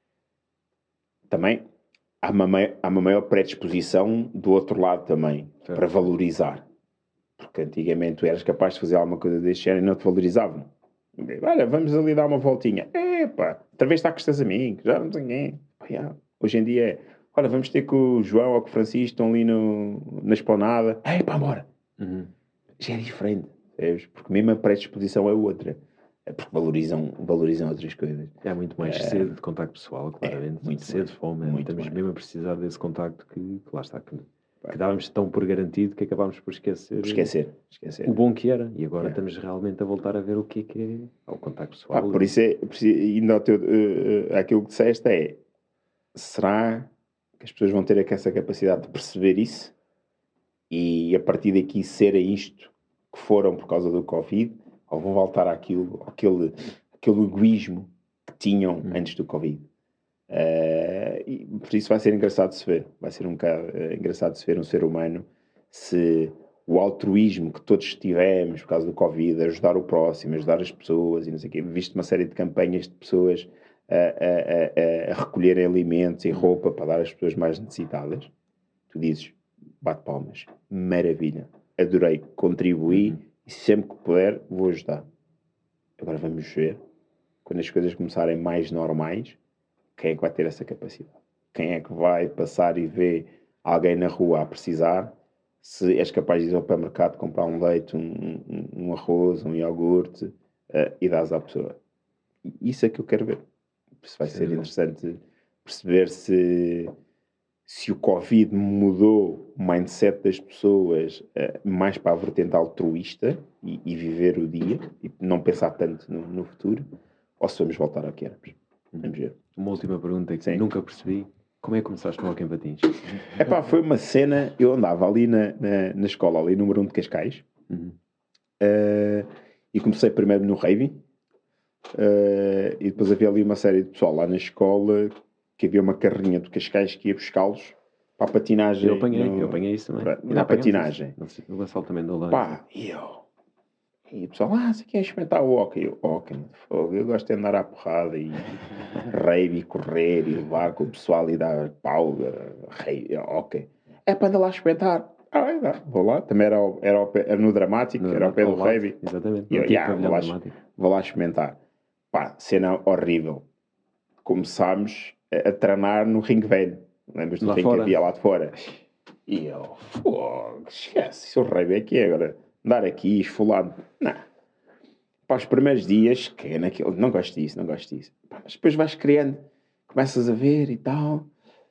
também há uma maior predisposição do outro lado também, para valorizar. Porque antigamente tu eras capaz de fazer alguma coisa deste género e não te valorizavam. Olha, vamos ali dar uma voltinha. Outra vez está com os teus amigos, já não tem ninguém. Hoje em dia é, olha, vamos ter com o João ou com o Francisco, estão ali na esplanada. Bora. Já é diferente, sabes? Porque mesmo a predisposição é outra. Porque valorizam outras coisas. É muito mais sede de contacto pessoal, claramente. Muito sede, fome. Muito Estamos mesmo a precisar desse contacto que lá está. que dávamos tão por garantido que acabámos por esquecer o bom que era. E agora estamos realmente a voltar a ver o que é o contacto pessoal. Por isso ainda aquilo que disseste é: será que as pessoas vão ter essa capacidade de perceber isso e a partir daqui serem isto que foram por causa do Covid, ou vão voltar àquele egoísmo que tinham antes do Covid? E por isso vai ser engraçado de se ver. Vai ser um bocado engraçado de se ver um ser humano, se o altruísmo que todos tivemos por causa do Covid, ajudar o próximo, ajudar as pessoas e não sei o quê, visto uma série de campanhas de pessoas a recolherem alimentos e roupa para dar às pessoas mais necessitadas, tu dizes: bate palmas, maravilha, adorei, contribuí e sempre que puder vou ajudar. Agora vamos ver, quando as coisas começarem mais normais, quem é que vai ter essa capacidade? Quem é que vai passar e ver alguém na rua a precisar, se és capaz de ir ao supermercado comprar um leite, um arroz, um iogurte e dás à pessoa? Isso é que eu quero ver. Isso vai ser interessante perceber se o Covid mudou o mindset das pessoas mais para a vertente altruísta e viver o dia e não pensar tanto no futuro, ou se vamos voltar ao que éramos. Vamos ver. Uma última pergunta que nunca percebi: como é que começaste no hockey em patins? Foi uma cena. Eu andava ali na escola, ali número 1 de Cascais, e comecei primeiro no Rave, e depois havia ali uma série de pessoal lá na escola que havia uma carrinha de Cascais que ia buscá-los para a patinagem. Eu apanhei isso também. Na patinagem. O assalto também do lado. E o pessoal, você quer experimentar o hockey? Eu gosto de andar à porrada e rave e correr e levar com o pessoal e dar pau, hockey. Para andar lá a experimentar. Vou lá. Também era no Dramático, era ao pé do rave. Exatamente. Vou lá experimentar. Cena horrível. Começámos a treinar no ringue velho. Lembras do ringue que havia lá de fora? E eu, esquece, se o rave é aqui agora. Andar aqui, esfolado. Não. Os primeiros dias, que é naquilo, não gosto disso. Mas depois vais criando, começas a ver e tal.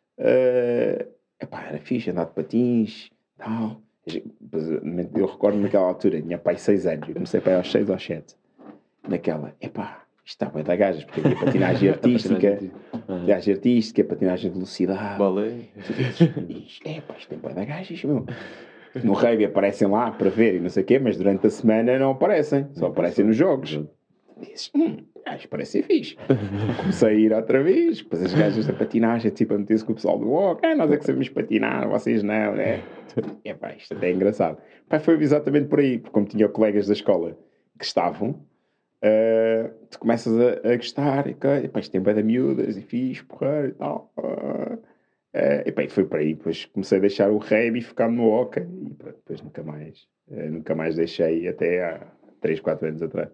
Era fixe andar de patins e tal. Eu recordo naquela altura, tinha pai 6 anos. Eu comecei para aos 6 ou 7. Naquela, isto está bem da gajas, porque havia patinagem artística, patinagem de velocidade. Balé. Isto tem bem da gajas, meu. No rugby aparecem lá para ver e não sei o quê, mas durante a semana não aparecem. Só aparecem nos jogos. Dizes, parece ser fixe. Comecei a ir outra vez. Depois as gajas da patinagem, a meter-se com o pessoal do hockey. Nós é que sabemos patinar, vocês não, né? Isto até é engraçado. Foi exatamente por aí. Porque como tinha colegas da escola que estavam, tu começas a gostar. Isto tem bem da miúdas e fixe, porra e tal. E foi por aí. Depois comecei a deixar o rugby e ficar-me no hockey. E depois nunca mais deixei até há 3, 4 anos atrás.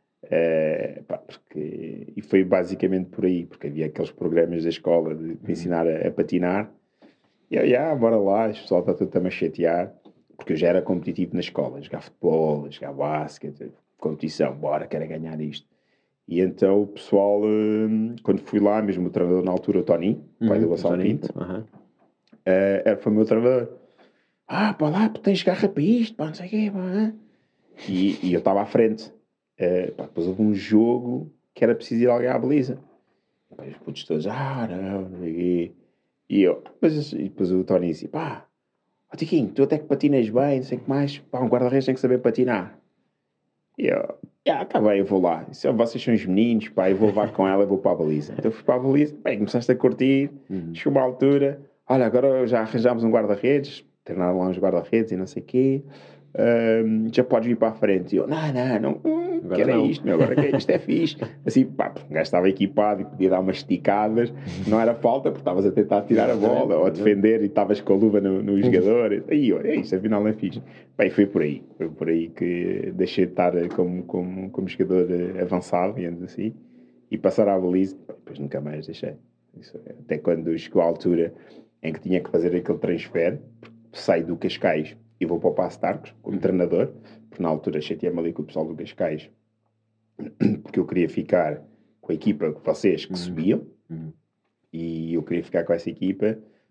E foi basicamente por aí, porque havia aqueles programas da escola de ensinar a patinar. E eu, bora lá, o pessoal está tudo a me chatear, porque eu já era competitivo na escola, jogar futebol, jogar basquete, competição, bora, quero ganhar isto. E então o pessoal, quando fui lá, mesmo o treinador na altura, o Tony, pai do Gonçalo Pinto, foi o meu treinador. Pá lá, tens garra para isto, não sei o quê, E eu estava à frente. Depois houve um jogo que era preciso ir alguém à baliza. Depois os putos todos, não sei o quê. E depois o Tony disse, Tiquinho, tu até que patinas bem, não sei o que mais, um guarda-redes tem que saber patinar. E eu, tá bem, eu vou lá. Vocês são os meninos, eu vou levar com ela e vou para a baliza. Então eu fui para a baliza, começaste a curtir, chegou uma altura, olha, agora já arranjámos um guarda-redes, treinaram lá uns guarda-redes e não sei o quê, já podes vir para a frente. E eu, não, que era isto, meu, agora que isto é fixe. Assim, o gajo estava equipado e podia dar umas esticadas, não era falta, porque estavas a tentar tirar a bola ou a defender e estavas com a luva no jogador. E eu, isto afinal é fixe. Foi por aí que deixei de estar como jogador avançado, digamos assim, e passar à baliza. Depois nunca mais deixei. Até quando chegou a altura em que tinha que fazer aquele transfer, saio do Cascais e vou para o Paço de Arcos como treinador, porque na altura chateei-me ali com o pessoal do Cascais, porque eu queria ficar com a equipa que vocês que subiam, e eu queria ficar com essa equipa,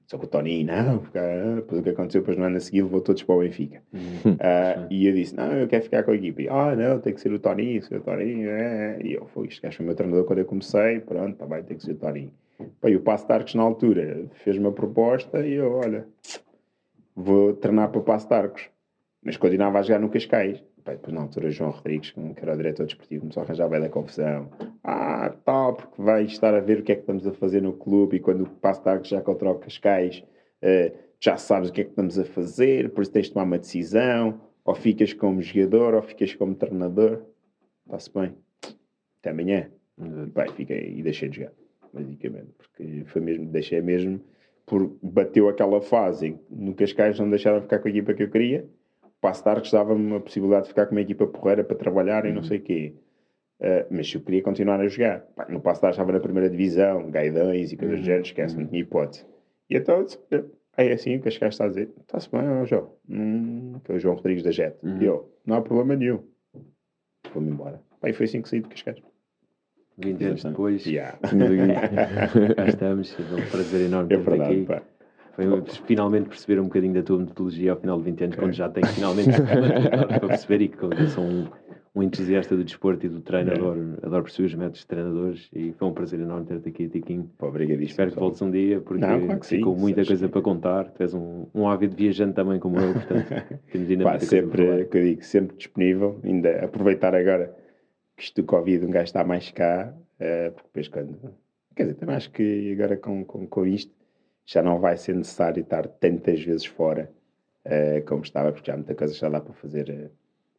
Só que o Tony, não, depois o que aconteceu, depois no ano a seguir levou todos para o Benfica. E eu disse, não, eu quero ficar com a equipe. Não, tem que ser o Tony, E eu, este gajo foi o meu treinador quando eu comecei, pronto, tá bem, tem que ser o Tony. E o Passo de Arcos na altura fez uma proposta e eu, olha, vou treinar para o Passo de Arcos. Mas continuava a jogar no Cascais. Depois na altura João Rodrigues, que era o diretor desportivo, começou a arranjar bem da confusão. Tal, porque vai estar a ver o que é que estamos a fazer no clube e quando o Passo de Arcos já contra o Cascais, já sabes o que é que estamos a fazer, por isso tens de tomar uma decisão, ou ficas como jogador ou ficas como treinador. Está-se bem. Até amanhã. Fiquei e deixei de jogar, basicamente, porque foi mesmo, deixei mesmo, bateu aquela fase em que no Cascais não deixaram ficar com a equipa que eu queria. O Passo de Arcos dava-me a possibilidade de ficar com uma equipa porreira para trabalhar e não sei o quê. Mas se eu queria continuar a jogar, no Passo de Arcos estava na primeira divisão, gaidões e coisas do género, esquece, não tinha hipótese. E então, é assim o Cascais está a dizer, está-se bem, João, que é o João Rodrigues da JET. E eu, não há problema nenhum. Vou-me embora. E foi assim que saí de Cascais. 20 anos depois, Yeah. cá estamos, é um prazer enorme É ter-te verdade, aqui. pá. Foi finalmente perceber um bocadinho da tua metodologia ao final de 20 anos, quando já tens finalmente para perceber, e que eu sou um entusiasta do desporto e do treino, adoro perceber os métodos de treinadores, e foi um prazer enorme ter-te aqui, Tiquinho. Obrigadíssimo. Espero que voltes um dia, porque claro que ficou sim, muita coisa para contar. Tu és um ávido viajante também como eu, portanto temos ainda muita coisa para falar. Que eu digo, sempre disponível, ainda aproveitar agora que isto do Covid um gajo está mais cá, porque depois quando... Quer dizer, também acho que agora com isto já não vai ser necessário estar tantas vezes fora como estava, porque já há muita coisa já dá para fazer.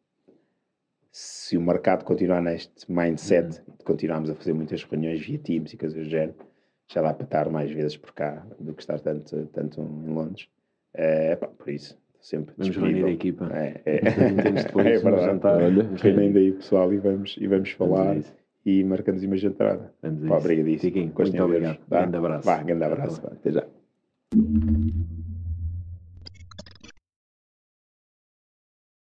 Se o mercado continuar neste mindset de continuarmos a fazer muitas reuniões via Teams e coisas do género, já dá para estar mais vezes por cá do que estar tanto em Londres. Por isso, sempre vamos disponível. reunir a equipa. Depois, é verdade. Jantar, reunir aí pessoal e vamos falar e marcamos uma jantarada. Obrigadíssimo. Muito obrigado. Grande abraço. Grande abraço. Até já.